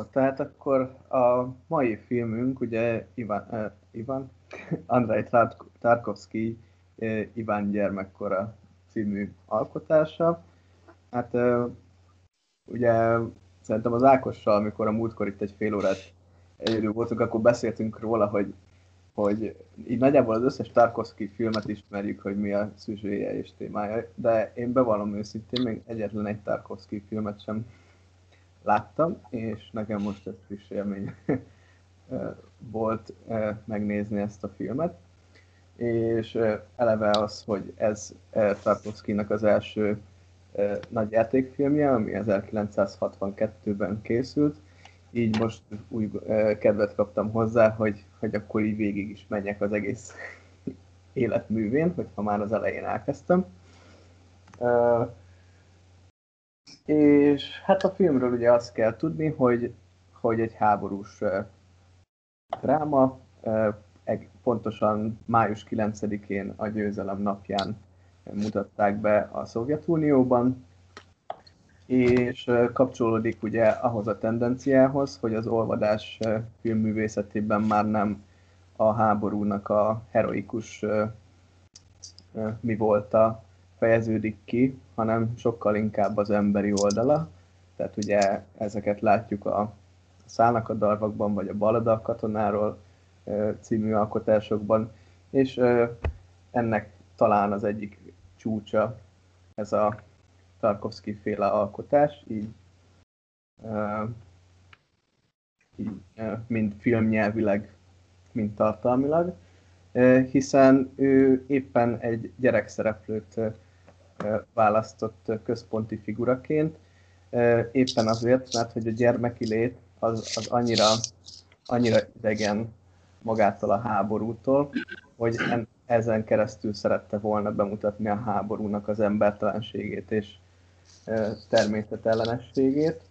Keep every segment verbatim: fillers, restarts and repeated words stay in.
tehát akkor a mai filmünk ugye Ivan, uh, Ivan Andrei Tarkovsky uh, Iván gyermekkora című alkotása. Hát uh, ugye szerintem az Ákossal, amikor a múltkor itt egy fél órát egyedül voltunk, akkor beszéltünk róla, hogy, hogy így nagyjából az összes Tarkovsky filmet ismerjük, hogy mi a szüzséje és témája, de én bevallom őszintén, még egyetlen egy Tarkovsky filmet sem láttam, és nekem most ez friss élmény volt megnézni ezt a filmet. És eleve az, hogy ez Tarkovskynak az első nagy játékfilmje, ami ezerkilencszázhatvankettőben készült, így most új kedvet kaptam hozzá, hogy, hogy akkor így végig is menjek az egész életművén, hogyha már az elején elkezdtem. És hát a filmről ugye azt kell tudni, hogy, hogy egy háborús uh, dráma, uh, pontosan május kilencedikén a győzelem napján mutatták be a Szovjetunióban, és uh, kapcsolódik ugye ahhoz a tendenciához, hogy az olvadás uh, filmművészetében már nem a háborúnak a heroikus uh, uh, mi volta fejeződik ki, hanem sokkal inkább az emberi oldala. Tehát ugye ezeket látjuk a Szállnak a darvakban, vagy a Ballada a katonáról című alkotásokban, és ennek talán az egyik csúcsa ez a Tarkovsky-féle alkotás, így, így mind filmnyelvileg, mind tartalmilag, hiszen ő éppen egy gyerekszereplőt választott központi figuraként, éppen azért, mert hogy a gyermeki lét az, az annyira, annyira idegen magától a háborútól, hogy en, ezen keresztül szerette volna bemutatni a háborúnak az embertelenségét és természetellenességét.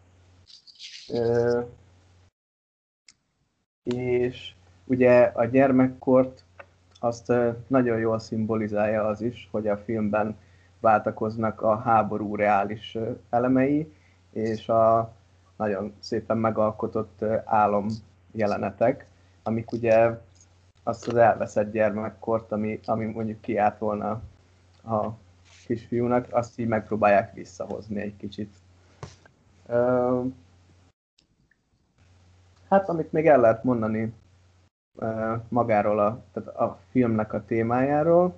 És ugye a gyermekkort azt nagyon jól szimbolizálja az is, hogy a filmben váltakoznak a háború reális elemei, és a nagyon szépen megalkotott álom jelenetek, amik ugye azt az elveszett gyermekkort, ami, ami mondjuk kiállt volna a kisfiúnak, azt így megpróbálják visszahozni egy kicsit. Hát amit még el lehet mondani magáról a, tehát a filmnek a témájáról,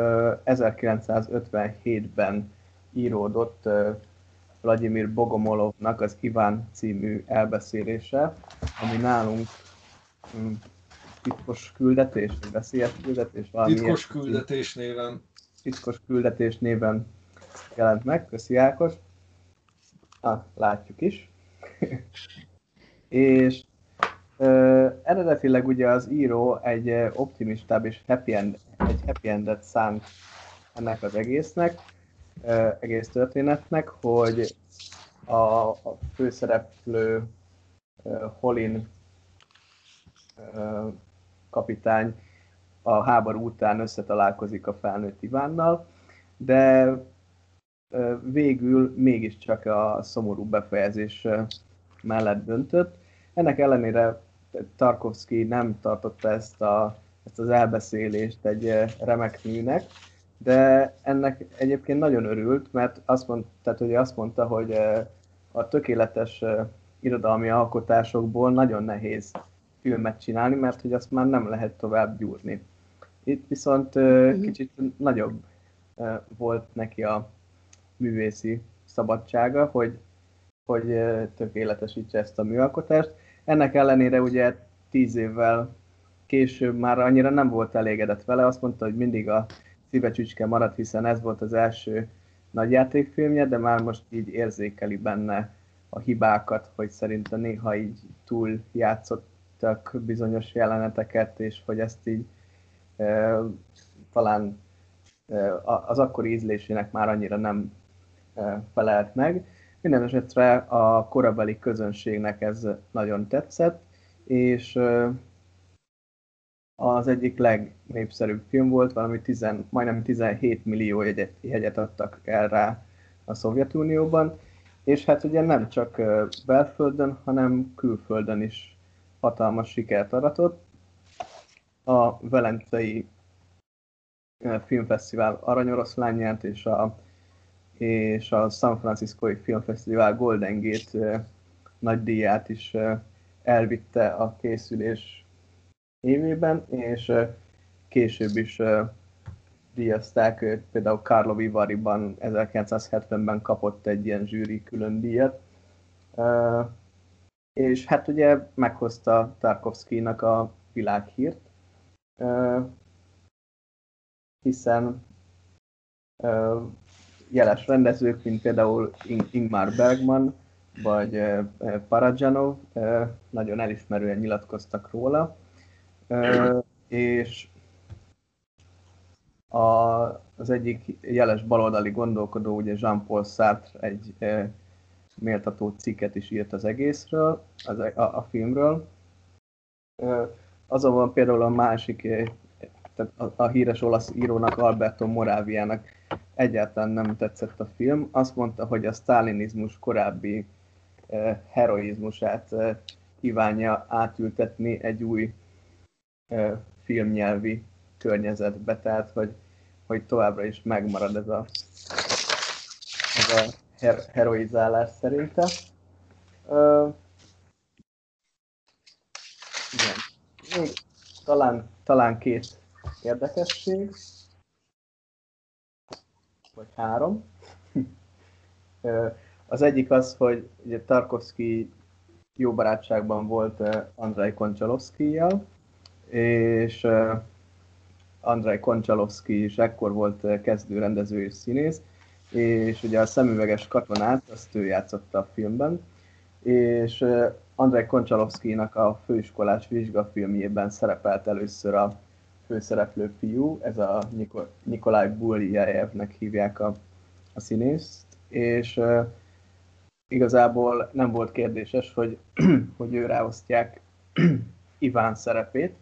ezerkilencszázötvenhétben íródott Vladimir Bogomolovnak az Iván című elbeszélése, ami nálunk hm, titkos küldetés, vagy veszélyes küldetés, valami titkos küldetés néven. Titkos küldetés néven jelent meg, köszi Ákos. Ah, látjuk is. És ö, eredetileg ugye az író egy optimistább és happy end, egy happy endet szánt ennek az egésznek, ö, egész történetnek, hogy a, a főszereplő ö, Holin ö, kapitány a háború után összetalálkozik a felnőtt Ivánnal, de ö, végül mégiscsak a szomorú befejezés mellett döntött. Ennek ellenére Tarkovsky nem tartotta ezt, a, ezt az elbeszélést egy remek műnek, de ennek egyébként nagyon örült, mert azt mondta, tehát, hogy azt mondta, hogy a tökéletes irodalmi alkotásokból nagyon nehéz filmet csinálni, mert hogy azt már nem lehet tovább gyúrni. Itt viszont kicsit nagyobb volt neki a művészi szabadsága, hogy, hogy tökéletesítse ezt a műalkotást. Ennek ellenére ugye tíz évvel később már annyira nem volt elégedett vele, azt mondta, hogy mindig a szíve csücske maradt, hiszen ez volt az első nagyjátékfilmje, de már most így érzékeli benne a hibákat, hogy szerinte néha így túl játszottak bizonyos jeleneteket, és hogy ezt így e, talán e, az akkori ízlésének már annyira nem e, felelt meg. Minden esetre a korabeli közönségnek ez nagyon tetszett, és az egyik legnépszerűbb film volt, valami tíz, majdnem tizenhét millió jegyet, jegyet adtak el rá a Szovjetunióban, És hát ugye nem csak belföldön, hanem külföldön is hatalmas sikert aratott. A Velencei Filmfesztivál Aranyoroszlányát és a, és a San Franciscoi Filmfesztivál Golden Gate nagy díját is elvitte a készülés évében, és később is díjazták őt, például Carlo Vivariban ezerkilencszázhetvenben kapott egy ilyen zsűri külön díjat. És hát ugye meghozta Tarkovszkijnak a világhírt, hiszen jeles rendezők, mint például Ingmar Bergman vagy Parajanov nagyon elismerően nyilatkoztak róla, és a, az egyik jeles baloldali gondolkodó, ugye Jean-Paul Sartre egy méltató cikket is írt az egészről, az, a, a filmről. Azonban például a másik, tehát a, a híres olasz írónak, Alberto Moraviának egyáltalán nem tetszett a film. Azt mondta, hogy a sztálinizmus korábbi eh, heroizmusát eh, kívánja átültetni egy új eh, filmnyelvi környezetbe, tehát hogy, hogy továbbra is megmarad ez a, ez a her- heroizálás szerinte. Uh, igen. Még talán, talán két érdekesség, vagy három. Az egyik az, hogy ugye Tarkovszkij jó barátságban volt Andrei Konchalovszkijjal, és Andrei Konchalovszkij is ekkor volt kezdő rendező és színész, és ugye a szemüveges katonát, azt ő játszotta a filmben, és Andrei Konchalovszkijnak a főiskolás vizsgafilmjében szerepelt először a főszereplő fiú, ez a Nikolaj Buljajevnek hívják a, a színészt, és uh, igazából nem volt kérdéses, hogy, hogy ő ráosztják Iván szerepét.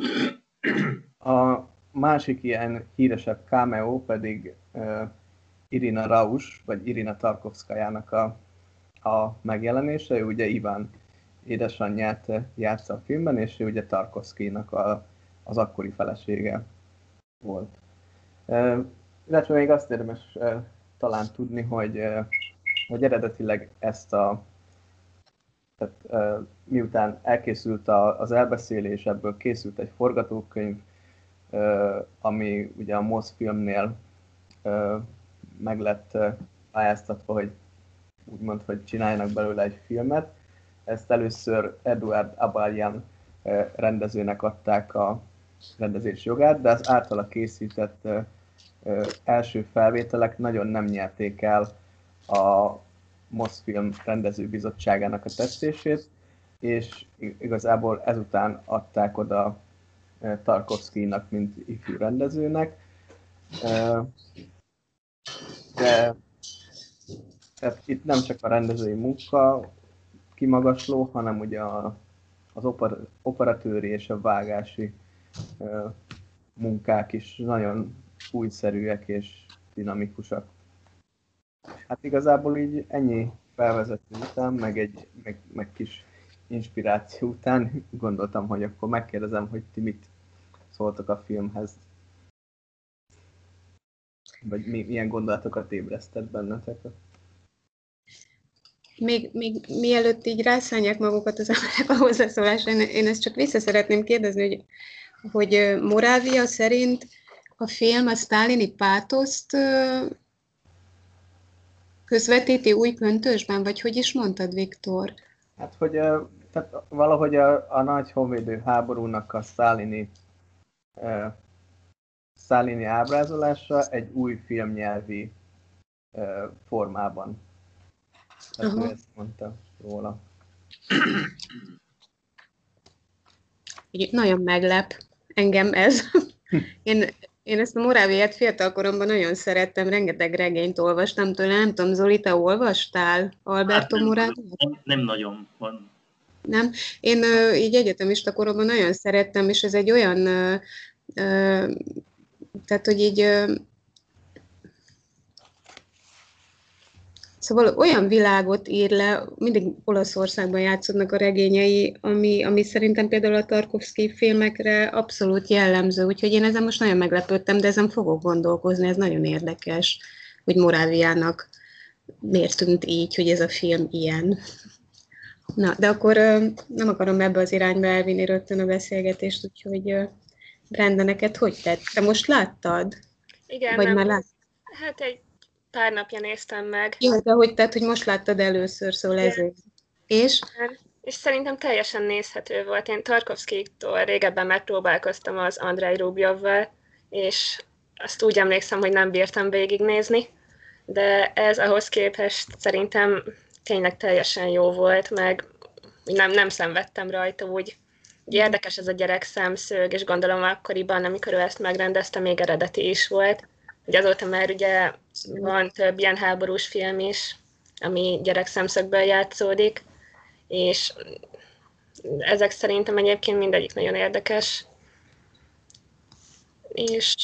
A másik ilyen híresebb cameo pedig uh, Irina Rausch, vagy Irina Tarkovszkajának a, a megjelenése. Ő ugye Iván édesanyját játsza a filmben, és ő ugye Tarkovszkijnak a, az akkori felesége volt. Uh, illetve még azt érdemes uh, talán tudni, hogy, uh, hogy eredetileg ezt a tehát, uh, miután elkészült a, az elbeszélés, ebből készült egy forgatókönyv, uh, ami ugye a Mosfilmnél uh, meg lett uh, pályáztatva, hogy úgymond, hogy csináljanak belőle egy filmet. Ezt először Eduard Abalyan uh, rendezőnek adták a rendezés jogát, de az általa készített uh, uh, első felvételek nagyon nem nyerték el a Mosfilm rendezőbizottságának a tetszését, és igazából ezután adták oda uh, Tarkovszkijnak, mint ifjú rendezőnek. Uh, de tehát itt nem csak a rendezői munka kimagasló, hanem ugye a, az oper, operatőri és a vágási uh, munkák is nagyon újszerűek és dinamikusak. Hát igazából így ennyi felvezető után, meg egy meg, meg kis inspiráció után gondoltam, hogy akkor megkérdezem, hogy ti mit szóltok a filmhez. Vagy mi, milyen gondolatokat ébresztett bennetek? Még, még mielőtt így rászánják magukat az emberek a hozzászólásra, én, én ezt csak vissza szeretném kérdezni, hogy, hogy Morávia szerint a film a sztálini pátoszt közvetíti új köntösben, vagy hogy is mondtad, Viktor? Hát, hogy tehát valahogy a, a nagy honvédő háborúnak a sztálini, uh, sztálini ábrázolása egy új filmnyelvi uh, formában. Tehát ő ezt mondta róla. Nagyon meglep engem ez. Én, én ezt a Moráviát fiatalkoromban nagyon szerettem, rengeteg regényt olvastam tőle. Nem tudom, Zoli, te olvastál Alberto hát nem, Moráviát? Nem, nem nagyon van. Nem? Én ö, így egyetemista koromban nagyon szerettem, és ez egy olyan, ö, ö, tehát hogy így, ö, Szóval olyan világot ír le, mindig Olaszországban játszódnak a regényei, ami, ami szerintem például a Tarkovszky filmekre abszolút jellemző, úgyhogy én ezen most nagyon meglepődtem, de ezen fogok gondolkozni, ez nagyon érdekes, hogy Moráviának miért tűnt így, hogy ez a film ilyen. Na, de akkor nem akarom ebbe az irányba elvinni rögtön a beszélgetést, úgyhogy Brenda, neked hogy tett? Te most láttad? Igen, Vagy nem. már láttad? Hát egy pár napja néztem meg. Jó, de hogy tett, hogy most láttad először, szóval Igen. ezért. És? És szerintem teljesen nézhető volt. Én Tarkovszkytól régebben megpróbálkoztam az Andrei Rubljovval, és azt úgy emlékszem, hogy nem bírtam végignézni, de ez ahhoz képest szerintem tényleg teljesen jó volt, meg nem, nem szenvedtem rajta úgy. Érdekes ez a gyerek szemszög, és gondolom akkoriban, amikor ő ezt megrendezte, még eredeti is volt. Ugye azóta már ugye van több ilyen háborús film is, ami gyerek szemszögből játszódik, és ezek szerintem egyébként mindegyik nagyon érdekes. És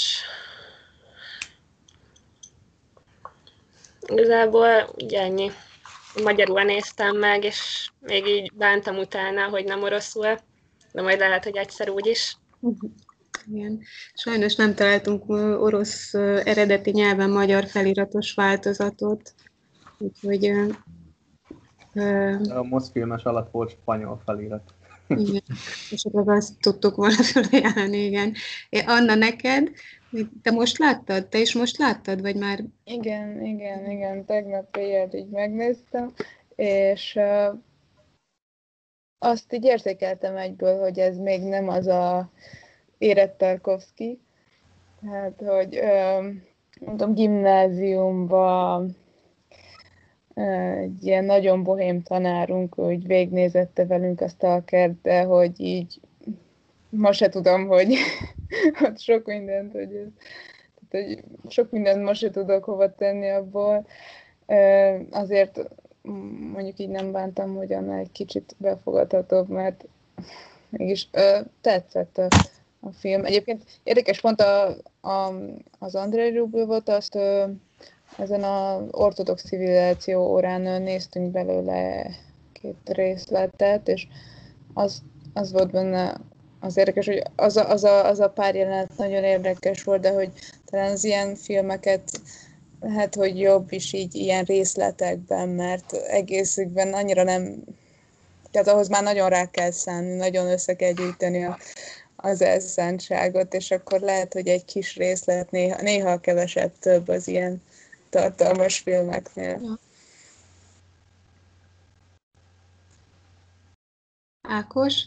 igazából ugye ennyi. Magyarul néztem meg, és még így bántam utána, hogy nem oroszul, de majd lehet, hogy egyszer úgy is. Igen. Sajnos nem találtunk orosz eredeti nyelven magyar feliratos változatot, úgyhogy... A Moszfilmes alatt volt spanyol felirat. Igen, és akkor azt tudtuk volna felajánlani, igen. É, Anna, neked? Te most láttad? Te is most láttad, vagy már... Igen, igen, igen, tegnap éjjel így megnéztem, és uh, azt így érzékeltem egyből, hogy ez még nem az a érett Tarkovszky, hát, hogy uh, mondom, gimnáziumban uh, egy ilyen nagyon bohém tanárunk, hogy végignézette velünk a Stalkert, de hogy így ma se tudom, hogy ott sok mindent, hogy, ez, tehát, hogy sok mindent ma se tudok hova tenni abból. Azért mondjuk így nem bántam, hogy annál egy kicsit befogadhatóbb, mert mégis tetszett a, a film. Egyébként érdekes pont a, a, az Andrei Rubljovot, azt ezen az ortodox civilizáció órán néztünk belőle két részletet, és az, az volt benne az érdekes, hogy az a, az, a, az a pár jelenet nagyon érdekes volt, de hogy talán az ilyen filmeket hát, hogy jobb is így ilyen részletekben, mert egészükben annyira nem, tehát ahhoz már nagyon rá kell szánni, nagyon össze kell gyűjteni a, az elszántságot, és akkor lehet, hogy egy kis részlet, néha, néha kevesebb több az ilyen tartalmas filmeknél. Ja. Ákos?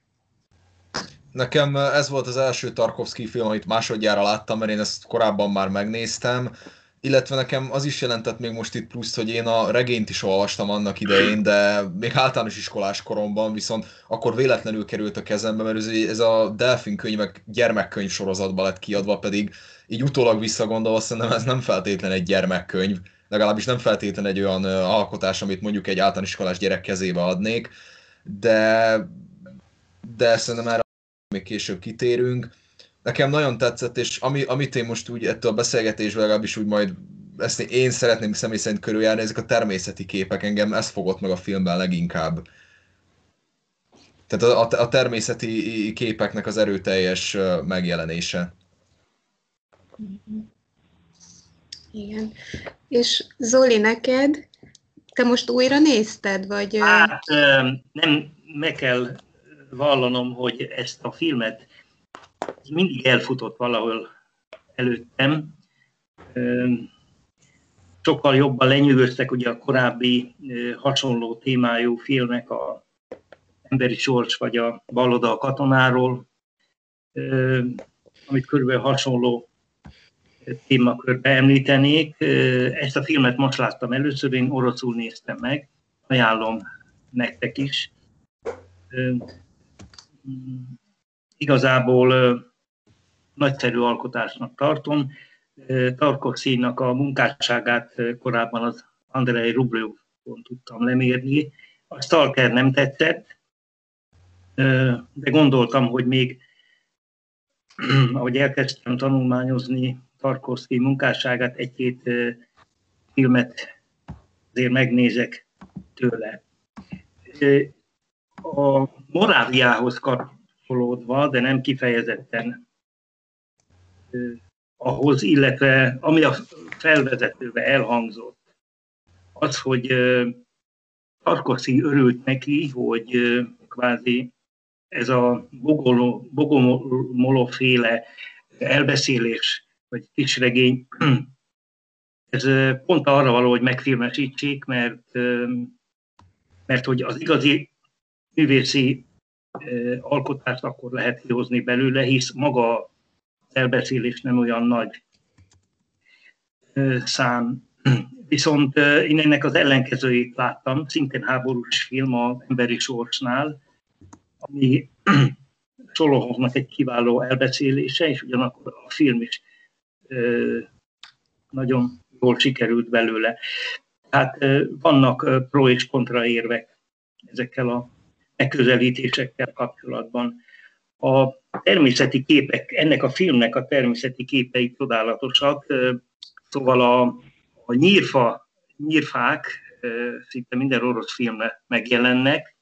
Nekem ez volt az első Tarkovszky film, amit másodjára láttam, mert én ezt korábban már megnéztem, illetve nekem az is jelentett még most itt pluszt, hogy én a regényt is olvastam annak idején, de még általános iskolás koromban, viszont akkor véletlenül került a kezembe, mert ez a Delfin könyvek gyermekkönyv sorozatban lett kiadva, pedig így utólag visszagondolva szerintem ez nem feltétlen egy gyermekkönyv, legalábbis nem feltétlen egy olyan alkotás, amit mondjuk egy általános iskolás gyerek kezébe adnék, de, de szerintem erre még később kitérünk. Nekem nagyon tetszett, és ami, amit én most úgy ettől a beszélgetésből legalábbis úgy majd ezt én szeretném személy szerint körüljárni, ezek a természeti képek, engem ez fogott meg a filmben leginkább. Tehát a, a, a természeti képeknek az erőteljes megjelenése. Igen. És Zoli, neked? Te most újra nézted, vagy... Hát nem, meg kell vallanom, hogy ezt a filmet mindig elfutott valahol előttem. Sokkal jobban lenyűgöztek ugye a korábbi hasonló témájú filmek, a Emberi sors vagy a Balloda a katonáról, amit körülbelül hasonló témakörbe említenék. Ezt a filmet most láttam először, én oroszul néztem meg, ajánlom nektek is. Igazából nagyszerű alkotásnak tartom. Tarkovszkynak a munkásságát korábban az Andrei Rubljovon tudtam lemérni. A Stalker nem tetszett, de gondoltam, hogy még ahogy elkezdtem tanulmányozni Tarkovszky munkásságát, egy-két filmet azért megnézek tőle. A Moráviához kapcsolódva, de nem kifejezetten ahhoz, illetve ami a felvezetőbe elhangzott, az, hogy Tarkovszky örült neki, hogy kvázi ez a Bogomolov-féle elbeszélés, vagy kisregény, ez pont arra való, hogy megfilmesítsék, mert, mert hogy az igazi művészi alkotást akkor lehet kihozni belőle, hisz maga az elbeszélés nem olyan nagy szám. Viszont én ennek az ellenkezőjét láttam, szintén háborús film az Emberi sorsnál, ami Solohovnak egy kiváló elbeszélése, és ugyanakkor a film is nagyon jól sikerült belőle. Hát vannak pro és kontra érvek ezekkel a megközelítésekkel kapcsolatban. A természeti képek, ennek a filmnek a természeti képei csodálatosak, szóval a, a nyírfa, nyírfák szinte minden orosz filmben megjelennek,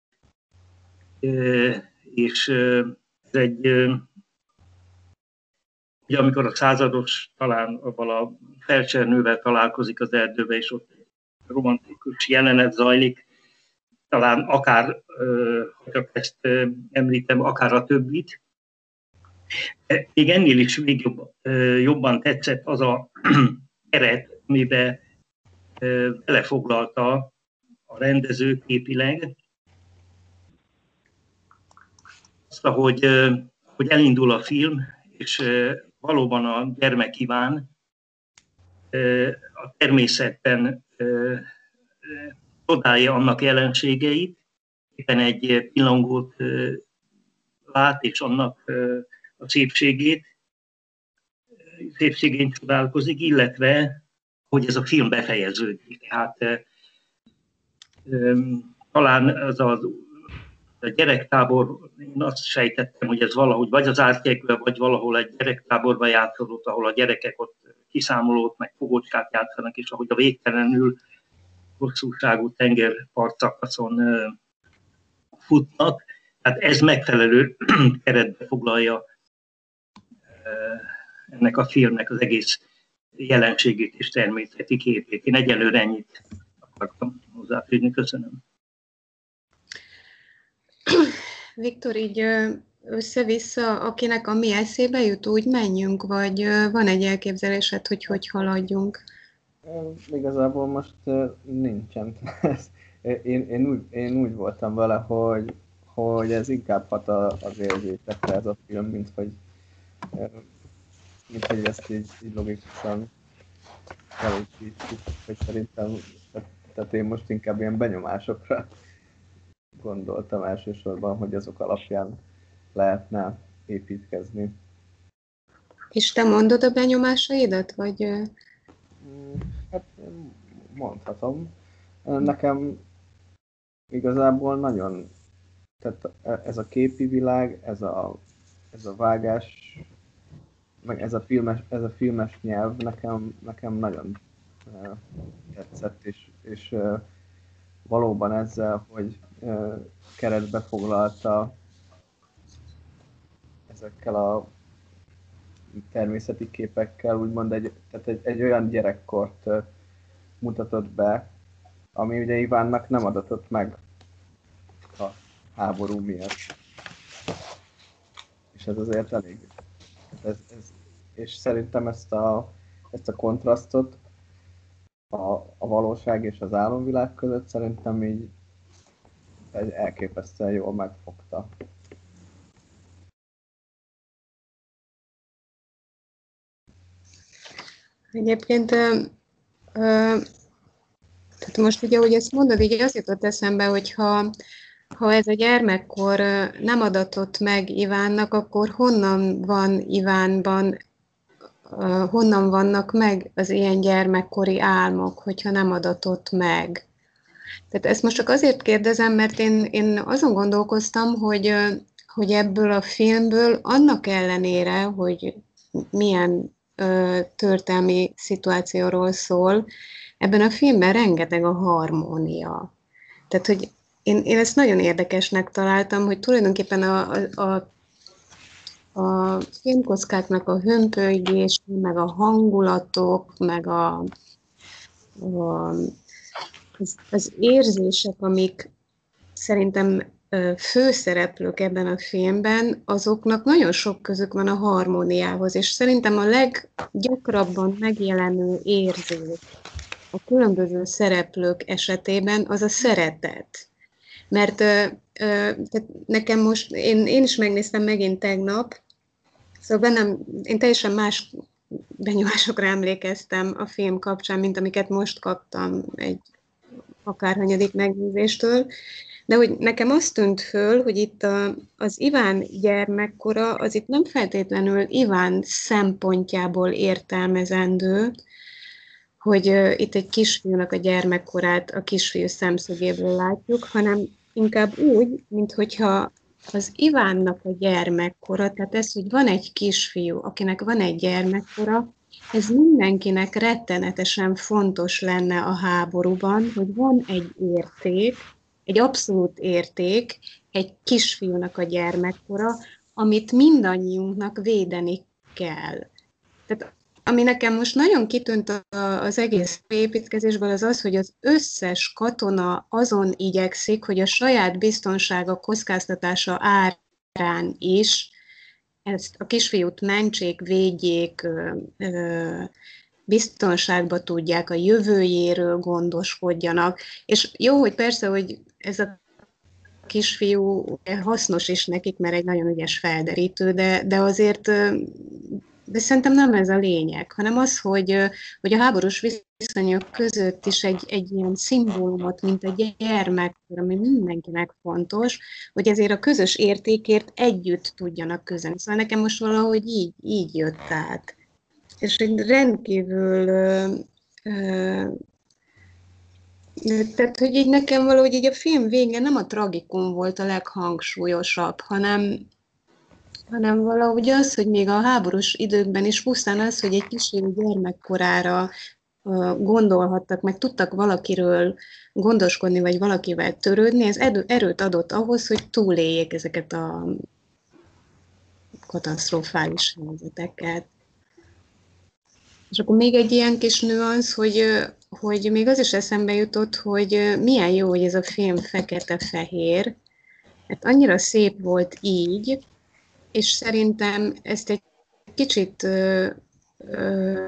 és ez egy, ugye amikor a százados talán avval a felcsernővel találkozik az erdőbe, és ott romantikus jelenet zajlik, talán akár, ha ezt említem, akár a többit. Még ennél is még jobb, jobban tetszett az a keret, amiben belefoglalta a rendező képileg azt, hogy, hogy elindul a film, és valóban a gyermek Iván a természetben csodálja annak jelenségeit, éppen egy pillangót lát, és annak a szépségét, szépségén csodálkozik, illetve, hogy ez a film befejeződik. Tehát talán az a, a gyerektábor, én azt sejtettem, hogy ez valahogy vagy az Árkekben, vagy valahol egy gyerektáborban játszódott, ahol a gyerekek ott kiszámolót, meg fogócskát játszanak, és ahogy a végtelenül hosszúságú tengerpartszakaszon futnak. Tehát ez megfelelő keretbe foglalja ennek a filmnek az egész jelenségét és természeti képét. Én egyelőre ennyit akartam hozzáfűzni. Köszönöm. Viktor, így össze-vissza, akinek ami eszébe jut, úgy menjünk, vagy van egy elképzelésed, hogy hogy haladjunk? Igazából most nincsen. Én, én, úgy, én úgy voltam vele, hogy, hogy ez inkább hat az érzésekre ez a film, mint hogy, mint hogy ezt így, így logikusan felépítsük, hogy szerintem, tehát én most inkább ilyen benyomásokra gondoltam elsősorban, hogy azok alapján lehetne építkezni. És te mondod a benyomásaidat, vagy... Hát mondhatom. Nekem igazából nagyon, tehát ez a képi világ, ez a, ez a vágás, meg ez a filmes, ez a filmes nyelv nekem, nekem nagyon uh, tetszett, és, és uh, valóban ezzel, hogy uh, keretbe foglalta ezekkel a természeti képekkel, úgymond egy, tehát egy, egy olyan gyerekkort uh, mutatott be, ami ugye Ivánnak nem adatott meg a háború miatt. És ez azért elég. Ez, ez, és szerintem ezt a, ezt a kontrasztot a, a valóság és az álomvilág között szerintem így egy elképesztően jól megfogta. Egyébként ö, ö, tehát most ugye, ahogy ezt mondod, így az jutott eszembe, hogy ha, ha ez a gyermekkor nem adatott meg Ivánnak, akkor honnan van Ivánban, uh, honnan vannak meg az ilyen gyermekkori álmok, hogyha nem adatott meg? Tehát ezt most csak azért kérdezem, mert én, én azon gondolkoztam, hogy, hogy ebből a filmből annak ellenére, hogy milyen uh, történelmi szituációról szól, ebben a filmben rengeteg a harmónia. Tehát, hogy én, én ezt nagyon érdekesnek találtam, hogy tulajdonképpen a, a, a, a filmkockáknak a hömpölygés, meg a hangulatok, meg a, a, az, az érzések, amik szerintem főszereplők ebben a filmben, azoknak nagyon sok közük van a harmóniához, és szerintem a leggyakrabban megjelenő érzés a különböző szereplők esetében az a szeretet. Mert ö, ö, nekem most, én, én is megnéztem megint tegnap, szóval bennem, én teljesen más benyomásokra emlékeztem a film kapcsán, mint amiket most kaptam egy akárhanyadik megnézéstől, de hogy nekem azt tűnt föl, hogy itt a, az Iván gyermekkora, az itt nem feltétlenül Iván szempontjából értelmezendő, hogy uh, itt egy kisfiúnak a gyermekkorát a kisfiú szemszögéből látjuk, hanem inkább úgy, minthogyha az Ivánnak a gyermekkora, tehát ez, hogy van egy kisfiú, akinek van egy gyermekkora, ez mindenkinek rettenetesen fontos lenne a háborúban, hogy van egy érték, egy abszolút érték, egy kisfiúnak a gyermekkora, amit mindannyiunknak védeni kell. Tehát ami nekem most nagyon kitűnt az egész építkezésből, az az, hogy az összes katona azon igyekszik, hogy a saját biztonsága kockáztatása árán is ezt a kisfiút mentsék, védjék, biztonságba tudják, a jövőjéről gondoskodjanak. És jó, hogy persze, hogy ez a kisfiú hasznos is nekik, mert egy nagyon ügyes felderítő, de, de azért de szerintem nem ez a lényeg, hanem az, hogy, hogy a háborús viszonyok között is egy, egy ilyen szimbólumot, mint a gyermek, ami mindenkinek fontos, hogy ezért a közös értékért együtt tudjanak küzdeni. Szóval nekem most valahogy így, így jött át. És egy rendkívül, ö, ö, tehát hogy így nekem valahogy így a film végén nem a tragikum volt a leghangsúlyosabb, hanem, hanem valahogy az, hogy még a háborús időkben is pusztán az, hogy egy kísérő gyermekkorára gondolhattak, meg tudtak valakiről gondoskodni, vagy valakivel törődni, ez erőt adott ahhoz, hogy túléljék ezeket a katasztrofális helyzeteket. És akkor még egy ilyen kis nüansz, hogy, hogy még az is eszembe jutott, hogy milyen jó, hogy ez a film fekete-fehér, mert annyira szép volt így, és szerintem ezt egy kicsit ö, ö,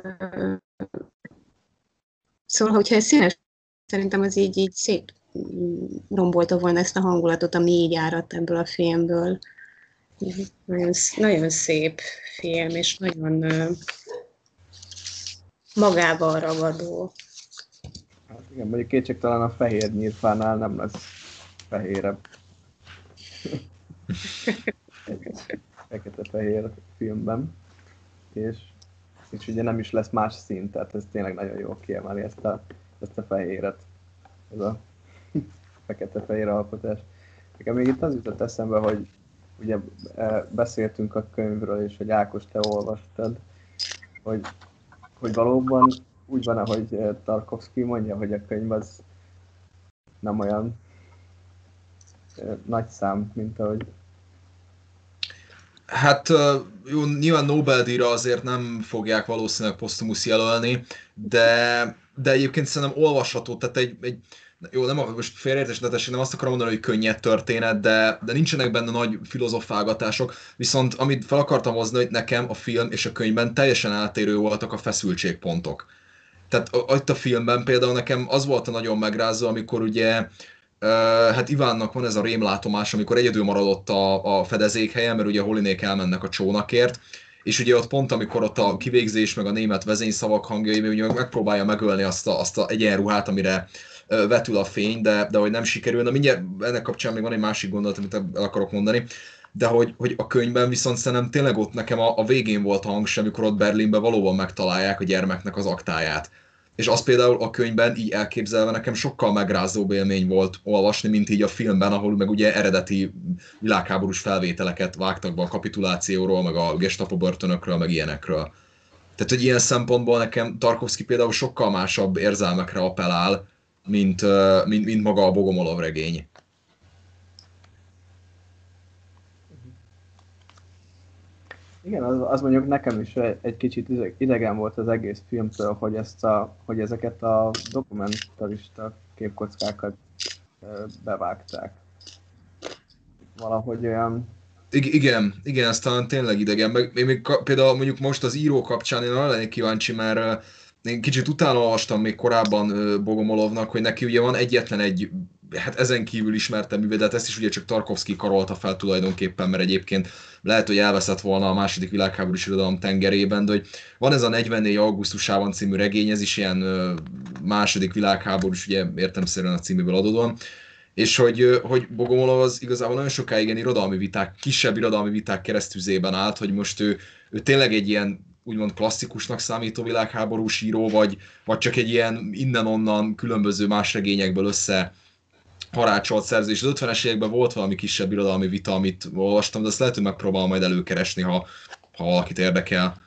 szóval, hogyha ez színes, szerintem az így, így szép rombolta volna ezt a hangulatot, ami így áradt ebből a filmből. Nagyon, nagyon szép film, és nagyon ö, magával ragadó. Hát igen, mondjuk kétségtelen a fehér nyírfánál nem lesz fehérebb. Fekete-fehér filmben. És, és ugye nem is lesz más szín, tehát ez tényleg nagyon jól kiemeli ezt a, ezt a fehéret. Ez a fekete-fehér alkotás. Nekem még itt az jutott eszembe, hogy ugye beszéltünk a könyvről, és hogy Ákos, te olvastad, hogy, hogy valóban úgy van, ahogy Tarkovszky mondja, hogy a könyv az nem olyan nagy szám, mint ahogy... Hát jó, nyilván Nobel-díjra azért nem fogják valószínűleg posztumusz jelölni, de, de egyébként szerintem olvasható, tehát egy, egy jó, nem, most félreértés, de nem azt akarom mondani, hogy könnyed történet, de, de nincsenek benne nagy filozofálgatások, viszont amit fel akartam hozni, hogy nekem a film és a könyvben teljesen eltérő voltak a feszültségpontok. Tehát itt a filmben például nekem az volt a nagyon megrázó, amikor ugye Uh, hát Ivánnak van ez a rémlátomás, amikor egyedül maradott a, a fedezékhelyen, mert ugye Holinék elmennek a csónakért, és ugye ott pont, amikor ott a kivégzés, meg a német vezényszavak hangjai, ugye megpróbálja megölni azt a, azt a egyenruhát, amire uh, vetül a fény, de, de hogy nem sikerül. Na mindjárt ennek kapcsán még van egy másik gondolat, amit el akarok mondani, de hogy, hogy a könyvben viszont szerintem tényleg ott nekem a, a végén volt a hangsúly, amikor ott Berlinben valóban megtalálják a gyermeknek az aktáját. És az például a könyvben így elképzelve nekem sokkal megrázóbb élmény volt olvasni, mint így a filmben, ahol meg ugye eredeti világháborús felvételeket vágtak be a kapitulációról, meg a gestapo börtönökről, meg ilyenekről. Tehát, hogy ilyen szempontból nekem Tarkovszky például sokkal másabb érzelmekre appellál, mint, mint, mint maga a Bogomolov regény. Igen, az, az mondjuk nekem is egy kicsit idegen volt az egész filmtől, hogy, ezt a, hogy ezeket a dokumentarista képkockákat bevágták. Valahogy olyan... I- igen, igen, ez talán tényleg idegen. Meg, még, még például mondjuk most az író kapcsán én arra lennék kíváncsi, mert én kicsit utána olvastam még korábban Bogomolovnak, hogy neki ugye van egyetlen egy, hát ezen kívül ismertem műve, de hát ezt is ugye csak Tarkovszky karolta fel tulajdonképpen, mert egyébként lehet, hogy elveszett volna a második világháborús irodalom tengerében, de hogy van ez a negyvennégy augusztusában című regény, ez is ilyen második világháborús, ugye értelemszerűen a címéből adódóan, és hogy, hogy Bogomolov az igazából nagyon sokáig ilyen irodalmi viták, kisebb irodalmi viták keresztüzében állt, hogy most ő, ő tényleg egy ilyen úgymond klasszikusnak számító világháborús író, vagy, vagy csak egy ilyen innen-onnan különböző más regényekből össze harácsolt szerző. És az ötvenes években volt valami kisebb irodalmi vita, amit olvastam, de azt lehet, hogy megpróbálom majd előkeresni, ha, ha valakit érdekel.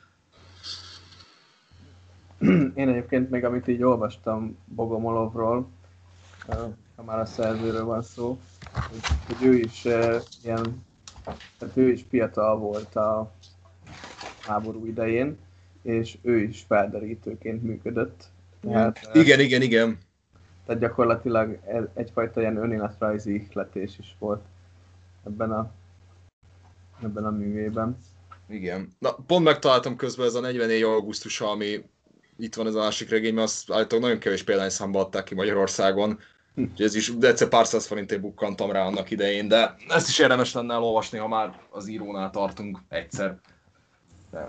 Én egyébként még amit így olvastam Bogomolovról, ha már a szerzőről van szó, hogy, hogy ő is uh, ilyen, tehát ő is fiatal volt a háború idején, és ő is felderítőként működött. Tehát, igen, uh, igen, igen. Tehát gyakorlatilag egyfajta ilyen önéletrajzi ihletés is volt ebben a, ebben a művében. Igen. Na, pont megtaláltam közben ez a negyvennégy augusztus, ami itt van ez a másik regény, mert azt állítólag nagyon kevés példányszámba adták ki Magyarországon. Hm. Ez is, de egyszer pár száz forintért bukkantam rá annak idején, de ezt is érdemes lenne elolvasni, ha már az írónál tartunk egyszer. De.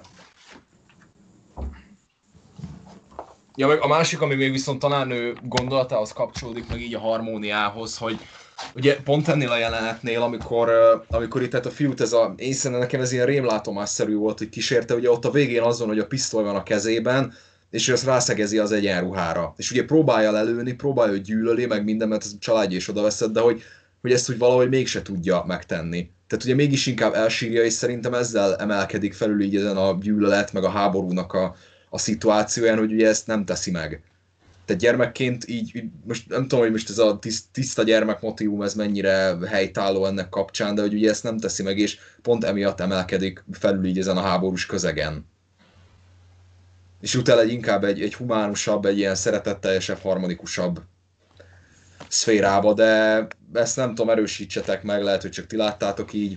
Ja, meg a másik, ami még viszont talán ő gondolatához kapcsolódik, meg így a harmóniához, hogy ugye pont ennél a jelenetnél, amikor, amikor itt hát a fiút ez a, én szerintem nekem ez ilyen rémlátomásszerű volt, hogy kísérte, ugye ott a végén azon, hogy a pisztoly van a kezében, és ő azt rászegezi az egyenruhára. És ugye próbálja lelőni, próbálja, hogy gyűlöli, meg minden, mert ez a családja is odaveszed, de hogy, hogy ezt úgy valahogy mégse tudja megtenni. Tehát ugye mégis inkább elsírja, és szerintem ezzel emelkedik felül így ezen a gyűlölet, meg a háborúnak a, a szituációján, hogy ugye ezt nem teszi meg. Tehát gyermekként így, így most nem tudom, hogy most ez a tiszta gyermek motívum, ez mennyire helytálló ennek kapcsán, de hogy ugye ezt nem teszi meg, és pont emiatt emelkedik felül így ezen a háborús közegen. És jut el egy inkább egy, egy humánusabb, egy ilyen szeretetteljesebb, harmonikusabb szférába, de ezt nem tudom, erősítsetek meg, lehet, hogy csak ti láttátok így.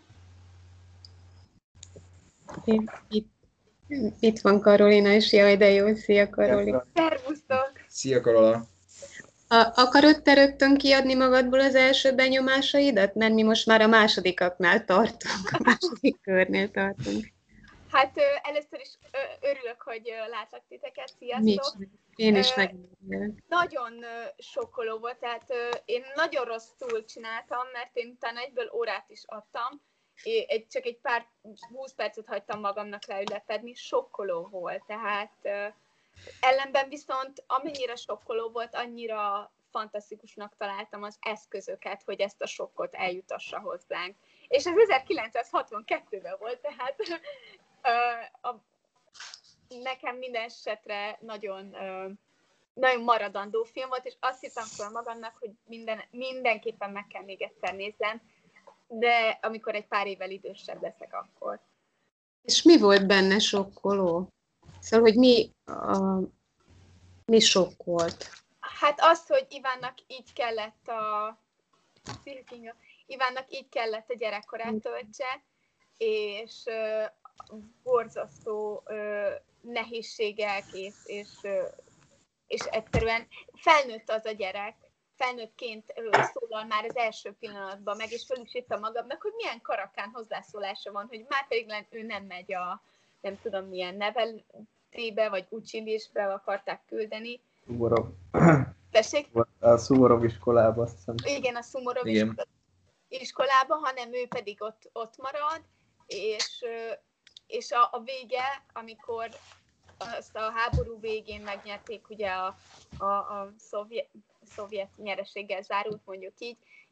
Én itt, itt van Karolina, és jaj, de jó, szia Karoli. Szervusztok! Szia Karola! A, akarod te rögtön kiadni magadból az első benyomásaidat? Mert mi most már a másodikaknál tartunk, a második körnél tartunk. Hát ö, először is ö, örülök, hogy ö, látlak titeket, sziasztok! Mi is, én is ö, megmondom. Nagyon ö, sokkoló volt, tehát ö, én nagyon rosszul csináltam, mert én utána egyből órát is adtam, és egy, csak egy pár, húsz percet hagytam magamnak leülepedni, sokkoló volt, tehát ö, ellenben viszont amennyire sokkoló volt, annyira fantasztikusnak találtam az eszközöket, hogy ezt a sokkot eljutassa hozzánk. És ez ezerkilencszázhatvankettőben volt, tehát uh, a, nekem minden esetre nagyon, uh, nagyon maradandó film volt, és azt hittem fel magamnak, hogy minden, mindenképpen meg kell még egyszer néznem, de amikor egy pár évvel idősebb leszek, akkor. És mi volt benne sokkoló? Szóval, hogy mi, uh, mi sokkolt? Hát az, hogy Ivánnak így kellett a... Ivánnak így kellett a gyerekkorát töltse, és uh, borzasztó uh, nehézségek, és, és, uh, és egyszerűen felnőtt az a gyerek, felnőttként uh, szólal már az első pillanatban meg, és föl is írta magamnak, hogy milyen karakán hozzászólása van, hogy már pedig ő nem megy a nem tudom milyen neveltébe, vagy úcsilisbe akarták küldeni. Szuvorov. Tessék? A Szuvorov iskolába, azt hiszem. Igen, a Szuvorov iskolába, hanem ő pedig ott, ott marad, és, és a, a vége, amikor azt a háború végén megnyerték, ugye a, a, a szovjet, szovjet nyereséggel zárult, mondjuk így,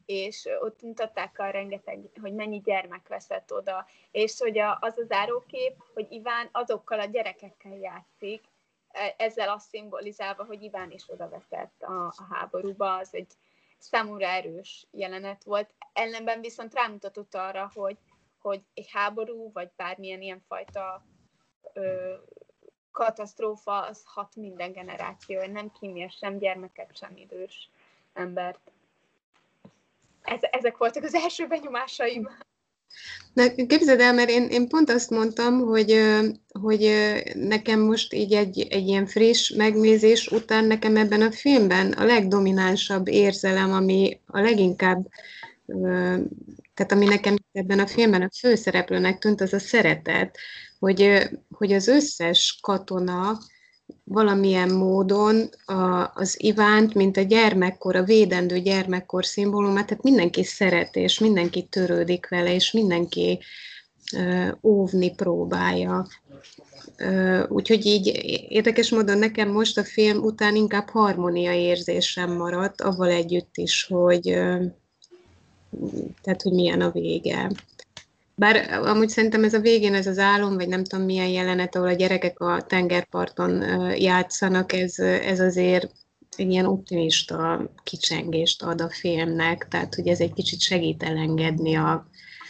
és ott mutatták a rengeteg, hogy mennyi gyermek veszett oda, és hogy a, az a zárókép, hogy Iván azokkal a gyerekekkel játszik, ezzel azt szimbolizálva, hogy Iván is oda veszett a, a háborúba, az egy számomra erős jelenet volt. Ellenben viszont rámutatott arra, hogy, hogy egy háború, vagy bármilyen ilyenfajta ö, katasztrófa, az hat minden generáció, nem kímél sem gyermeket, sem idős embert. Ez, ezek voltak az első benyomásaim. Na, képzeld el, mert én, én pont azt mondtam, hogy, hogy nekem most így egy, egy ilyen friss megnézés után nekem ebben a filmben a legdominánsabb érzelem, ami a leginkább, tehát ami nekem ebben a filmben a főszereplőnek tűnt, az a szeretet, hogy, hogy az összes katona valamilyen módon a, az Ivánt, mint a gyermekkor, a védendő gyermekkor szimbólumát, tehát mindenki szeret, és mindenki törődik vele, és mindenki ö, óvni próbálja. Ö, úgyhogy így érdekes módon nekem most a film után inkább harmónia érzésem maradt, avval együtt is, hogy, ö, tehát, hogy milyen a vége. Bár amúgy szerintem ez a végén, ez az álom, vagy nem tudom milyen jelenet, ahol a gyerekek a tengerparton játszanak, ez, ez azért egy ilyen optimista kicsengést ad a filmnek, tehát hogy ez egy kicsit segít elengedni a,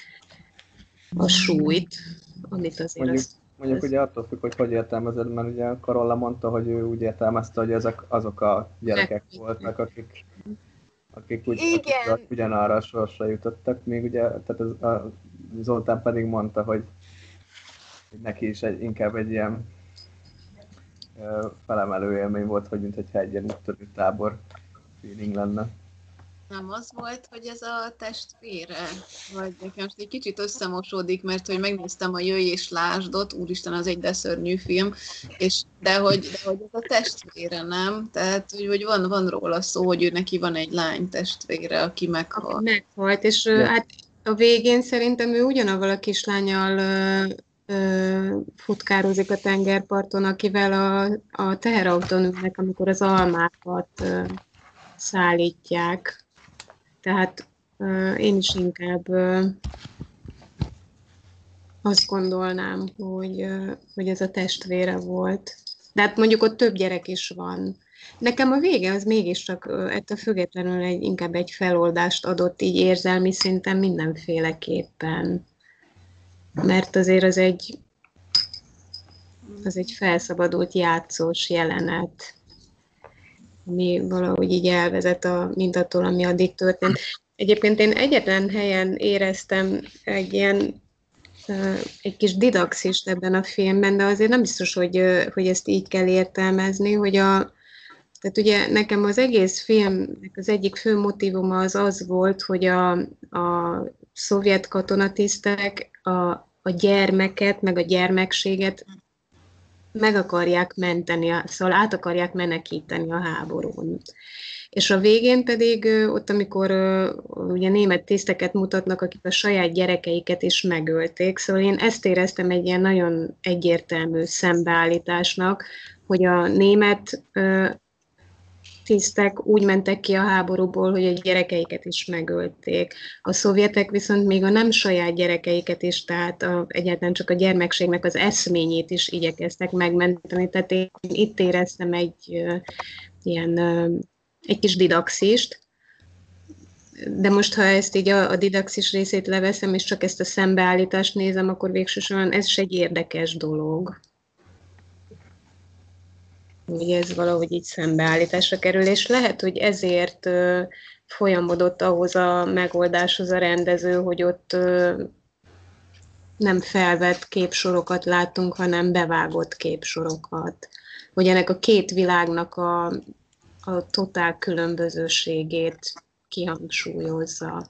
a súlyt, amit azért Mondjuk, azt... mondjuk ez... ugye attól függ, hogy hogy értelmezed, mert ugye Karolla mondta, hogy ő úgy értelmezte, hogy ezek azok a gyerekek voltak, akik akik, úgy, akik ugyanarra a sorsra jutottak, még ugye, tehát az, a Zoltán pedig mondta, hogy, hogy neki is egy, inkább egy ilyen uh, felemelő élmény volt, hogy mintha egy ilyen úttörő tábor feeling lenne. Nem az volt, hogy ez a testvére, vagy nekem most egy kicsit összemosódik, mert hogy megnéztem a Jöjj és Lásdot, úristen, az egy de szörnyű film, és de hogy, de hogy ez a testvére, nem? Tehát, hogy, hogy van, van róla szó, hogy ő neki van egy lány testvére, aki meghalt. Meghalt, és ja. Hát a végén szerintem ő ugyanavval a kislányal ö, ö, futkározik a tengerparton, akivel a, a teherautón ülnek, amikor az almákat ö, szállítják. Tehát uh, én is inkább uh, azt gondolnám, hogy, uh, hogy ez a testvére volt. De hát mondjuk ott több gyerek is van. Nekem a vége az mégiscsak uh, ettől függetlenül egy, inkább egy feloldást adott így érzelmi szinten mindenféleképpen. Mert azért az egy, az egy felszabadult játszós jelenet, ami valahogy így elvezet a mindattól, ami addig történt. Egyébként én egyetlen helyen éreztem egy ilyen egy kis didaxist ebben a filmben, de azért nem biztos, hogy, hogy ezt így kell értelmezni, hogy a, tehát ugye nekem az egész filmnek az egyik fő motívuma az az volt, hogy a, a szovjet katonatisztek a, a gyermeket, meg a gyermekséget meg akarják menteni, szóval át akarják menekíteni a háborún. És a végén pedig ott, amikor ugye német tiszteket mutatnak, akik a saját gyerekeiket is megölték, szóval én ezt éreztem egy ilyen nagyon egyértelmű szembeállításnak, hogy a német tisztek úgy mentek ki a háborúból, hogy a gyerekeiket is megölték. A szovjetek viszont még a nem saját gyerekeiket is, tehát a, egyáltalán csak a gyermekségnek az eszményét is igyekeztek megmenteni. Tehát én itt éreztem egy uh, ilyen uh, egy kis didaxist, de most, ha ezt így a, a didaxis részét leveszem, és csak ezt a szembeállítást nézem, akkor végsősorban ez is egy érdekes dolog. Ugye ez valahogy így szembeállításra kerül, és lehet, hogy ezért ö, folyamodott ahhoz a megoldáshoz a rendező, hogy ott ö, nem felvett képsorokat látunk, hanem bevágott képsorokat. Hogy ennek a két világnak a, a totál különbözőségét kihangsúlyozza.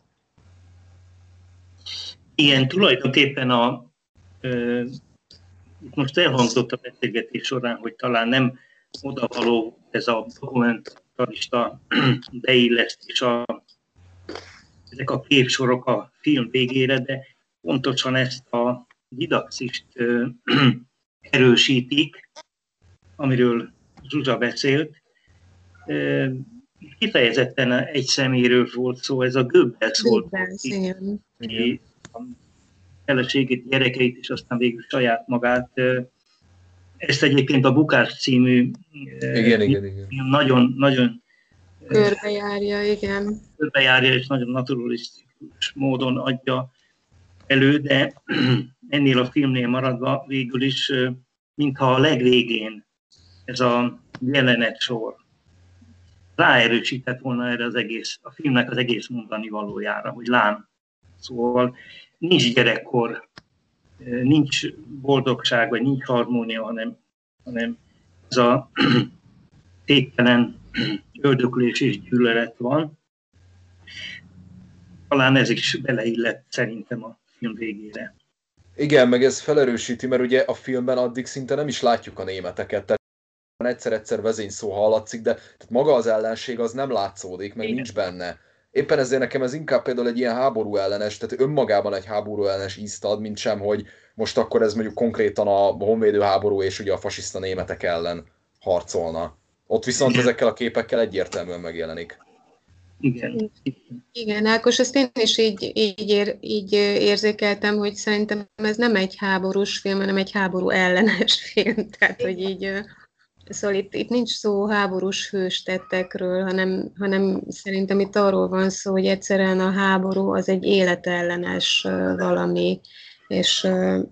Igen, tulajdonképpen a, ö, most elhangzott a beszélgetés során, hogy talán nem odavaló ez a dokumentarista beillesztés a, ezek a képsorok a film végére, de pontosan ezt a didaxist ö, erősítik, amiről Zsuzsa beszélt. Ö, kifejezetten egy személyről volt szó, ez a Goebbels volt, Goebbels, aki, igen. aki a feleségét, gyerekeit, és aztán végül saját magát. Ezt egyébként a Bukás című Igen, igen, igen. nagyon, nagyon Körbejárja, igen. körbejárja, és nagyon naturalisztikus módon adja elő, de ennél a filmnél maradva végül is, mintha a legvégén ez a jelenet sor ráerősített volna erre az egész, a filmnek az egész mondani valójára, hogy lám. Szóval nincs gyerekkor, nincs boldogság, vagy nincs harmónia, hanem, hanem ez a féktelen ördöklés és gyűlölet van. Talán ez is beleillett szerintem a film végére. Igen, meg ez felerősíti, mert ugye a filmben addig szinte nem is látjuk a németeket, tehát egyszer-egyszer vezényszó hallatszik, de tehát maga az ellenség az nem látszódik, meg Igen. nincs benne. Éppen ezért nekem ez inkább például egy ilyen háború ellenes, tehát önmagában egy háború ellenes ízt ad, mint sem, hogy most akkor ez mondjuk konkrétan a honvédő háború és ugye a fasiszta németek ellen harcolna. Ott viszont Igen. ezekkel a képekkel egyértelműen megjelenik. Igen. Igen, Ákos, ezt én is így, így, ér, így érzékeltem, hogy szerintem ez nem egy háborús film, hanem egy háború ellenes film. Tehát, hogy így, szóval itt, itt nincs szó háborús hőstettekről, hanem, hanem szerintem itt arról van szó, hogy egyszerűen a háború az egy életellenes valami, és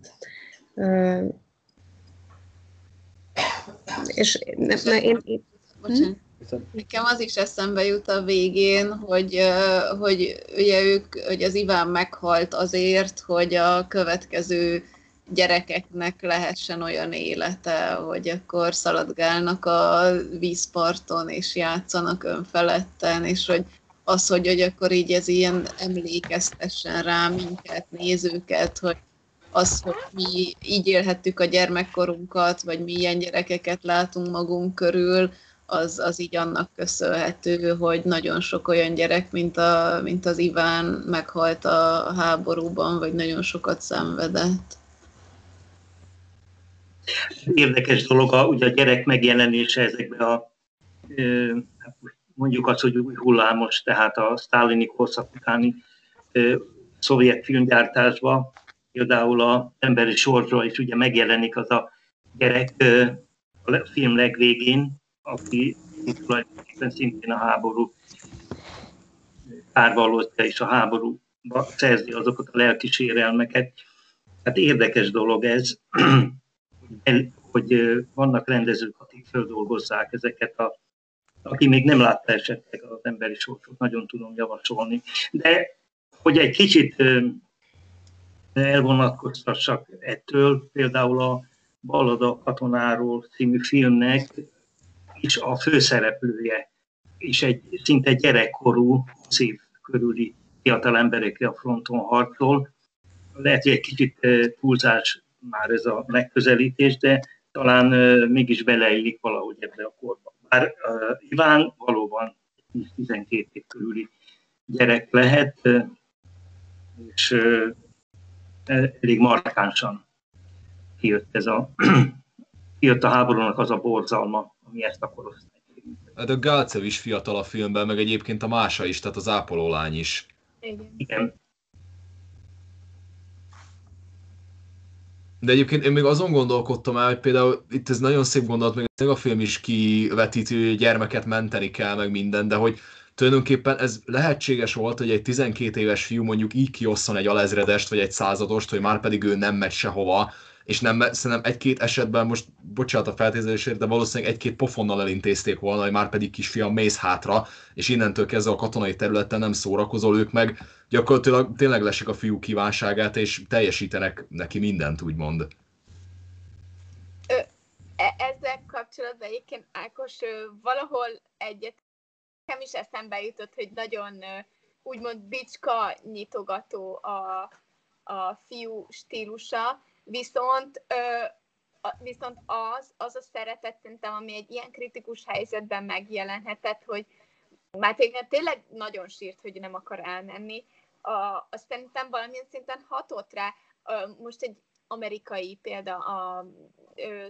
és ne, ne, én, én, Bocsánat. Nekem az is eszembe jut a végén, hogy, hogy ugye ők, hogy az Iván meghalt azért, hogy a következő gyerekeknek lehessen olyan élete, hogy akkor szaladgálnak a vízparton, és játszanak önfeledten, és hogy az, hogy, hogy akkor így ez ilyen emlékeztessen rá minket, nézőket, hogy az, hogy mi így élhettük a gyermekkorunkat, vagy mi ilyen gyerekeket látunk magunk körül, az, az így annak köszönhető, hogy nagyon sok olyan gyerek, mint, a, mint az Iván meghalt a háborúban, vagy nagyon sokat szenvedett. Érdekes dolog a, ugye a gyerek megjelenése ezekben a, mondjuk azt, hogy új hullámos, tehát a sztálini korszak utáni szovjet filmgyártásban, például az Emberi sorsra is ugye megjelenik az a gyerek a film legvégén, aki tulajdonképpen szintén a háború kárvallottja és a háborúba szerzi azokat a lelkisérelmeket. Hát érdekes dolog ez, hogy vannak rendezők, akik feldolgozzák ezeket, a, aki még nem látta esetleg az Emberi sorsot, nagyon tudom javasolni. De hogy egy kicsit elvonatkoztassak ettől, például a Ballada a katonáról című filmnek is a főszereplője, és egy szinte gyerekkorú, húsz év körüli fiatal emberekre a fronton harcol. Lehet, hogy egy kicsit túlzás már ez a megközelítés, de talán mégis beleillik valahogy ebbe a korba. Bár uh, Iván valóban tizenkét év körüli gyerek lehet, és uh, elég markánsan kijött, ez a, kijött a háborúnak az a borzalma, ami ezt a korosztályt. Hát a Gálcev is fiatal a filmben, meg egyébként a Mása is, tehát az ápolólány is. Igen. Igen. De egyébként én még azon gondolkodtam el, hogy például itt ez nagyon szép gondolat, még a film is kivetíti, hogy gyermeket menteni kell, meg minden, de hogy tulajdonképpen ez lehetséges volt, hogy egy tizenkét éves fiú mondjuk így kiosszon egy alezredest, vagy egy századost, hogy már pedig ő nem megy sehova, és nem, szerintem egy-két esetben, most bocsánat a feltételezésért, de valószínűleg egy-két pofonnal elintézték volna, hogy már pedig kisfiam, mész hátra, és innentől kezdve a katonai területen nem szórakozol, ők meg gyakorlatilag tényleg lesik a fiú kívánságát, és teljesítenek neki mindent, úgymond. Ö, ezzel kapcsolatban egyébként Ákos valahol egyet nekem is eszembe jutott, hogy nagyon úgymond bicska nyitogató a, a fiú stílusa, viszont, viszont az, az a szeretet szerintem, ami egy ilyen kritikus helyzetben megjelenhetett, hogy már tényleg nagyon sírt, hogy nem akar elmenni, azt szerintem valamilyen szinten hatott rá. Most egy amerikai példa, a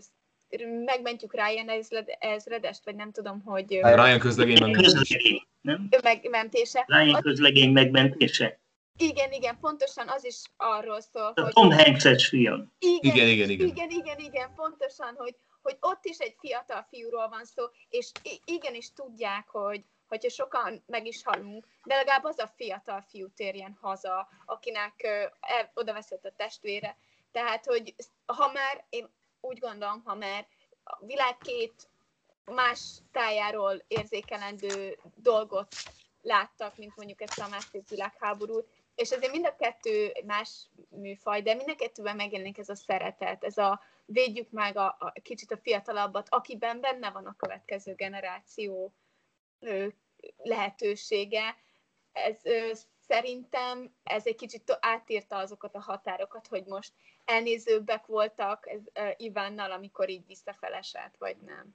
megmentjük Ryan ezredest, vagy nem tudom, hogy... Ryan közlegény megmentése. megmentése. Ryan közlegény megmentése. Igen, igen, pontosan az is arról szól, a hogy... Tom Hanks-es film. Igen, igen, igen, igen. Igen, igen, igen, pontosan, hogy, hogy ott is egy fiatal fiúról van szó, és igenis tudják, hogy hogyha sokan meg is halunk, de legalább az a fiatal fiú térjen haza, akinek uh, odaveszett a testvére. Tehát, hogy ha már, én úgy gondolom, ha már a világ két más tájáról érzékelendő dolgot láttak, mint mondjuk ezt a második világháborút, és azért mind a kettő más műfaj, de mind a kettőben megjelenik ez a szeretet, ez a védjük meg a, a kicsit a fiatalabbat, akiben benne van a következő generáció ö, lehetősége. Ez ö, szerintem ez egy kicsit átírta azokat a határokat, hogy most elnézőbbek voltak ez, ö, Ivánnal, amikor így visszafelesett, vagy nem.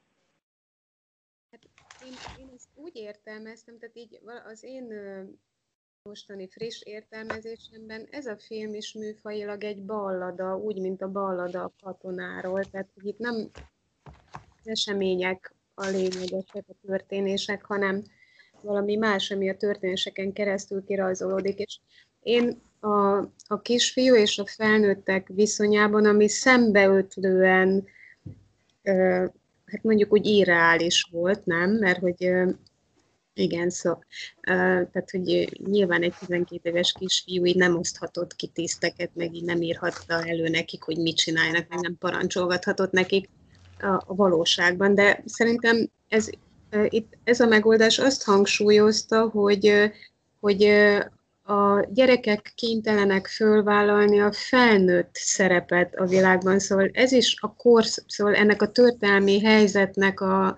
Hát én, én ezt úgy értelmeztem, tehát így az én ö, mostani friss értelmezésemben ez a film is műfajilag egy ballada, úgy, mint a ballada a katonáról, tehát hogy itt nem az események a lényegesek, a történések, hanem valami más, ami a történéseken keresztül kirajzolódik, és én a, a kisfiú és a felnőttek viszonyában, ami szembeötlően ö, hát mondjuk úgy irreális volt, nem? Mert hogy igen, szó. Uh, tehát, hogy nyilván egy tizenkét éves kisfiú így nem oszthatott ki tiszteket, meg így nem írhatta elő nekik, hogy mit csináljanak, meg nem parancsolgathatott nekik a, a valóságban. De szerintem ez, uh, itt, ez a megoldás azt hangsúlyozta, hogy, uh, hogy uh, a gyerekek kénytelenek fölvállalni a felnőtt szerepet a világban. Szóval ez is a korsz, szóval ennek a történelmi helyzetnek a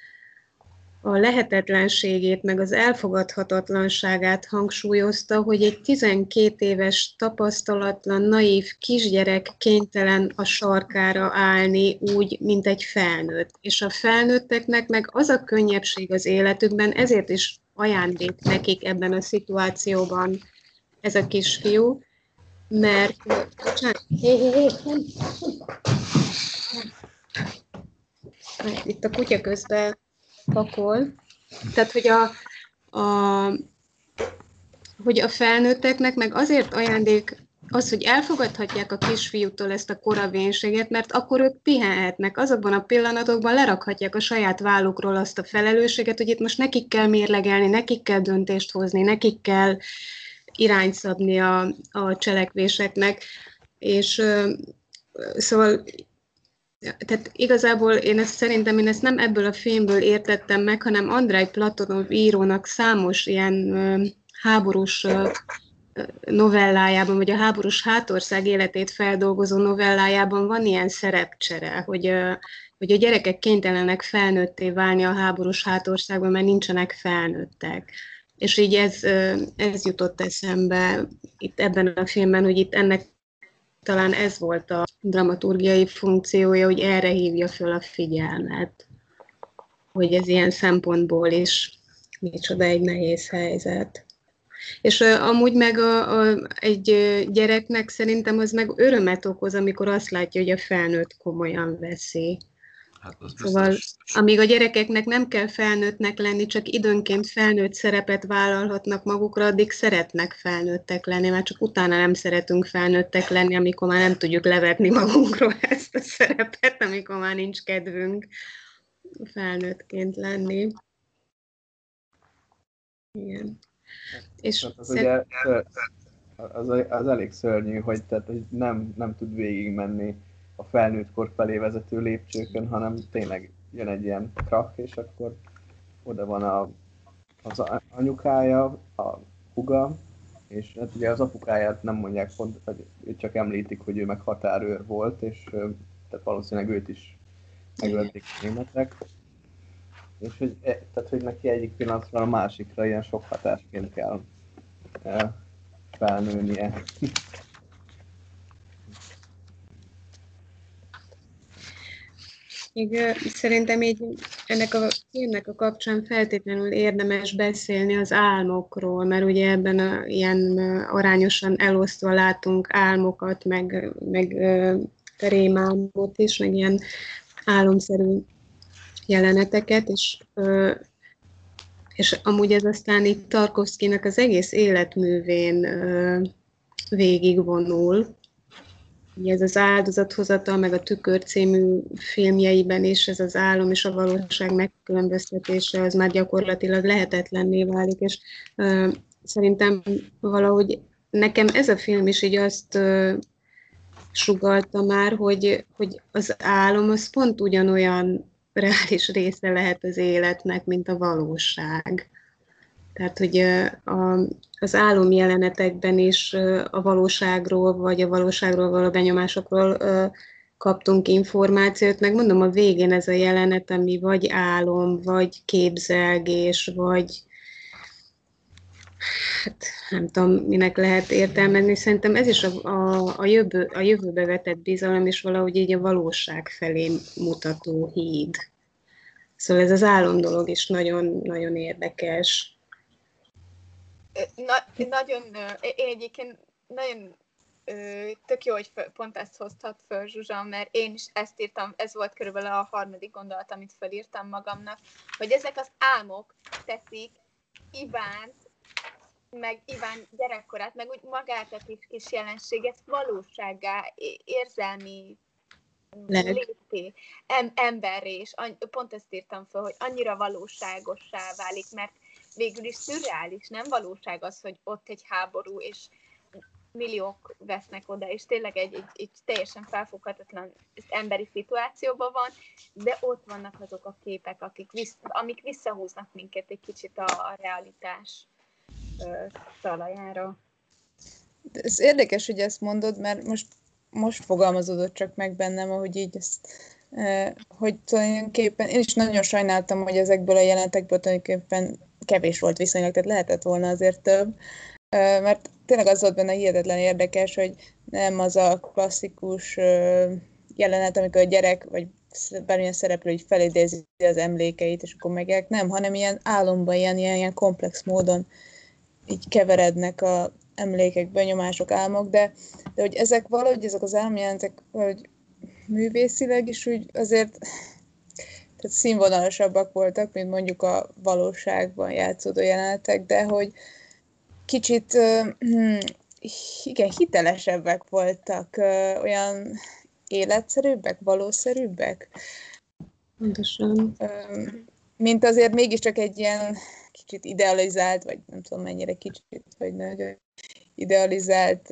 a lehetetlenségét, meg az elfogadhatatlanságát hangsúlyozta, hogy egy tizenkét éves tapasztalatlan, naív kisgyerek kénytelen a sarkára állni úgy, mint egy felnőtt. És a felnőtteknek meg az a könnyebbség az életükben, ezért is ajándék nekik ebben a szituációban ez a kisfiú, mert... Itt a kutya közben pakol. Tehát, hogy a, a, hogy a felnőtteknek meg azért ajándék az, hogy elfogadhatják a kisfiútól ezt a koravénységet, mert akkor ők pihenhetnek. Azokban a pillanatokban lerakhatják a saját vállukról azt a felelősséget, hogy itt most nekik kell mérlegelni, nekik kell döntést hozni, nekik kell irányt szabni a, a cselekvéseknek. És szóval tehát igazából én ezt szerintem én ezt nem ebből a filmből értettem meg, hanem Andrej Platonov írónak számos ilyen uh, háborús uh, novellájában, vagy a háborús hátország életét feldolgozó novellájában van ilyen szerepcsere, hogy, uh, hogy a gyerekek kénytelenek felnőtté válni a háborús hátországban, mert nincsenek felnőttek. És így ez, uh, ez jutott eszembe itt ebben a filmben, hogy itt ennek talán ez volt a dramaturgiai funkciója, hogy erre hívja föl a figyelmet, hogy ez ilyen szempontból is micsoda egy nehéz helyzet. És uh, amúgy meg a, a, egy gyereknek szerintem az meg örömet okoz, amikor azt látja, hogy a felnőtt komolyan veszi. Hát szóval, amíg a gyerekeknek nem kell felnőttnek lenni, csak időnként felnőtt szerepet vállalhatnak magukra, addig szeretnek felnőttek lenni, mert csak utána nem szeretünk felnőttek lenni, amikor már nem tudjuk levetni magunkról ezt a szerepet, amikor már nincs kedvünk felnőttként lenni. Igen. És az, szert... ugye, az, az elég szörnyű, hogy, tehát, hogy nem, nem tud végigmenni a felnőtt kor felé vezető lépcsőkön, hanem tényleg jön egy ilyen krak, és akkor oda van a, az anyukája, a húga, és hát ugye az apukáját nem mondják pont, hogy csak említik, hogy ő meg határőr volt, és tehát valószínűleg őt is megölték a németek. És hogy, tehát, hogy neki egyik pillanatra a másikra ilyen sok hatásként kell felnőnie. Még szerintem így ennek a filmnek a kapcsán feltétlenül érdemes beszélni az álmokról, mert ugye ebben a, ilyen arányosan elosztva látunk álmokat, meg, meg rémálmot is, meg ilyen álomszerű jeleneteket, és, és amúgy ez aztán itt Tarkovszkynak az egész életművén végigvonul. Ez az áldozathozatal, meg a Tükör című filmjeiben is ez az álom és a valóság megkülönböztetése, az már gyakorlatilag lehetetlenné válik, és uh, szerintem valahogy nekem ez a film is így azt uh, sugallta már, hogy, hogy az álom az pont ugyanolyan reális része lehet az életnek, mint a valóság. Tehát, hogy a, az álomjelenetekben is a valóságról, vagy a valóságról való benyomásokról kaptunk információt, meg mondom, a végén ez a jelenet, ami vagy álom, vagy képzelgés, vagy hát nem tudom, minek lehet értelmezni. Szerintem ez is a, a, a, jövő, a jövőbe vetett bizalom, és valahogy így a valóság felé mutató híd. Szóval ez az álom dolog is nagyon, nagyon érdekes. Na, nagyon, én egyébként nagyon tök jó, hogy pont ezt hoztad föl, Zsuzsa, mert én is ezt írtam, ez volt körülbelül a harmadik gondolat, amit felírtam magamnak, hogy ezek az álmok teszik Ivánt, meg Iván gyerekkorát, meg úgy magát a kis, kis jelenséget valósággá, érzelmi lété, em, emberré, és pont ezt írtam föl, hogy annyira valóságossá válik, mert végül is szürreális, nem valóság az, hogy ott egy háború, és milliók vesznek oda, és tényleg egy, egy, egy teljesen felfoghatatlan emberi szituációban van, de ott vannak azok a képek, akik vissz, amik visszahúznak minket egy kicsit a, a realitás ö, talajára. Ez érdekes, hogy ezt mondod, mert most, most fogalmazódott csak meg bennem, ahogy így ezt, eh, hogy tulajdonképpen én is nagyon sajnáltam, hogy ezekből a jelentekből tulajdonképpen kevés volt viszonylag, tehát lehetett volna azért több, mert tényleg az volt benne hihetetlen érdekes, hogy nem az a klasszikus jelenet, amikor a gyerek, vagy bármilyen szereplő így felidézi az emlékeit, és akkor megjelenik, nem, hanem ilyen álomban, ilyen, ilyen, ilyen komplex módon így keverednek a emlékek, benyomások, álmok, de, de hogy ezek valahogy, ezek az álomjelentek valahogy művészileg is úgy azért tehát színvonalasabbak voltak, mint mondjuk a valóságban játszódó jelenetek, de hogy kicsit igen, hitelesebbek voltak, olyan életszerűbbek, valószerűbbek. Pontosan. Mint azért mégiscsak egy ilyen kicsit idealizált, vagy nem tudom mennyire kicsit, vagy nagyon idealizált,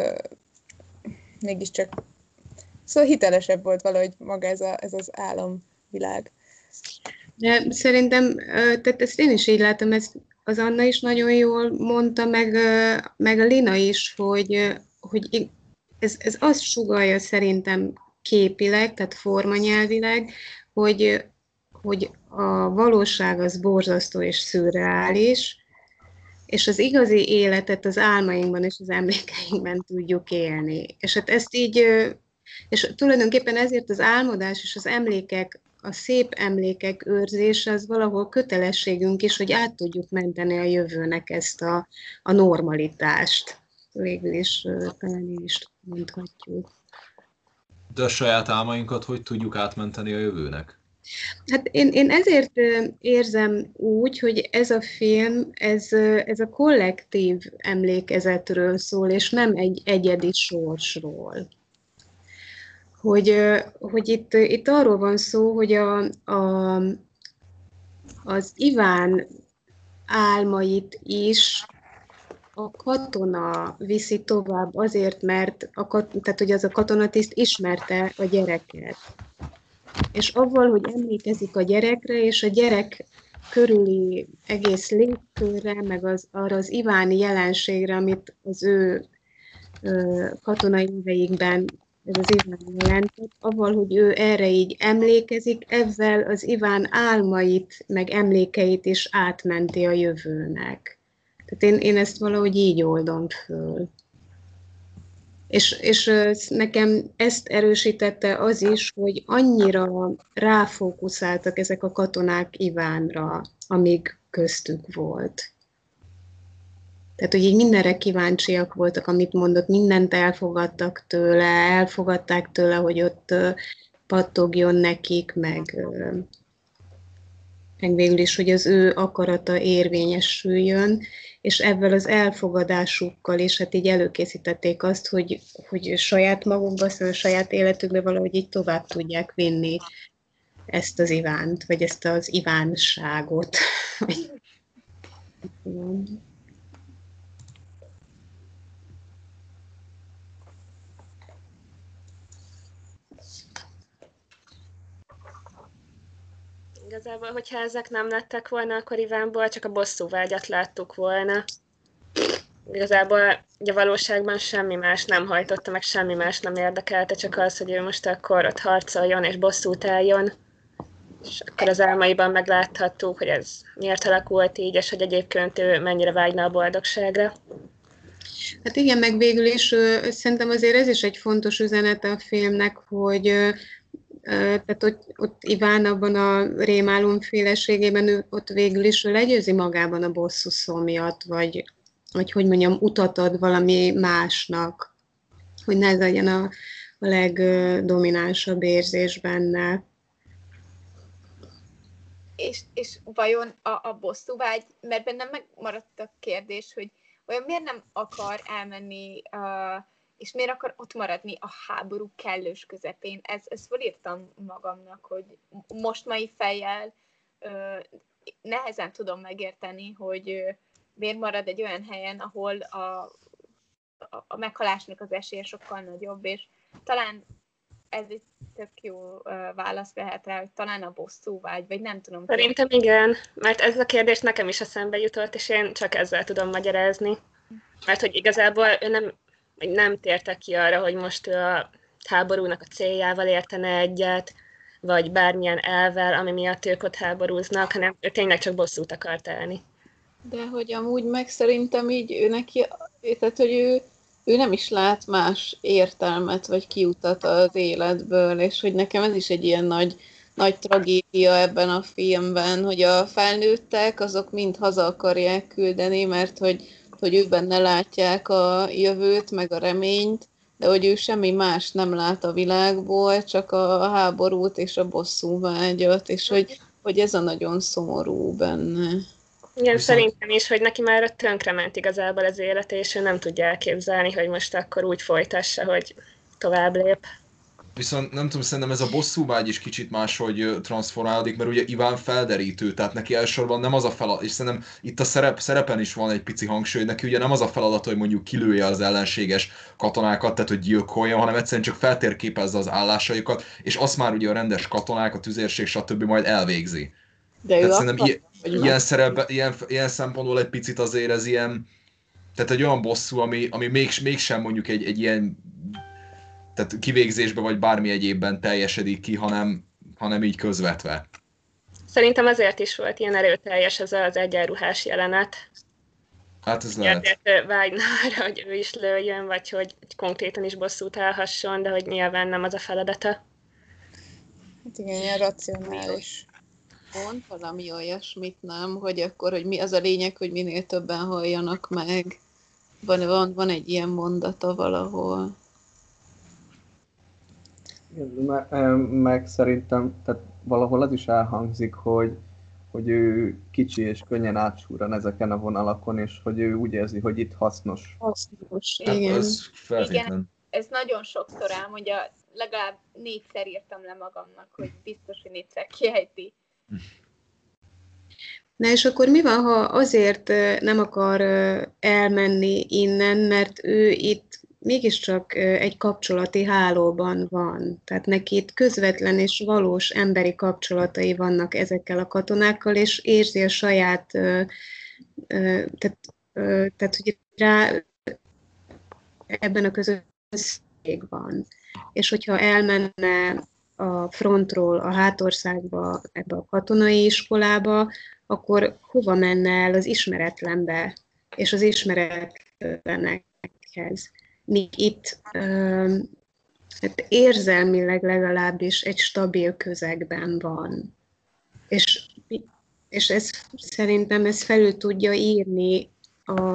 mégiscsak szóval hitelesebb volt valahogy maga ez, a, ez az álomvilág. De szerintem, tehát ezt én is így látom, ezt az Anna is nagyon jól mondta, meg, meg a Lina is, hogy, hogy ez, ez azt sugallja szerintem képileg, tehát formanyelvileg, hogy, hogy a valóság az borzasztó és szürreális, és az igazi életet az álmainkban és az emlékeinkben tudjuk élni. És hát ezt így, és tulajdonképpen ezért az álmodás és az emlékek, a szép emlékek őrzése az valahol kötelességünk is, hogy át tudjuk menteni a jövőnek ezt a, a normalitást. Végül is talán így is mondhatjuk. De a saját álmainkat hogy tudjuk átmenteni a jövőnek? Hát én, én ezért érzem úgy, hogy ez a film, ez, ez a kollektív emlékezetről szól, és nem egy egyedi sorsról. Hogy, hogy itt, itt arról van szó, hogy a, a, az Iván álmait is a katona viszi tovább azért, mert a, tehát, hogy az a katonatiszt ismerte a gyereket. És avval, hogy emlékezik a gyerekre, és a gyerek körüli egész légkörre, meg az, arra az iváni jelenségre, amit az ő ö, katonai éveikben ez az Iván jelentett, avval, hogy ő erre így emlékezik, ezzel az Iván álmait, meg emlékeit is átmenti a jövőnek. Tehát én, én ezt valahogy így oldom föl. És, és nekem ezt erősítette az is, hogy annyira ráfókuszáltak ezek a katonák Ivánra, amíg köztük volt. Tehát, hogy így mindenre kíváncsiak voltak, amit mondott, mindent elfogadtak tőle, elfogadták tőle, hogy ott pattogjon nekik, meg, meg végül is, hogy az ő akarata érvényesüljön, és ebben az elfogadásukkal is hát így előkészítették azt, hogy, hogy saját magukba, szóval saját életükbe valahogy így tovább tudják vinni ezt az Ivánt, vagy ezt az Ivánságot. Igazából, hogyha ezek nem lettek volna, akkor Ivánból csak a bosszúvágyat láttuk volna. Igazából ugye a valóságban semmi más nem hajtotta, meg semmi más nem érdekelte, csak az, hogy ő most akkor ott harcoljon és bosszút álljon. És akkor az álmaiban megláthattuk, hogy ez miért alakult így, és hogy egyébként ő mennyire vágyna a boldogságra. Hát igen, meg végül is ö, szerintem azért ez is egy fontos üzenete a filmnek, hogy ö, ö, tehát ott, ott Iván abban a rémálom féleségében, ő, ott végül is ő legyőzi magában a bosszú szomjat, vagy, vagy hogy mondjam, utat ad valami másnak, hogy ne ez legyen a, a legdominánsabb érzés benne. És, és vajon a, a bosszúvágy, mert bennem megmaradt a kérdés, hogy vajon miért nem akar elmenni, uh, és miért akar ott maradni a háború kellős közepén? Ez, ezt felírtam magamnak, hogy most mai fejjel uh, nehezen tudom megérteni, hogy uh, miért marad egy olyan helyen, ahol a, a, a meghalásnak az esélye sokkal nagyobb, és talán ez egy tök jó uh, válasz lehet rá, hogy talán a bosszúvágy, vagy nem tudom. Szerintem igen, mert ez a kérdés nekem is eszembe jutott, és én csak ezzel tudom magyarázni. Mert hogy igazából ő nem, nem tértek ki arra, hogy most ő a háborúnak a céljával értene egyet, vagy bármilyen elvvel, ami miatt ők ott háborúznak, hanem ő tényleg csak bosszút akart állni. De hogy amúgy meg szerintem így ő neki, tehát hogy ő, ő nem is lát más értelmet, vagy kiutat az életből, és hogy nekem ez is egy ilyen nagy, nagy tragédia ebben a filmben, hogy a felnőttek azok mind haza akarják küldeni, mert hogy, hogy ők benne látják a jövőt, meg a reményt, de hogy ő semmi más nem lát a világból, csak a háborút és a bosszúvágyat, és hogy, hogy ez a nagyon szomorú benne. Igen, Viszont... szerintem is, hogy neki már ott tönkrement igazából az élete, és ő nem tudja elképzelni, hogy most akkor úgy folytassa, hogy tovább lép. Viszont nem tudom, szerintem ez a bosszúvágy is kicsit máshogy transformálódik, mert ugye Iván felderítő, tehát neki elsősorban nem az a feladat, és szerintem itt a szerep, szerepen is van egy pici hangsúly, neki ugye nem az a feladat, hogy mondjuk kilője az ellenséges katonákat, tehát hogy gyilkolja, hanem egyszerűen csak feltérképezze az állásaikat, és azt már ugye a rendes katonák, a tüzérség, stb. Majd elvégzi. De tehát ő szerintem akar, ilyen, ilyen, szerep, ilyen, ilyen szempontból egy picit azért ez ilyen, tehát egy olyan bosszú, ami, ami még, mégsem mondjuk egy, egy ilyen tehát kivégzésbe vagy bármi egyébben teljesedik ki, hanem, hanem így közvetve. Szerintem azért is volt ilyen erőteljes ez az egyenruhás jelenet. Hát ez lehet. Ezért vágyna arra, hogy ő is lőjön, vagy hogy konkrétan is bosszút állhasson, de hogy nyilván nem az a feladata. Hát igen, ilyen racionális. Mond valami olyasmit, nem? Hogy akkor, hogy mi az a lényeg, hogy minél többen halljanak meg. Van, van, van egy ilyen mondata valahol. Meg, meg szerintem, tehát valahol az is elhangzik, hogy, hogy ő kicsi és könnyen átsúran ezeken a vonalakon, és hogy ő úgy érzi, hogy itt hasznos. Hasznos, Hát igen. az feltétlen. Igen, ez nagyon sokszor elmondja, legalább négyszer írtam le magamnak, hogy biztos, hogy négyszer kiejti. Na és akkor mi van, ha azért nem akar elmenni innen, mert ő itt mégiscsak egy kapcsolati hálóban van. Tehát neki itt közvetlen és valós emberi kapcsolatai vannak ezekkel a katonákkal, és érzi a saját, tehát, tehát hogy rá ebben a közösség van. És hogyha elmenne a frontról a hátországba, ebbe a katonai iskolába, akkor hova menne el az ismeretlenbe, és az ismeretlenekhez. Míg itt uh, hát érzelmileg legalábbis egy stabil közegben van. És, és ez, szerintem ez felül tudja írni a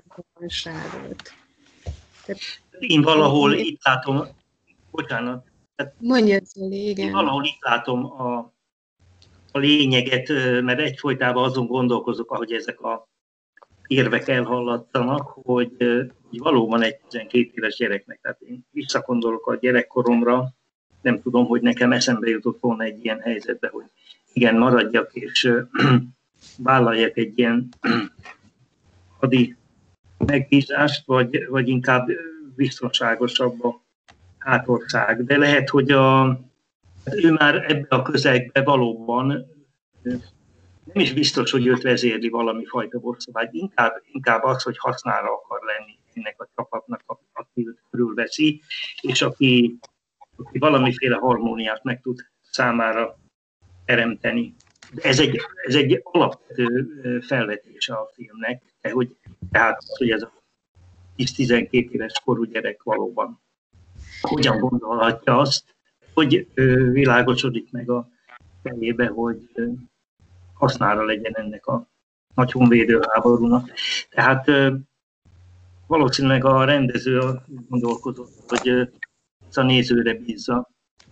létbizonytalanságot. Én valahol itt látom, bocsánat, Mondja, Zoli, igen. Én valahol itt látom a, a lényeget, mert egyfolytában azon gondolkozok, ahogy ezek a érvek elhallatszanak, hogy, hogy valóban egy tizenkét éves gyereknek, tehát én visszakondolok a gyerekkoromra, nem tudom, hogy nekem eszembe jutott volna egy ilyen helyzetbe, hogy igen, maradjak és vállaljak egy ilyen hadi megbízást, vagy, vagy inkább biztonságosabb a hátország. De lehet, hogy a, ő már ebbe a közegbe valóban nem is biztos, hogy őt vezérli valami fajta bosszúvágy, inkább, inkább az, hogy hasznára akar lenni ennek a csapatnak, aki őt körülveszi, és aki, aki valamiféle harmóniát meg tud számára teremteni. Ez egy, ez egy alapvető felvetése a filmnek, de hogy, tehát, hogy ez a tíz-tizenkét éves korú gyerek valóban hogyan gondolhatja azt, hogy világosodik meg a fejébe, hogy hasznára legyen ennek a nagy honvédő háborúnak. Tehát valószínűleg a rendező gondolkozott, hogy ez a nézőre bízza.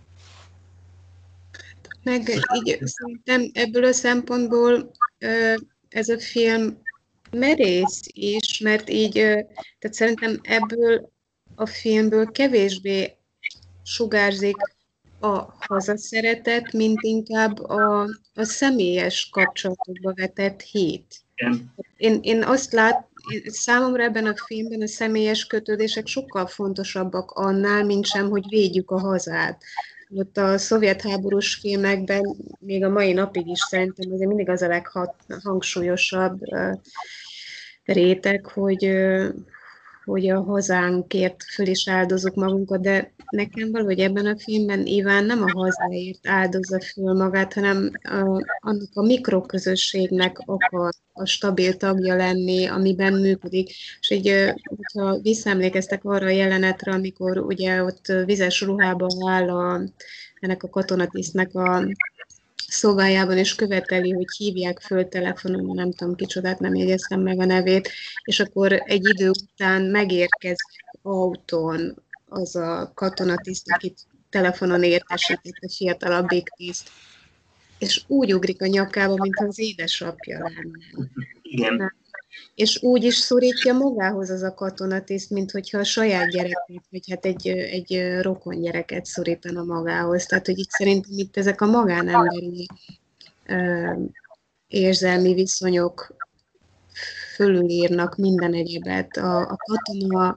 Meg így szerintem ebből a szempontból ez a film merész is, mert így, tehát szerintem ebből a filmből kevésbé sugárzik a hazaszeretet, mint inkább a, a személyes kapcsolatokba vetett hit. Én, én azt lát, számomra ebben a filmben a személyes kötődések sokkal fontosabbak annál, mint sem, hogy védjük a hazát. Ott a szovjet háborús filmekben még a mai napig is szerintem azért mindig az a leghangsúlyosabb réteg, hogy, hogy a hazánkért föl is áldozunk magunkat, de nekem valahogy ebben a filmben Iván nem a hazáért áldozza föl magát, hanem a, annak a mikroközösségnek akar a stabil tagja lenni, amiben működik. És így, hogyha visszaemlékeztek arra a jelenetre, amikor ugye ott vizes ruhában áll a, ennek a katonatisztnek a szobájában, és követeli, hogy hívják föl telefonon, nem tudom kicsodát, nem jegyeztem meg a nevét, és akkor egy idő után megérkezik autón az a katonatiszt, akit telefonon értesített a fiatalabbik tiszt, és úgy ugrik a nyakába, mintha az édesapja lenne. Igen. És úgy is szorítja magához az a katonatiszt, mint hogyha a saját gyerekét, vagy hát egy, egy rokon gyereket szorítana magához. Tehát, hogy itt szerintem itt ezek a magánemberi ö, érzelmi viszonyok fölülírnak minden egyebet. A, a katona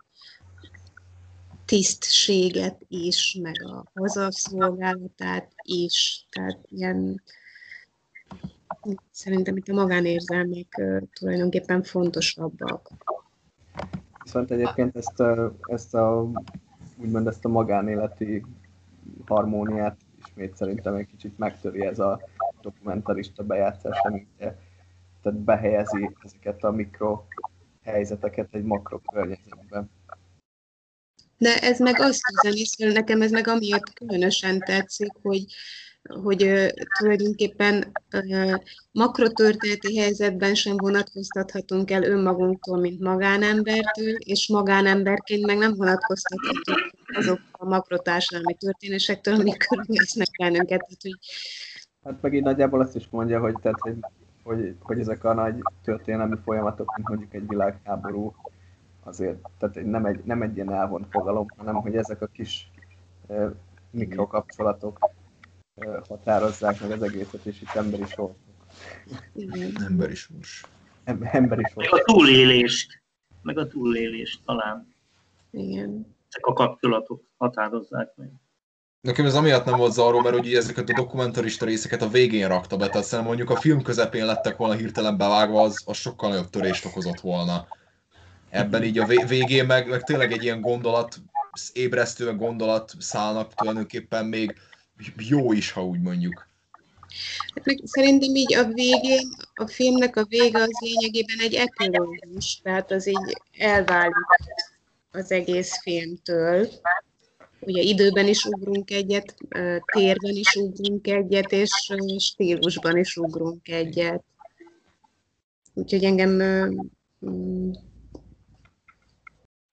tisztséget is, meg a hazaszolgálatát is. Tehát ilyen szerintem itt a magánérzelmek uh, tulajdonképpen fontosabbak. Viszont egyébként ezt a, ezt a, úgymond ezt a magánéleti harmóniát ismét szerintem egy kicsit megtöri ez a dokumentarista bejátszás, ami tehát behelyezi ezeket a mikrohelyzeteket egy makrokörnyezetben. De ez meg azt üzeniszel, nekem ez meg amiatt különösen tetszik, hogy hogy uh, tulajdonképpen uh, makrotörténeti helyzetben sem vonatkoztathatunk el önmagunktól, mint magánembertől, és magánemberként meg nem vonatkoztathatunk azok a makrotársadalmi történésektől, amik körülvesznek bennünket. Tehát, hogy... Hát meg így nagyjából azt is mondja, hogy, tehát, hogy, hogy, hogy ezek a nagy történelmi folyamatok, mint mondjuk egy világháború, azért, tehát nem egy, nem egy ilyen elvont fogalom, hanem hogy ezek a kis uh, mikrokapcsolatok határozzák meg az egészet, és itt emberi sorsok. Emberi sors. Emberi sors. Meg a túlélést, meg a túlélést talán. Igen. Ezek a kapcsolatok határozzák meg. Nekem ez amiatt nem volt zavaró, mert ugye ezeket a dokumentarista részeket a végén rakta be, tehát szerintem mondjuk a film közepén lettek volna hirtelen bevágva, az, az sokkal nagyobb törést okozott volna. Ebben így a végén meg, meg tényleg egy ilyen gondolat, ébresztő gondolat szállnak tulajdonképpen még jó is, ha úgy mondjuk. Hát szerintem így a végén, a filmnek a vége az lényegében egy epilógus, tehát az így elválik az egész filmtől. Ugye időben is ugrunk egyet, térben is ugrunk egyet, és stílusban is ugrunk egyet. Úgyhogy engem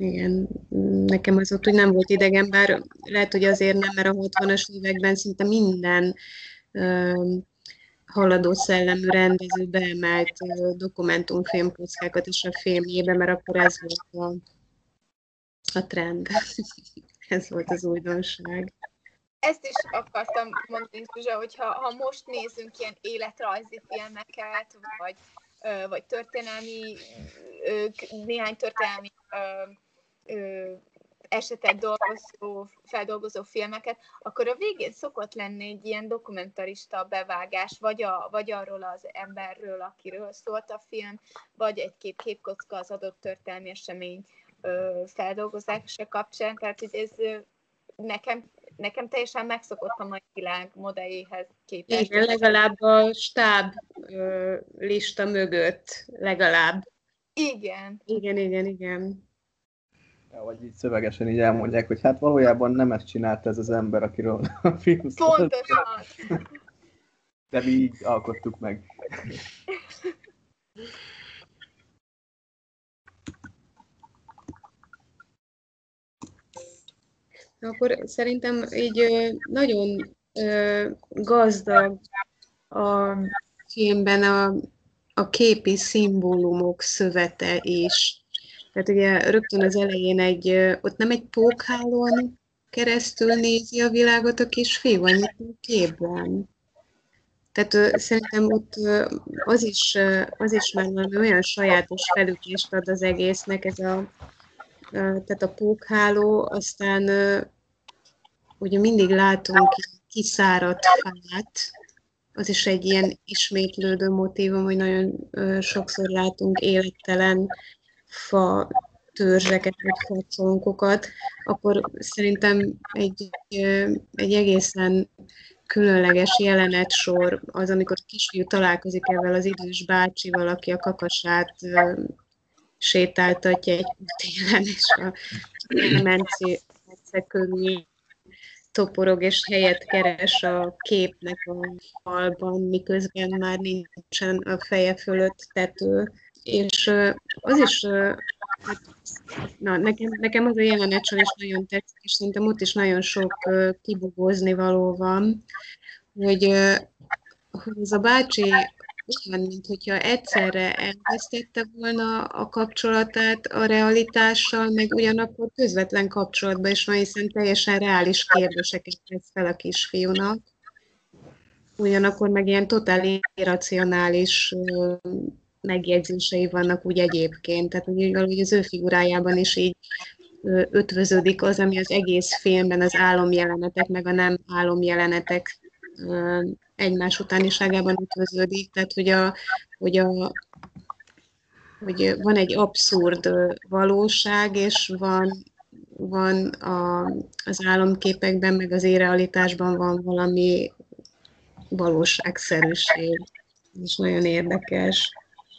Igen, nekem az ott úgy nem volt idegen, bár lehet, hogy azért nem, mert a hatvanas években szinte minden ö, haladó szellemű rendező beemelt ö, dokumentumfilmkockákat is a filmjébe, mert akkor ez volt a, a trend. Ez volt az újdonság. Ezt is akartam mondani, Zsuzsa, hogy ha, ha most nézzünk ilyen életrajzi filmeket, vagy, ö, vagy történelmi, ö, néhány történelmi ö, ö, esetet dolgozó, feldolgozó filmeket, akkor a végén szokott lenni egy ilyen dokumentarista bevágás, vagy, a, vagy arról az emberről, akiről szólt a film, vagy egy-két képkocka az adott történelmi esemény ö, feldolgozása kapcsán. Tehát, hogy ez ö, nekem, nekem teljesen megszokott a mai világ modelljéhez képest. Igen, legalább a stáb ö, lista mögött, legalább. Igen. Igen, igen, igen. Ja, vagy így szövegesen így elmondják, hogy hát valójában nem ezt csinálta ez az ember, akiről a film szólt. Pontosan. De mi így alkottuk meg. Akkor szerintem így ö, nagyon ö, gazdag a filmben a, a képi szimbólumok szövete is. Tehát ugye rögtön az elején egy, ö, ott nem egy pókhálón keresztül nézi a világot a kisfiú, annyit a képben. Tehát ö, szerintem ott ö, az is, ö, az is már valami olyan sajátos felütést ad az egésznek, ez a, ö, tehát a pókháló, aztán ö, ugye mindig látunk kiszáradt fát, az is egy ilyen ismétlődő motívum, hogy nagyon ö, sokszor látunk élettelen fa törzseket, vagy facsonkokat, akkor szerintem egy, ö, egy egészen különleges jelenetsor az, amikor a kisfiú találkozik ezzel az idős bácsival, aki a kakasát ö, sétáltatja egy télen, és a mence körül toporog, és helyet keres a képnek a falban, miközben már nincsen a feje fölött tető. És ö, az is, ö, hát, na, nekem, nekem az a jelenetsor is nagyon tetszik, és szerintem ott is nagyon sok ö, kibugózni való van, hogy, ö, hogy ez a bácsi olyan, mint hogyha egyszerre elvesztette volna a kapcsolatát a realitással, meg ugyanakkor közvetlen kapcsolatban is van, hiszen teljesen reális kérdéseket tesz fel a kisfiúnak. Ugyanakkor meg ilyen totál irracionális ö, megjegyzései vannak úgy egyébként. Tehát úgy valahogy az ő figurájában is így ö, ötvöződik az, ami az egész filmben az álomjelenetek, meg a nem álomjelenetek ö, egymás utániságában ütvöződik, tehát hogy, a, hogy, a, hogy van egy abszurd valóság, és van, van a, az álomképekben, meg az irrealitásban van valami valóságszerűség, és nagyon érdekes.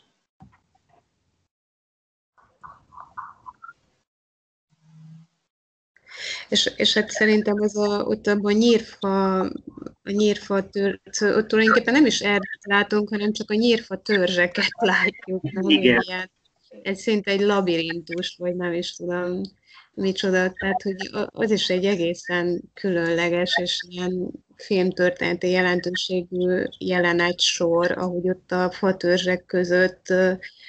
És, és hát szerintem az a, ott abban a nyírfa, a nyírfa tör, ott tulajdonképpen nem is erdőt látunk, hanem csak a nyírfa törzseket látjuk. Nem? Igen. Ilyen, egy szinte egy labirintus, vagy nem is tudom micsoda. Tehát, hogy az is egy egészen különleges és ilyen filmtörténeti jelentőségű jelenetsor, ahogy ott a fatörzsek között ö,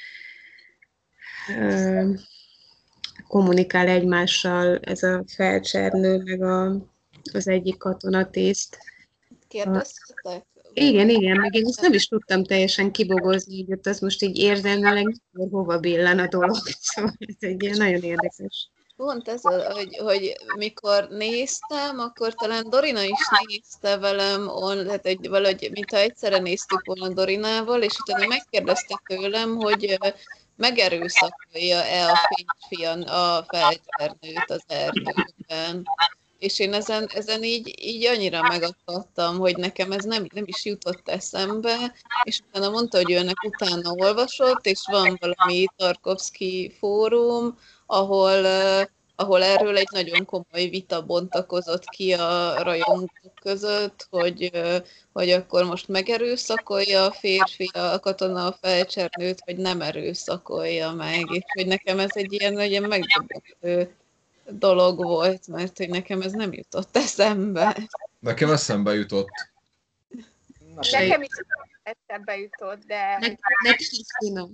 ö, kommunikál egymással ez a felcsernő, meg a, az egyik katonatiszt. Kérdeztetek? Igen, igen, meg én ezt nem is tudtam teljesen kibogozni, hogy ott az most így érzelmileg hova billen a dolog. Szóval ez egy ilyen nagyon érdekes. Pont ez, hogy, hogy mikor néztem, akkor talán Dorina is nézte velem, on, hát egy, valahogy, mintha egyszerre néztük volna Dorinával, és utána megkérdezte tőlem, hogy megerőszakolja-e a férfi a felcsernőt az erdőben. És én ezen, ezen így, így annyira megakadtam, hogy nekem ez nem, nem is jutott eszembe, és utána mondta, hogy ő ennek utána olvasott, és van valami Tarkovsky fórum, ahol, ahol erről egy nagyon komoly vita bontakozott ki a rajongók között, hogy, hogy akkor most megerőszakolja a férfi a katona a felcsernőt, vagy nem erőszakolja meg, és hogy nekem ez egy ilyen, ilyen megdöbbentő dolog volt, mert hogy nekem ez nem jutott eszembe. Nekem eszembe jutott. Nekem is eszembe jutott, de... Ne, neked is, Tina.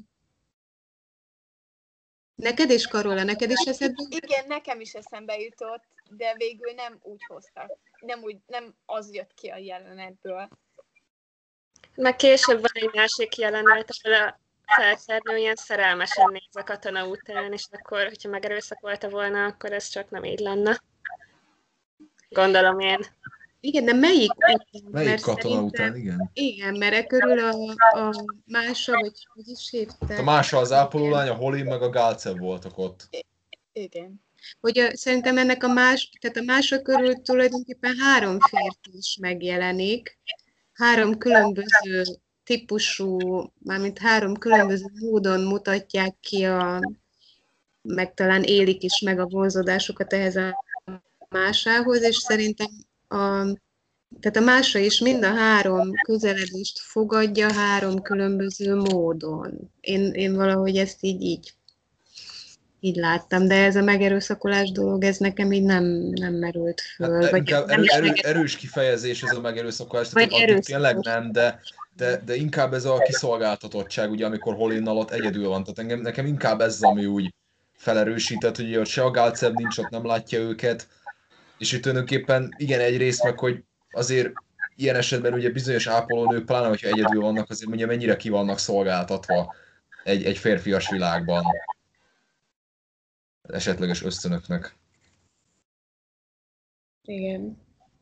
Neked is, Karola, neked is eszedbe? Igen, nekem is eszembe jutott, de végül nem úgy hoztak. Nem, úgy, nem az jött ki a jelenetből. Meg később van egy másik jelenet, ahol a felszernő ilyen szerelmesen néz a katona után, és akkor, hogyha megerőszakolta volna, akkor ez csak nem így lenne. Gondolom én. Igen, de melyik után? Melyik Mert katona szerintem- után, igen. Igen, mert e körül a, a mása, vagy hogy is hívták? A mása az ápolólány, a Holly meg a Gálcev voltak ott. Igen. Hogy a, szerintem ennek a más, tehát a mása körül tulajdonképpen három férfi is megjelenik, három különböző típusú, mármint három különböző módon mutatják ki a, meg talán élik is meg a vonzódásukat ehhez a másához, és szerintem a, tehát a mása is mind a három közeledést fogadja három különböző módon. Én, én valahogy ezt így, így így láttam, de ez a megerőszakolás dolog, ez nekem így nem, nem merült föl. Hát, vagy inkább nem erő, is erő, megerő- erős kifejezés ez a megerőszakolás, Vagy tehát addig tényleg erőszakos. nem, de, de, de inkább ez a kiszolgáltatottság, ugye, amikor Hollinnal ott egyedül van. Tehát engem, nekem inkább ez, ami úgy felerősített, hogy ugye, ott se a Gálcev nincs, ott nem látja őket, és itt tulajdonképpen igen, egyrészt meg, hogy azért ilyen esetben ugye bizonyos ápolónők, pláne hogyha egyedül vannak, azért ugye mennyire ki vannak szolgáltatva egy, egy férfias világban esetleges ösztönöknek. Igen.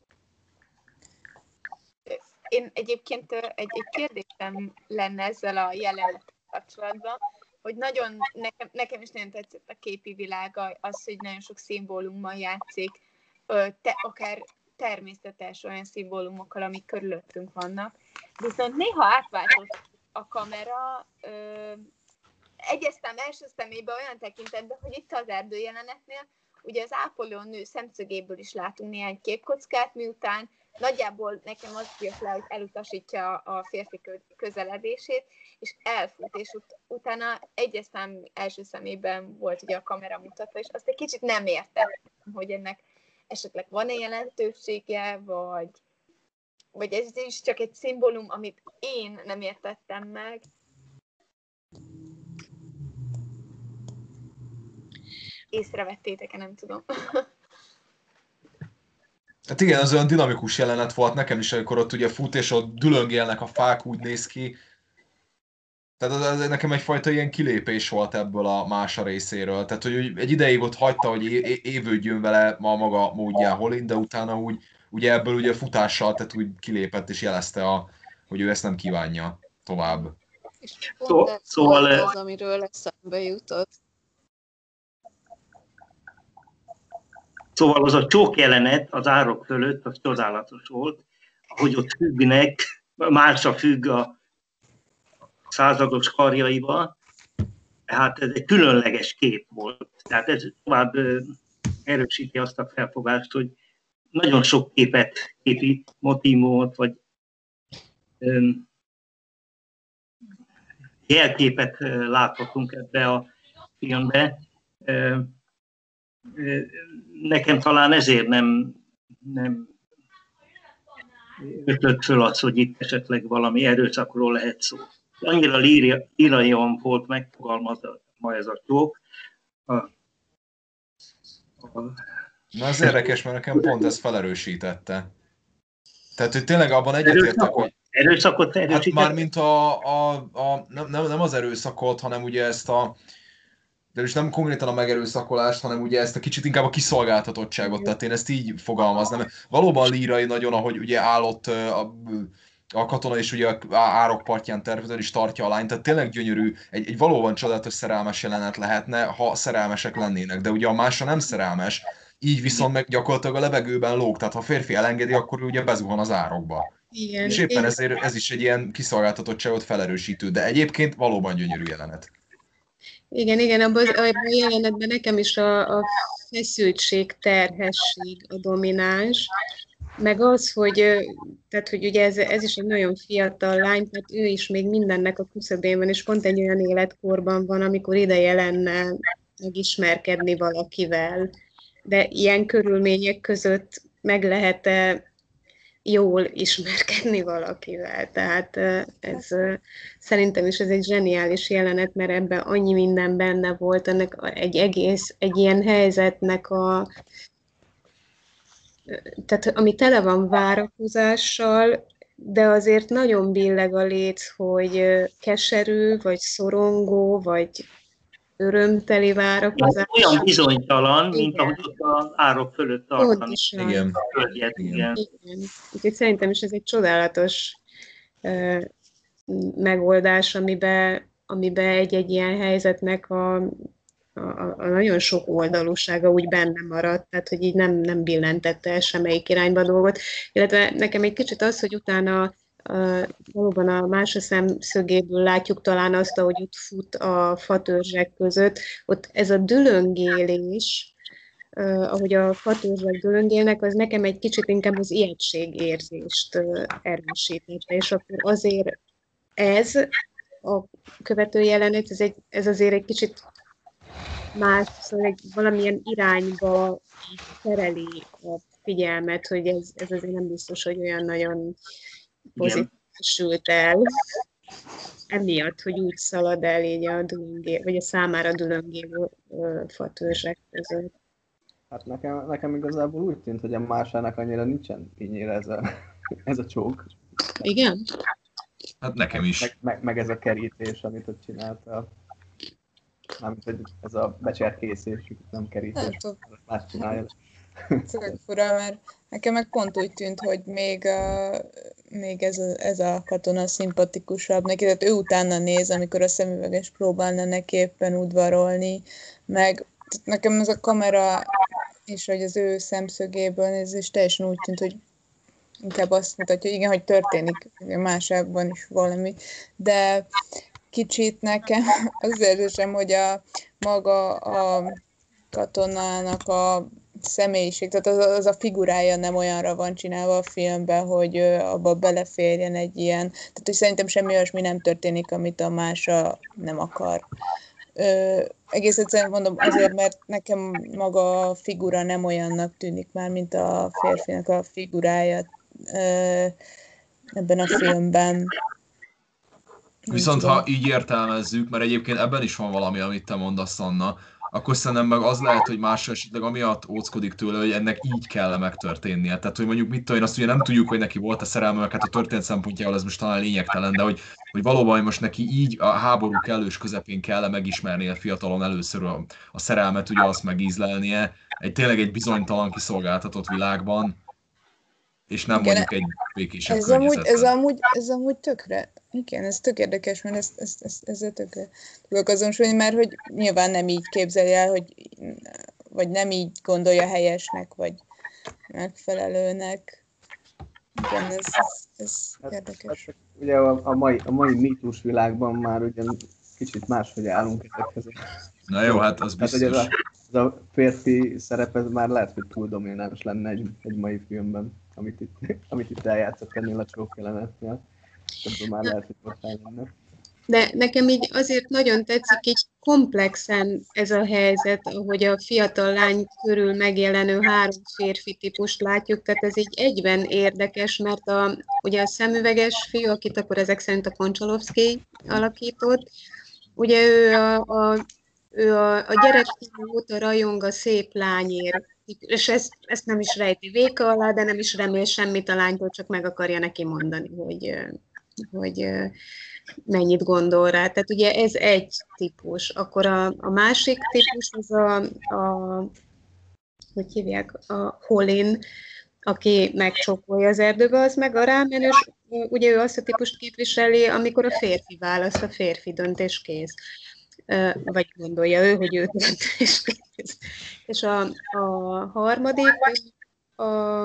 Én egyébként ö, egy, egy kérdésem lenne ezzel a jelenettel kapcsolatban, hogy nagyon, nekem, nekem is nagyon tetszett a képi világa, az, hogy nagyon sok szimbólummal játszik, ö, te, akár természetes olyan szimbólumokkal, amik körülöttünk vannak. Viszont néha átváltott a kamera, ö, egyeztem első szemébe olyan tekintetben, hogy itt az erdő jelenetnél, ugye az ápolónő szemszögéből is látunk néhány képkockát, miután nagyjából nekem az jött le, hogy elutasítja a férfi közeledését, és elfut, és ut- utána egyes szám első szemében volt ugye a kamera mutatva, és azt egy kicsit nem értettem, hogy ennek esetleg van-e jelentősége, vagy, vagy ez is csak egy szimbólum, amit én nem értettem meg. Észrevettétek-e, nem tudom. Hát igen, az olyan dinamikus jelenet volt nekem is, amikor ott ugye fut, és ott dülöngélnek a fák, úgy néz ki. Tehát az, az nekem egyfajta ilyen kilépés volt ebből a mása részéről. Tehát, hogy egy ideig ott hagyta, hogy é- é- évődjön vele ma maga módján Holin, de utána úgy, ugye ebből ugye futással, tehát úgy kilépett és jelezte, a, hogy ő ezt nem kívánja tovább. És pont Szó- ez szóval, volt eh, az, amiről eszembe jutott. Szóval az a csók jelenet az árok fölött, az csodálatos volt, hogy ott függnek, Mársa függ a százados karjaiba, hát ez egy különleges kép volt. Tehát ez tovább ö, erősíti azt a felfogást, hogy nagyon sok képet, képi motívumot, vagy ö, jelképet ö, láthatunk ebbe a filmbe. Ö, ö, Nekem talán ezért nem, nem ötlött föl az, hogy itt esetleg valami erőszakról lehet szó. Annyira líraian volt megfogalmazva ma ez a csók. A, a, Na ez érdekes, mert nekem pont ez felerősítette. Tehát, hogy tényleg abban egyetértek, hogy erőszakot hát erősített? már mint a, a, a nem, nem nem az erőszakot, hanem ugye ezt a de is nem konkrétan a megerőszakolást, hanem ugye ezt a kicsit inkább a kiszolgáltatottságot, tehát én ezt így fogalmaznám. Valóban lírai nagyon, ahogy ugye állott a, a katona is ugye a árok partján tervezően is tartja a lányt, tehát tényleg gyönyörű, egy, egy valóban csodálatos szerelmes jelenet lehetne, ha szerelmesek lennének, de ugye a másra nem szerelmes, így viszont meg gyakorlatilag a levegőben lóg, tehát ha a férfi elengedi, akkor ő ugye bezuhan az árokba. Igen. És éppen Én- ezért ez is egy ilyen kiszolgáltatottságot felerősítő, de egyébként valóban gyönyörű jelenet. Igen, igen, abban, az- abban a jelenetben nekem is a, a feszültség, terhesség a domináns, meg az, hogy, tehát, hogy ugye ez, ez is egy nagyon fiatal lány, tehát ő is még mindennek a küszöbén van, és pont egy olyan életkorban van, amikor ideje lenne megismerkedni valakivel. De ilyen körülmények között meg lehet-e jól ismerkedni valakivel. Tehát ez szerintem is ez egy zseniális jelenet, mert ebben annyi minden benne volt, ennek egy egész, egy ilyen helyzetnek a tehát ami tele van várakozással, de azért nagyon billeg a léc, hogy keserű, vagy szorongó, vagy örömteli várakozás. Olyan bizonytalan, igen, mint ahogy ott az árok fölött tartani. Igen. Földjet, igen. Igen. Úgyhogy szerintem is ez egy csodálatos uh, megoldás, amiben, amiben egy-egy ilyen helyzetnek a, a, a nagyon sok oldalúsága úgy benne maradt, tehát hogy így nem, nem billentette el semmelyik irányba a dolgot. Illetve nekem egy kicsit az, hogy utána Uh, valóban a másik szemszögéből látjuk talán azt, ahogy ott fut a fatörzsek között, ott ez a dülöngélés, uh, ahogy a fatörzsek dülöngélnek, az nekem egy kicsit inkább az ijegységérzést uh, erősítette, és akkor azért ez a követő jelenet, ez, egy, ez azért egy kicsit más, szóval egy valamilyen irányba tereli a figyelmet, hogy ez, ez azért nem biztos, hogy olyan nagyon pozitívsült el, emiatt, hogy úgy szalad el így a dülöngé, vagy a számára dülöngélő fatörzsek között. Hát nekem, nekem igazából úgy tűnt, hogy a Mársának annyira nincsen kényére ez a, ez a csók. Igen? Hát nekem is. Meg, meg, meg ez a kerítés, amit ott csinálta. Mármint, hogy ez a becserkészés, nem kerítés, hát, más csinálja. Tök fura, mert nekem meg pont úgy tűnt, hogy még, uh, még ez, a, ez a katona szimpatikusabb neki, tehát ő utána néz, amikor a szemüveges próbálna neki éppen udvarolni, meg nekem ez a kamera, és hogy az ő szemszögéből néz, és teljesen úgy tűnt, hogy inkább azt mutatja, hogy igen, hogy történik másában is valami, de kicsit nekem az érzésem, hogy a maga a katonának a személyiség, tehát az, az a figurája nem olyanra van csinálva a filmben, hogy abba beleférjen egy ilyen, tehát hogy szerintem semmi olyasmi nem történik, amit a mása nem akar. Ö, egész egyszerűen mondom azért, mert nekem maga a figura nem olyannak tűnik már, mint a férfinak a figurája ö, ebben a filmben. Viszont ha így értelmezzük, mert egyébként ebben is van valami, amit te mondasz, Anna, akkor szerintem meg az lehet, hogy másra esetleg amiatt óckodik tőle, hogy ennek így kell megtörténnie. Tehát, hogy mondjuk mit tudom én, azt ugye nem tudjuk, hogy neki volt a szerelme, mert hát a történet szempontjából ez most talán lényegtelen, de hogy, hogy valóban hogy most neki így a háború kellős közepén kell megismernie fiatalon először a, a szerelmet, ugye azt megízlelnie, egy tényleg egy bizonytalan kiszolgáltatott világban, és nem igen, mondjuk egy békésebb ez amúgy, környezetben. ez, amúgy, ez amúgy tökre, igen, ez tök érdekes, mert ezt, ezt, ezt, ezzel tökre tudok azonosulni, mert hogy nyilván nem így képzelje el, hogy, vagy nem így gondolja helyesnek, vagy megfelelőnek. Igen, ez, ez, ez érdekes. Hát, ugye a, a mai, a mai mítus világban már ugyan kicsit máshogy állunk ezekhez. Na jó, hát az biztos. Hát, ez, a, ez a férfi szerep, ez már lehet, hogy túl domináns lenne egy, egy mai filmben, amit itt, amit itt eljátszott ennél a csók jelenetnél. Ebből már lehet, hogy ott lenne. De nekem így azért nagyon tetszik így komplexen ez a helyzet, ahogy a fiatal lány körül megjelenő három férfi típust látjuk, tehát ez így egyben érdekes, mert a, ugye a szemüveges fiú, akit akkor ezek szerint a Konchalovsky alakított, ugye ő a, a, ő a, a gyerekkor óta rajong a szép lányért, és ezt, ezt nem is rejti véka alá, de nem is remél semmit a lánytól, csak meg akarja neki mondani, hogy, hogy mennyit gondol rá. Tehát ugye ez egy típus. Akkor a, a másik típus az a, a hogy hívják, a Holin, aki megcsókolja az erdőbe, az meg a rámenős, ugye ő azt a típust képviseli, amikor a férfi választ, a férfi döntés kész. Vagy gondolja ő, hogy ő döntés kész. És a, a harmadik, a,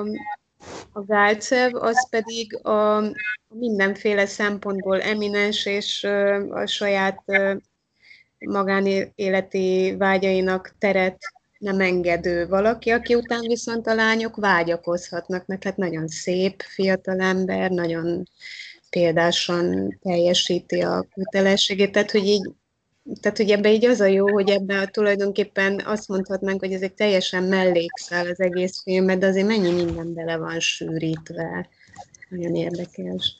a Gálcev, az pedig a, a mindenféle szempontból eminens, és a saját magánéleti vágyainak teret nem engedő valaki, aki után viszont a lányok vágyakozhatnak, mert hát nagyon szép fiatalember, nagyon példásan teljesíti a kötelességét, tehát hogy így Tehát, hogy ebben így az a jó, hogy ebben tulajdonképpen azt mondhatnánk, hogy ez egy teljesen mellékszál az egész filmben, de azért mennyi minden bele van sűrítve. Nagyon érdekes.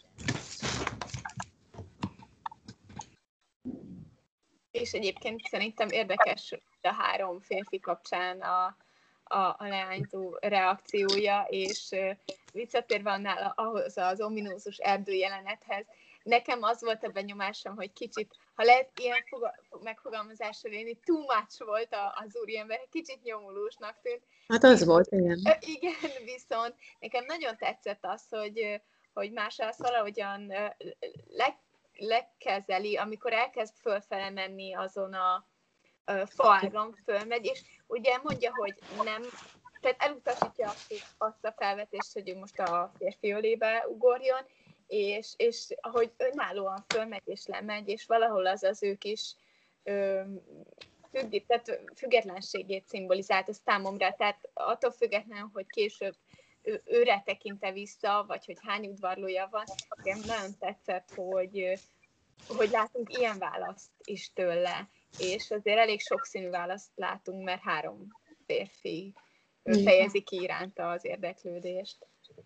És egyébként szerintem érdekes a három férfi kapcsán a, a, a leányzó reakciója, és visszatérve annál ahhoz az ominózus erdőjelenethez, nekem az volt a benyomásom, hogy kicsit, ha lehet ilyen foga- megfogalmazással élni, too much volt az úriember, kicsit nyomulósnak tűnt. Hát az volt, igen. Igen, viszont nekem nagyon tetszett az, hogy, hogy Mása azt valahogyan le, lekezeli, amikor elkezd fölfele menni azon a faágon fölmegy, és ugye mondja, hogy nem, tehát elutasítja azt a felvetést, hogy ő most a férfi ölébe ugorjon, és, és ahogy önállóan fölmegy és lemegy, és valahol az az ő kis ö, függ, tehát függetlenségét szimbolizált, az számomra, tehát attól függetlenül, hogy később ő, őre tekinte vissza, vagy hogy hány udvarlója van, nekem nagyon tetszett, hogy, hogy látunk ilyen választ is tőle, és azért elég sokszínű választ látunk, mert három férfi fejezi ki iránta az érdeklődést.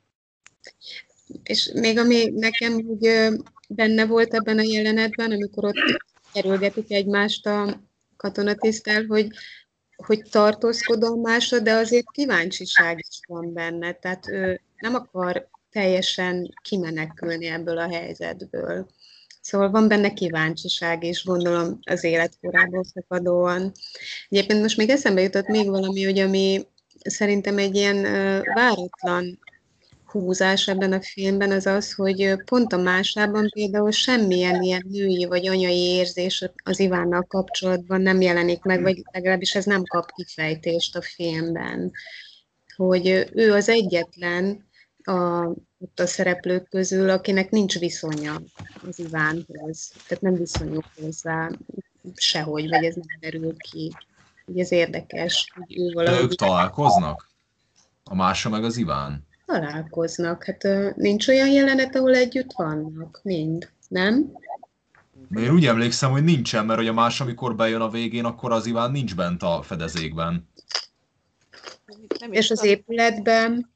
És még ami nekem úgy benne volt ebben a jelenetben, amikor ott kerülgetik egymást a katonatiszttel, hogy, hogy tartózkodalmásra, de azért kíváncsiság is van benne. Tehát ő nem akar teljesen kimenekülni ebből a helyzetből. Szóval van benne kíváncsiság is, gondolom az életkorából fakadóan. Egyébként most még eszembe jutott még valami, hogy ami szerintem egy ilyen váratlan húzás ebben a filmben az az, hogy pont a Másában például semmilyen ilyen női vagy anyai érzés az Ivánnal kapcsolatban nem jelenik meg, vagy legalábbis ez nem kap kifejtést a filmben. Hogy ő az egyetlen a, ott a szereplők közül, akinek nincs viszonya az Ivánhoz. Tehát nem viszonyul hozzá sehogy, vagy ez nem derül ki. Ugye ez érdekes, hogy ő valahogy... De ők találkoznak? A Mása meg az Iván? Találkoznak. Hát nincs olyan jelenet, ahol együtt vannak. Mind. Nem? Én úgy emlékszem, hogy nincsen, mert hogy a Mása, amikor bejön a végén, akkor az Iván nincs bent a fedezékben. Nem és az épületben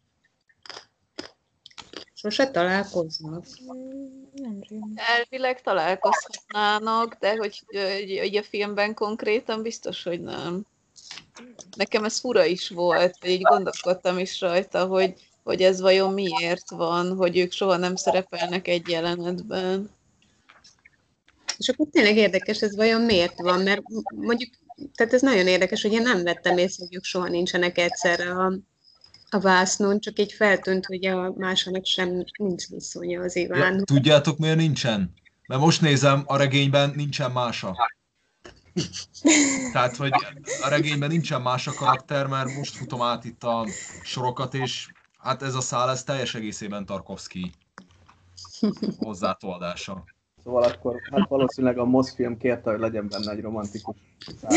sose találkoznak. Elvileg találkozhatnának, de hogy, hogy, hogy a filmben konkrétan biztos, hogy nem. Nekem ez fura is volt, hogy így gondolkodtam is rajta, hogy, hogy ez vajon miért van, hogy ők soha nem szerepelnek egy jelenetben. És akkor tényleg érdekes, ez vajon miért van, mert mondjuk, tehát ez nagyon érdekes, hogy én nem vettem észre, hogy ők soha nincsenek egyszerre a, a vásznon, csak így feltűnt, hogy a Másának sem nincs viszonya az Iván. Ja, tudjátok, miért nincsen? Mert most nézem, a regényben nincsen Mása. Tehát, hogy a regényben nincsen más a karakter, mert most futom át itt a sorokat, és hát ez a szál, ez teljes egészében Tarkovszky hozzátoldása. Szóval akkor hát valószínűleg a Moszfilm kérte, hogy legyen benne egy romantikus szál.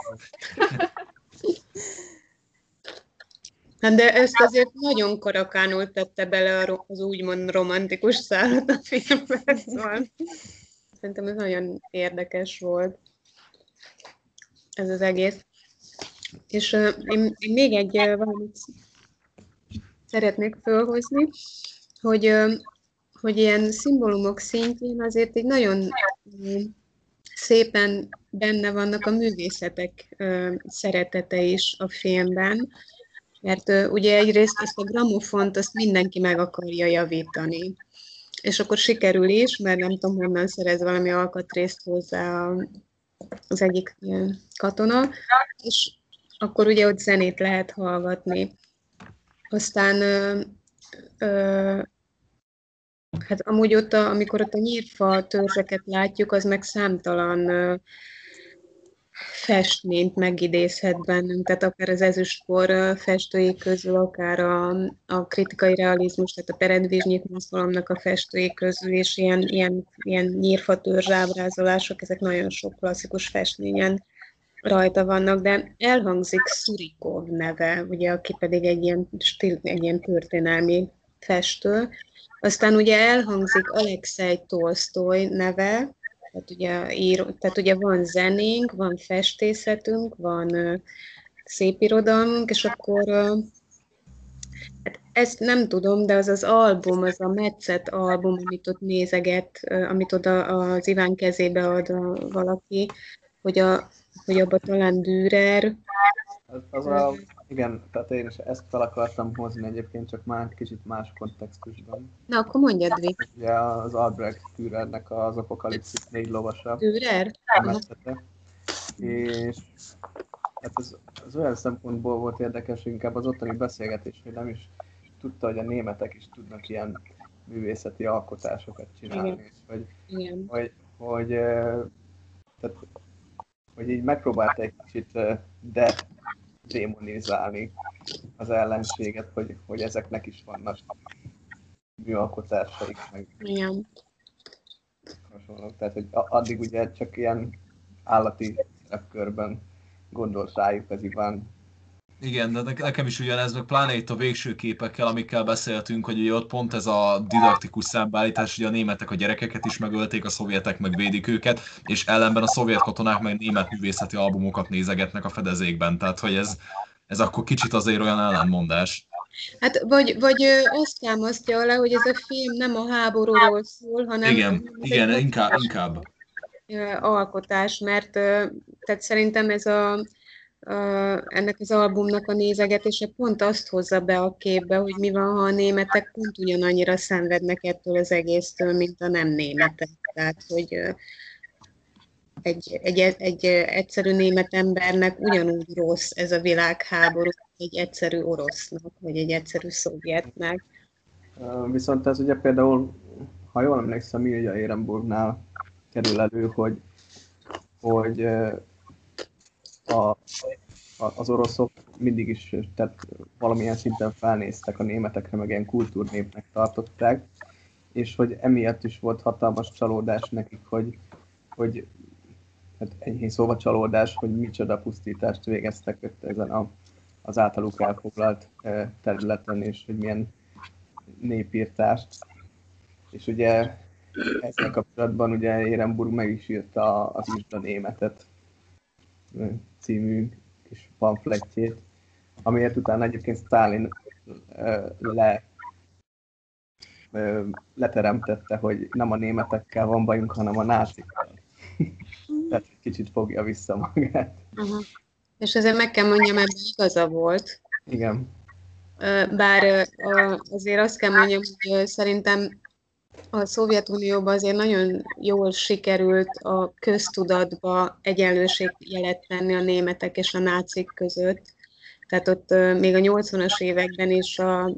Hát de ezt azért nagyon karakánul tette bele az úgymond romantikus szállat a filmben, szóval szerintem ez nagyon érdekes volt. Ez az egész. És uh, én, én még egy uh, valamit szeretnék fölhozni, hogy, uh, hogy ilyen szimbólumok szintjén azért egy nagyon uh, szépen benne vannak a művészetek uh, szeretete is a filmben, mert uh, ugye egyrészt ezt a gramofont azt mindenki meg akarja javítani. És akkor sikerül is, mert nem tudom, honnan szerez valami alkatrészt hozzá a az egyik katona, és akkor ugye ott zenét lehet hallgatni. Aztán ö, ö, hát amúgy ott, a, amikor ott a nyírfa törzseket látjuk, az meg számtalan ö, festményt megidézhet bennünk, tehát akár az ezüstkor festői közül, akár a, a kritikai realizmus, tehát a Peredvizsnyik mozgalomnak a festői közül, és ilyen, ilyen, ilyen nyírfa törzs ábrázolások, ezek nagyon sok klasszikus festményen rajta vannak, de elhangzik Szurikov neve, ugye, aki pedig egy ilyen, stil, egy ilyen történelmi festő. Aztán ugye elhangzik Alexej Tolsztoj neve, tehát ugye, ír, tehát ugye van zenénk, van festészetünk, van uh, szépirodalmunk, és akkor uh, hát ezt nem tudom, de az az album, az a Metszet album, amit ott nézeget, uh, amit oda az Iván kezébe ad uh, valaki, hogy, a, hogy abban talán Dürer. Az, az a, igen, tehát én is ezt fel akartam hozni egyébként, csak már kicsit más kontextusban. Na, akkor mondjad, Vik. Ugye az Albrecht Dürernek az Apokalipszis négy lovasa. Dürer? Metszete. És hát az, az olyan szempontból volt érdekes, inkább az ottani beszélgetés, hogy nem is tudta, hogy a németek is tudnak ilyen művészeti alkotásokat csinálni. Igen. És hogy, Igen. hogy, hogy, eh, tehát, hogy így megpróbálta egy kicsit eh, de démonizálni az ellenséget, hogy, hogy ezeknek is vannak műalkotásaik, meg Igen. hasonlók. Tehát, hogy addig ugye csak ilyen állati szerepkörben gondolt rájuk az Iván. Igen, de nekem is ugyanez, meg pláne itt a végső képekkel, amikkel beszéltünk, hogy ugye ott pont ez a didaktikus szembeállítás, hogy a németek a gyerekeket is megölték, a szovjetek meg védik őket, és ellenben a szovjet katonák meg német művészeti albumokat nézegetnek a fedezékben, tehát hogy ez, ez akkor kicsit azért olyan ellentmondás. Hát vagy, vagy ö, azt támasztja alá, hogy ez a film nem a háborúról szól, hanem Igen, igen, egy inkább, inkább. ö, alkotás, mert ö, tehát szerintem ez a, a, ennek az albumnak a nézegetése pont azt hozza be a képbe, hogy mi van, ha a németek pont ugyanannyira szenvednek ettől az egésztől, mint a nem németek. Tehát, hogy ö, egy, egy, egy egyszerű német embernek ugyanúgy rossz ez a világháború, egy egyszerű orosznak, vagy egy egyszerű szovjetnek. Viszont ez ugye például, ha jól emlékszem, Ilja Ehrenburgnál kerül elő, hogy, hogy a, a, az oroszok mindig is tehát valamilyen szinten felnéztek a németekre, meg ilyen kultúrnépnek tartották, és hogy emiatt is volt hatalmas csalódás nekik, hogy, hogy hát enyhén szóval csalódás, hogy micsoda pusztítást végeztek ezen a, az általuk elfoglalt területen, és hogy milyen népírtást. És ugye ezzel kapcsolatban ugye Ehrenburg meg is írta az Isda németet című kis pamflettjét, amiért utána egyébként Sztálin le, leteremtette, hogy nem a németekkel van bajunk, hanem a nácikkal. Tehát kicsit fogja vissza magát. Aha. És azért meg kell mondjam, ebben igaza volt. Igen. Bár azért azt kell mondjam, hogy szerintem a Szovjetunióban azért nagyon jól sikerült a köztudatba egyenlőségjelet tenni a németek és a nácik között. Tehát ott még a nyolcvanas években is a,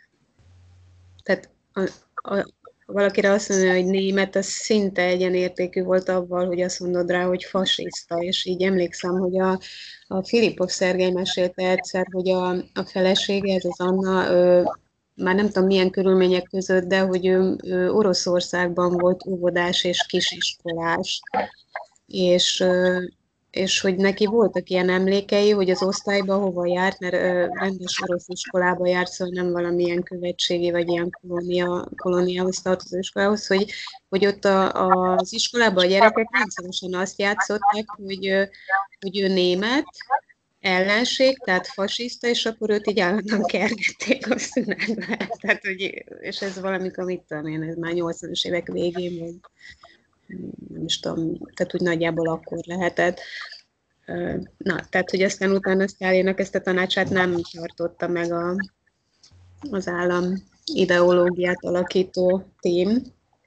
tehát a, a, valakire azt mondja, hogy német, az szinte egyenértékű volt avval, hogy azt mondod rá, hogy fasiszta, és így emlékszem, hogy a, a Filipov Szergej mesélte egyszer, hogy a, a felesége, ez az Anna, ő, már nem tudom milyen körülmények között, de hogy ő, ő Oroszországban volt óvodás és kisiskolás, és, és hogy neki voltak ilyen emlékei, hogy az osztályba hova járt, mert rendes orosz iskolába járt, szóval nem valamilyen követségi vagy ilyen kolónia, kolóniához tartozó iskolához, hogy, hogy ott a, a, az iskolában a gyerekek rendszeresen azt játszották, hogy, hogy ő német, ellenség, tehát fasiszta, és akkor őt így állandóan kergették a szünetbe. Tehát, hogy, és ez valamikor, mit tudom én, ez már nyolcvanas évek végén, vagy nem is tudom, tehát úgy nagyjából akkor lehetett. Na, tehát, hogy aztán utána Sztálinnak ezt a tanácsát nem tartotta meg a, az állam ideológiát alakító tím.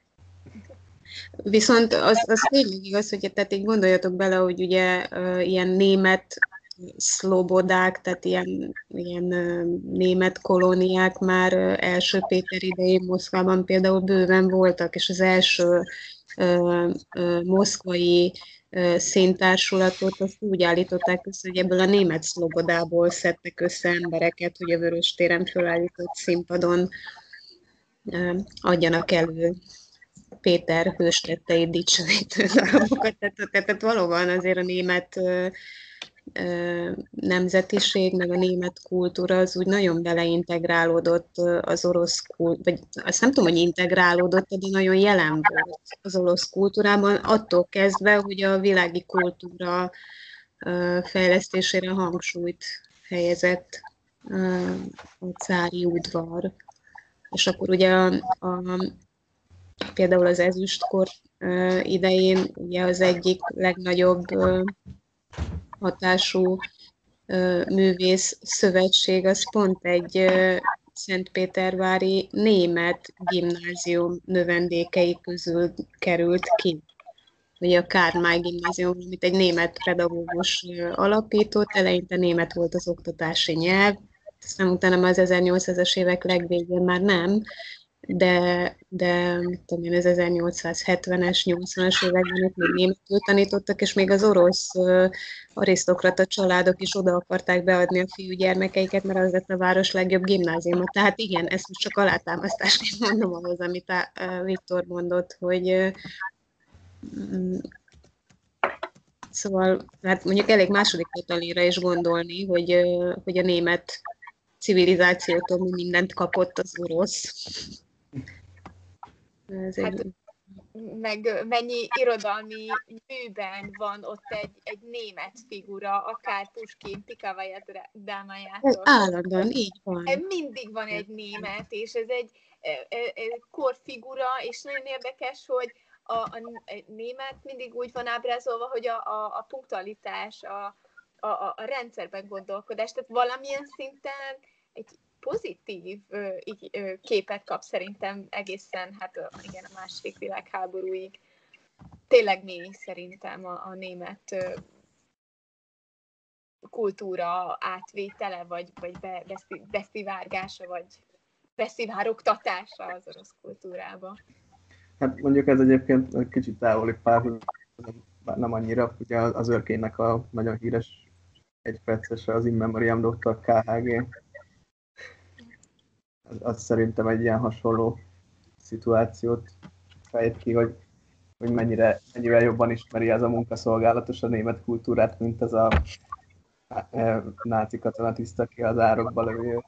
Viszont az, az tényleg igaz, hogy tehát így gondoljatok bele, hogy ugye uh, ilyen német szlobodák, tehát ilyen, ilyen uh, német kolóniák már uh, első Péter idején Moszkvában például bőven voltak, és az első uh, uh, moszkvai uh, színtársulatot azt úgy állították össze, hogy ebből a német szlobodából szedtek össze embereket, hogy a Vörös téren fölállított színpadon uh, adjanak elő Péter hőstetteit dicsőítő darabokat. Tehát, tehát, tehát valóban azért a német uh, nemzetiség, meg a német kultúra az úgy nagyon beleintegrálódott az orosz kultúrában, vagy azt nem tudom, hogy integrálódott, de nagyon jelen volt az orosz kultúrában, attól kezdve, hogy a világi kultúra fejlesztésére hangsúlyt helyezett a cári udvar. És akkor ugye a, a, például az ezüstkor idején ugye az egyik legnagyobb hatású művész szövetség, az pont egy szentpétervári német gimnázium növendékei közül került ki. Ugye a Karl May gimnázium, amit egy német pedagógus alapított, eleinte német volt az oktatási nyelv, aztán utána az ezernyolcszázas évek legvégén már nem, de, de mit tudom én, az ezernyolcszázhetvenes, nyolcvanas években ott még németül tanítottak, és még az orosz uh, arisztokrata családok is oda akarták beadni a fiúgyermekeiket, mert az lett a város legjobb gimnáziuma. Tehát igen, ezt most csak alátámasztásként mondom ahhoz, amit a, uh, Viktor mondott, hogy uh, mm, szóval hát mondjuk elég második Katalinra is gondolni, hogy, uh, hogy a német civilizációtól mindent kapott az orosz. Ez hát, egy... meg mennyi irodalmi műben van ott egy, egy német figura, akár Puskin, Pikavajat dámájától. Állandóan, így van. Mindig van egy német, és ez egy, egy korfigura, és nagyon érdekes, hogy a, a német mindig úgy van ábrázolva, hogy a, a, a punktualitás, a, a, a rendszerben gondolkodás, tehát valamilyen szinten egy pozitív ö, így, ö, képet kap szerintem egészen, hát ö, igen, a második világháborúig. Tényleg mély szerintem a, a német ö, kultúra átvétele, vagy, vagy be, beszi, beszivárgása, vagy beszivárogtatása az orosz kultúrába. Hát mondjuk ez egyébként kicsit távoli pár, nem annyira, ugye az Örkénynek a nagyon híres egypercese, az In Memoriam doktor ká há gé. Az, az szerintem egy ilyen hasonló szituációt fejt ki, hogy, hogy mennyire, mennyivel jobban ismeri ez a munkaszolgálatos a német kultúrát, mint ez a e, náci katonatiszta, aki az árokba lövő.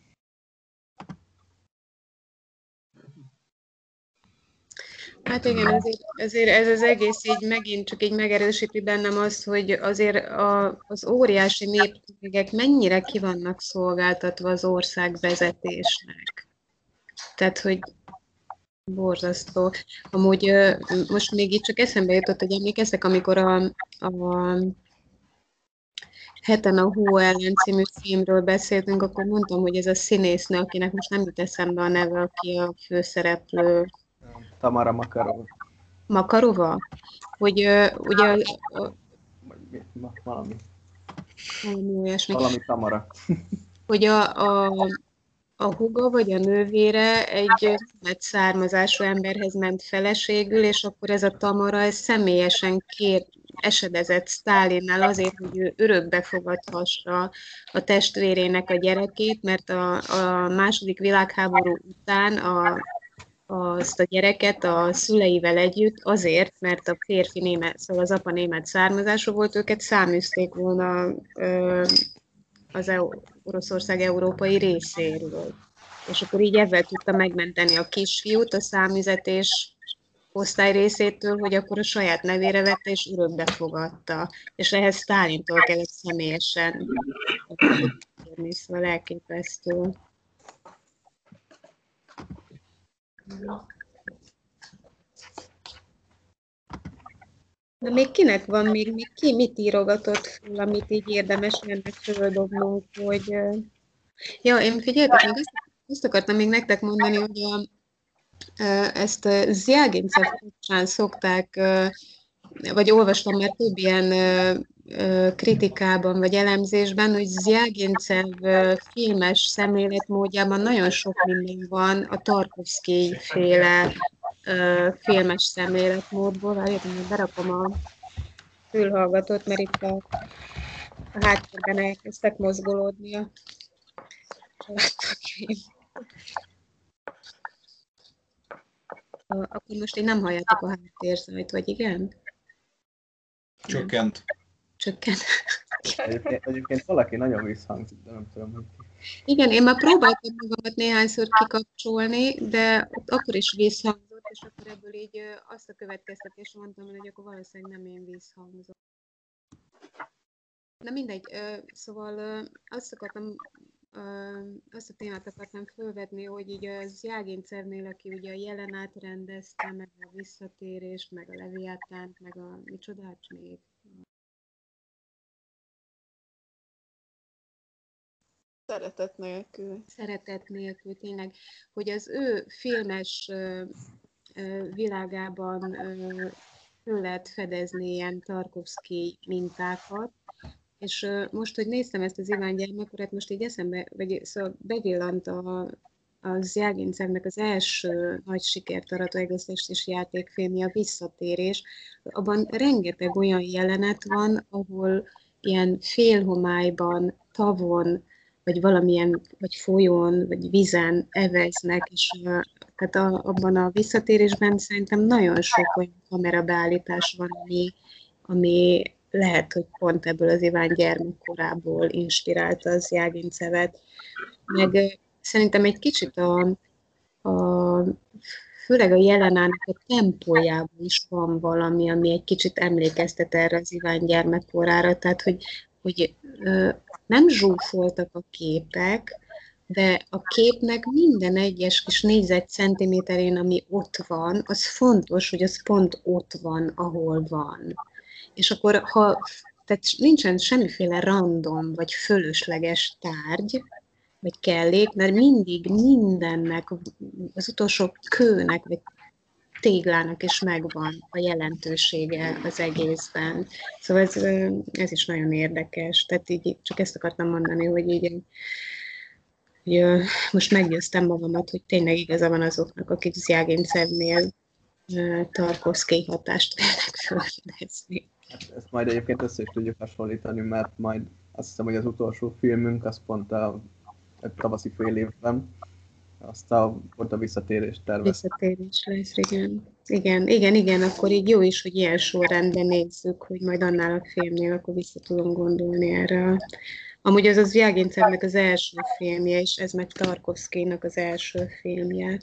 Hát igen, ezért, ezért ez az egész így megint csak így megerősíti bennem azt, hogy azért a, az óriási néptömegek mennyire ki vannak szolgáltatva az országvezetésnek. Tehát, hogy borzasztó. Amúgy most még itt csak eszembe jutott, hogy emlékeztek, amikor a, a Heten a hó ellen című filmről beszéltünk, akkor mondtam, hogy ez a színésznő, akinek most nem jut eszembe a neve, aki a főszereplő. Tamara Makarova. Makarova? Hogy uh, ugye... Uh, valami. Valami olyasmi. Valami Tamara. Hogy a, a, a húga vagy a nővére egy nagy származású emberhez ment feleségül, és akkor ez a Tamara ez személyesen kér, esedezett Sztálinnál azért, hogy ő örökbe fogadhassa a testvérének a gyerekét, mert a, a második világháború után a azt a gyereket a szüleivel együtt azért, mert a férfi német, szóval az apa német származású volt, őket száműzték volna ö, az Oroszország európai részéről. És akkor így ezzel tudta megmenteni a kisfiút a száműzetés osztály részétől, hogy akkor a saját nevére vette és örökbe fogadta. És ehhez Sztálintól kellett személyesen kérni, szóval elképesztő. De még kinek van még, még ki mit írogatott fel, amit így érdemes ennek földobnunk, hogy... Ja, én figyeljetek, én azt, azt akartam még nektek mondani, hogy a, ezt Zsiagincev kapcsán szokták, vagy olvastam már több ilyen kritikában, vagy elemzésben, hogy Zsiagincev filmes szemléletmódjában nagyon sok minden van a Tarkovszkij féle filmes szemléletmódból. Várjátok, hogy berakom a fülhallgatót, mert itt a, a háttérben elkezdtek mozgolódni a családtagjaim. Akkor most így nem halljátok a háttérzajt, vagy igen? Csökkent. Csökkent. Egyébként, egyébként valaki nagyon visszhangzik, de nem tudom, hogy... Igen, én már próbáltam magamat néhányszor kikapcsolni, de ott akkor is visszhangzott, és akkor ebből így ö, azt a következtetést mondtam, hogy akkor valószínűleg nem én visszhangzom. Na mindegy, ö, szóval ö, azt akartam, ö, azt a témát akartam felvetni, hogy így az Jágincernél, aki ugye a Jelenát rendezte, meg a Visszatérést, meg a Leviátánt, meg a micsodát még. Szeretet nélkül. Szeretet nélkül tényleg, hogy az ő filmes ö, ö, világában ö, föl lehet fedezni ilyen Tarkovszky mintákat, és ö, most, hogy néztem ezt az Iván gyermekkorát, most így eszembe, vagy szóval bevillant a, az Jágincernek az első nagy sikert arató egész estés játékfilmje, a Visszatérés. Abban rengeteg olyan jelenet van, ahol ilyen félhomályban, tavon, vagy valamilyen, vagy folyón, vagy vízen eveznek, és uh, tehát a, abban a Visszatérésben szerintem nagyon sok olyan kamerabeállítás van, ami, ami lehet, hogy pont ebből az Iván gyermekkorából inspirálta az Jágincevet. Meg uh, szerintem egy kicsit a, a főleg a Jelenának a tempójában is van valami, ami egy kicsit emlékeztet erre az Iván gyermekkorára, tehát hogy, hogy ö, nem zsúfoltak a képek, de a képnek minden egyes kis négyzetcentiméterén, ami ott van, az fontos, hogy az pont ott van, ahol van. És akkor, ha tehát nincsen semmiféle random vagy fölösleges tárgy, vagy kellék, mert mindig mindennek, az utolsó kőnek, vagy téglának is megvan a jelentősége az egészben. Szóval ez, ez is nagyon érdekes. Tehát így csak ezt akartam mondani, hogy így hogy most meggyőztem magamat, hogy tényleg igaza van azoknak, akik Zjágincernél Tarkovszky hatást vélnek felfedezni. Hát ezt majd egyébként össze is tudjuk hasonlítani, mert majd azt hiszem, hogy az utolsó filmünk az pont a tavaszi fél évben, azt a, pont a Visszatérést terveztük. Visszatérés lesz, igen. Igen, igen, igen, akkor így jó is, hogy ilyen sorrendben nézzük, hogy majd annál a filmnél akkor vissza tudunk gondolni erre. Amúgy az az Jágincernek az első filmje, és ez meg Tarkovszkynak az első filmje.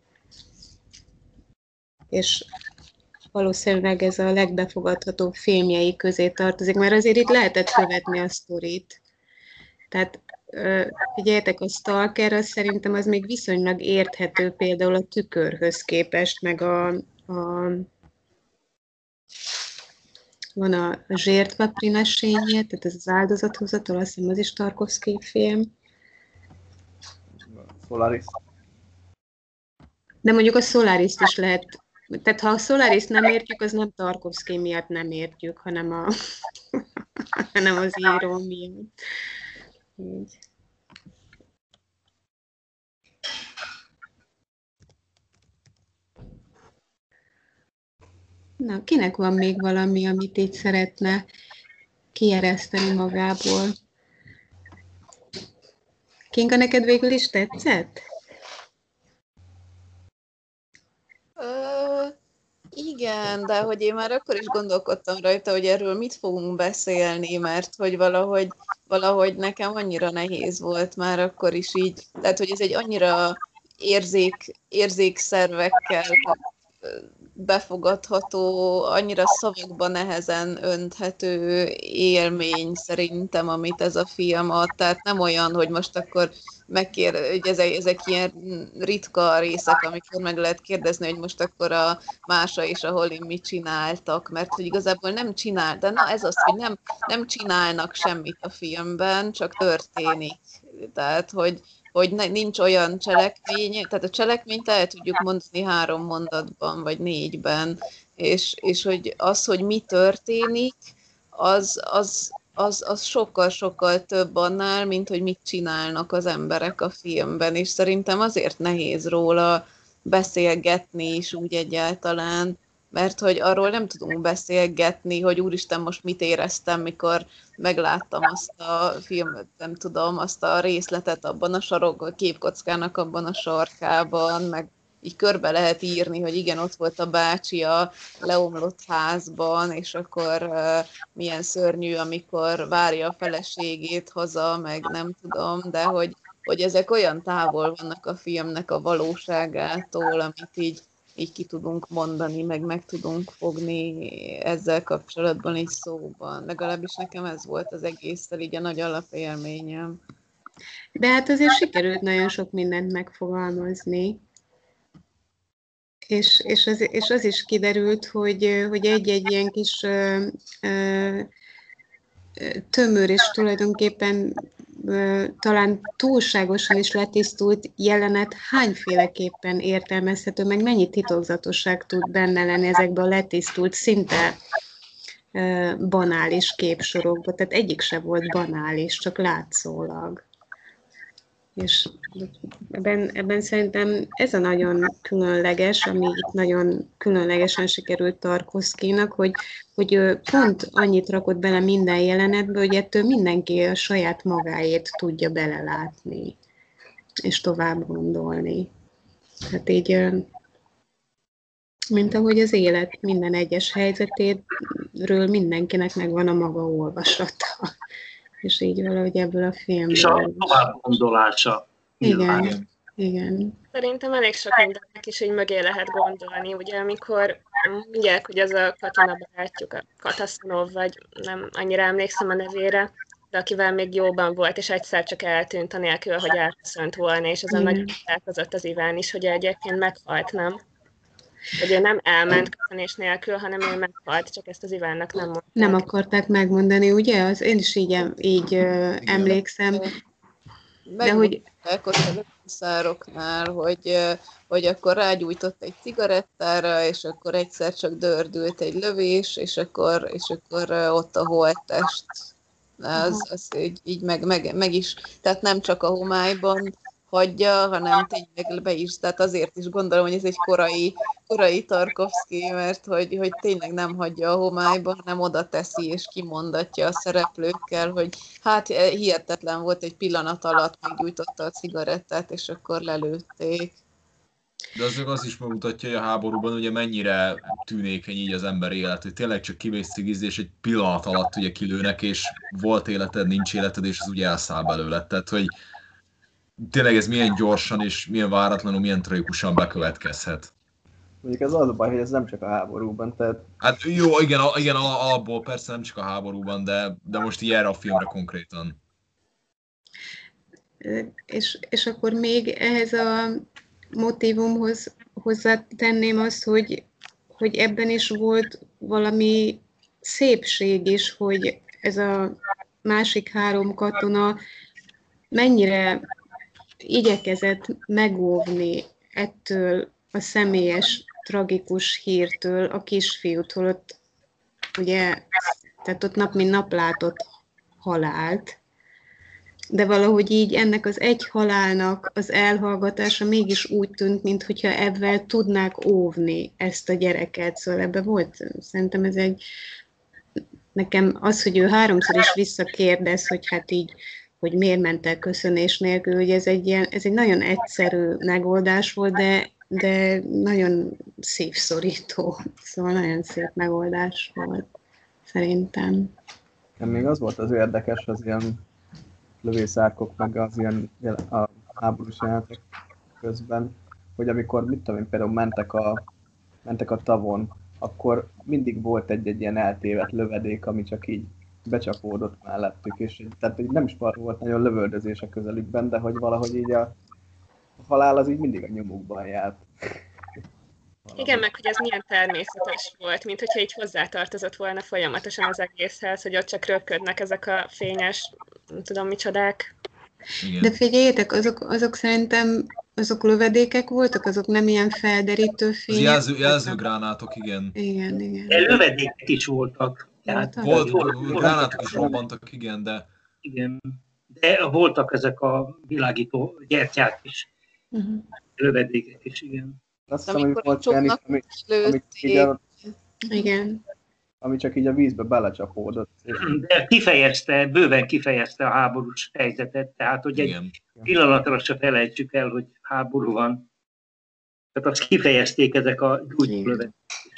És valószínűleg ez a legbefogadhatóbb filmjei közé tartozik, mert azért itt lehetett követni a sztorit. Tehát figyeljetek, a Stalker, az szerintem az még viszonylag érthető például a Tükörhöz képest, meg a, a van a Žertva prinašenje, tehát ez az áldozathozatal, azt hiszem az is Tarkovszky film. Solaris. De mondjuk a Solaris-t is lehet, tehát ha a Solaris nem értjük, az nem Tarkovszky miatt nem értjük, hanem, a, hanem az író miatt. Így. Na, kinek van még valami, amit így szeretne kiereszteni magából? Kinga, neked végül is tetszett? Ö, igen, de hogy én már akkor is gondolkodtam rajta, hogy erről mit fogunk beszélni, mert hogy valahogy, valahogy nekem annyira nehéz volt már akkor is így, tehát hogy ez egy annyira érzék, érzékszervekkel befogadható, annyira szavakba nehezen önthető élmény szerintem, amit ez a film ad. Tehát nem olyan, hogy most akkor megkér, hogy ezek, ezek ilyen ritka részek, amikor meg lehet kérdezni, hogy most akkor a Mása és a Holly mit csináltak, mert hogy igazából nem csinál, de na ez az, hogy nem, nem csinálnak semmit a filmben, csak történik. Tehát, hogy hogy nincs olyan cselekmény, tehát a cselekményt el tudjuk mondani három mondatban, vagy négyben, és, és hogy az, hogy mi történik, az, az, az, az sokkal-sokkal több annál, mint hogy mit csinálnak az emberek a filmben, és szerintem azért nehéz róla beszélgetni is úgy egyáltalán, mert hogy arról nem tudunk beszélgetni, hogy úristen, most mit éreztem, mikor megláttam azt a filmet, nem tudom, azt a részletet abban a sarok, a képkockának abban a sarkában, meg így körbe lehet írni, hogy igen, ott volt a bácsi a leomlott házban, és akkor uh, milyen szörnyű, amikor várja a feleségét haza, meg nem tudom, de hogy, hogy ezek olyan távol vannak a filmnek a valóságától, amit így, így ki tudunk mondani, meg meg tudunk fogni ezzel kapcsolatban így szóban. Legalábbis nekem ez volt az egésztel így a nagy alapélményem. De hát azért sikerült nagyon sok mindent megfogalmazni. És, és, az, és az is kiderült, hogy, hogy egy-egy ilyen kis ö, ö, tömör és tulajdonképpen ö, talán túlságosan is letisztult jelenet hányféleképpen értelmezhető, meg mennyi titokzatosság tud benne lenni ezekben a letisztult, szinte ö, banális képsorokban. Tehát egyik se volt banális, csak látszólag. És ebben, ebben szerintem ez a nagyon különleges, ami itt nagyon különlegesen sikerült Tarkovszkynak, hogy, hogy ő pont annyit rakott bele minden jelenetbe, hogy ettől mindenki a saját magáét tudja belelátni, és tovább gondolni. Hát így, mint ahogy az élet minden egyes helyzetéről mindenkinek megvan a maga olvasata. És így valahogy ebből a filmből. És a tovább gondolása. Igen, igen, igen. Szerintem elég sok mindennek is így mögé lehet gondolni, ugye amikor mondják, hogy az a Katina barátjuk, a Kataszanov, vagy nem annyira emlékszem a nevére, de akivel még jóban volt, és egyszer csak eltűnt anélkül, hogy elköszönt volna, és azon nagyon találkozott az Iván is, hogy egyébként meghalt, nem? Hogy ő nem elment köszönés nélkül, hanem ő meghalt, csak ezt az Ivánnak nem mondták. Nem akarták megmondani, ugye? Az én is így, így uh, emlékszem. De hogy... ott a szároknál, hogy, hogy akkor rágyújtott egy cigarettára, és akkor egyszer csak dördült egy lövés, és akkor, és akkor ott a holttest. Az, az így, így meg, meg, meg is, tehát nem csak a homályban hagyja, hanem tényleg be is, tehát azért is gondolom, hogy ez egy korai, korai Tarkovszky, mert hogy, hogy tényleg nem hagyja a homályba, hanem oda teszi és kimondatja a szereplőkkel, hogy hát hihetetlen volt, egy pillanat alatt meggyújtotta a cigarettát, és akkor lelőtték. De az, az is megmutatja, hogy a háborúban ugye mennyire tűnékeny így az ember élet, hogy tényleg csak kivész cigizni, és egy pillanat alatt ugye kilőnek, és volt életed, nincs életed, és az ugye elszáll belőle. Tehát, hogy tényleg ez milyen gyorsan és milyen váratlanul, milyen tragikusan bekövetkezhet. Mondjuk ez az a baj, hogy ez nem csak a háborúban, tehát... Hát jó, igen, igen alapból persze nem csak a háborúban, de, de most így erre a filmre konkrétan. És, és akkor még ehhez a motívumhoz hozzátenném azt, hogy, hogy ebben is volt valami szépség is, hogy ez a másik három katona mennyire igyekezett megóvni ettől a személyes, tragikus hírtől a kisfiútól, ott ugye, tehát ott nap mint nap látott halált, de valahogy így ennek az egy halálnak az elhallgatása mégis úgy tűnt, mintha ebben tudnák óvni ezt a gyereket, szóval ebben volt, szerintem ez egy, nekem az, hogy ő háromszor is visszakérdez, hogy hát így, hogy miért ment el köszönés nélkül, hogy ez egy, ilyen, ez egy nagyon egyszerű megoldás volt, de, de nagyon szívszorító, szóval nagyon szép megoldás volt, szerintem. Még az volt az érdekes, az ilyen lövészárkok, meg az ilyen a háborús jelenetek közben, hogy amikor, mit tudom én, például mentek a, mentek a tavon, akkor mindig volt egy-egy ilyen eltévedt lövedék, ami csak így becsapódott mellettük, és tehát így nem is volt nagyon lövöldözés a közelükben, de hogy valahogy így a, a halál az így mindig a nyomukban járt. Igen, meg hogy ez milyen természetes volt, mint hogyha így hozzátartozott volna folyamatosan az egészhez, hogy ott csak röpködnek ezek a fényes, nem tudom micsodák. Igen. De figyeljétek, azok, azok szerintem, azok lövedékek voltak, azok nem ilyen felderítő fények. Jelző, jelzőgránátok, igen. Igen, igen. De lövedékek is voltak. Tehát volt, volt gránátok is robbantak, igen, de... Igen, de voltak ezek a világító gyertyák is. Uh-huh. Lövedékek is, igen. Azt hiszem, hogy volt ilyen, ami, ami, a, igen. ami csak így a vízbe belecsapódott. De kifejezte, bőven kifejezte a háborús helyzetet, tehát hogy egy igen. pillanatra se felejtsük el, hogy háború van. Tehát azt kifejezték ezek a gyújtólövetek.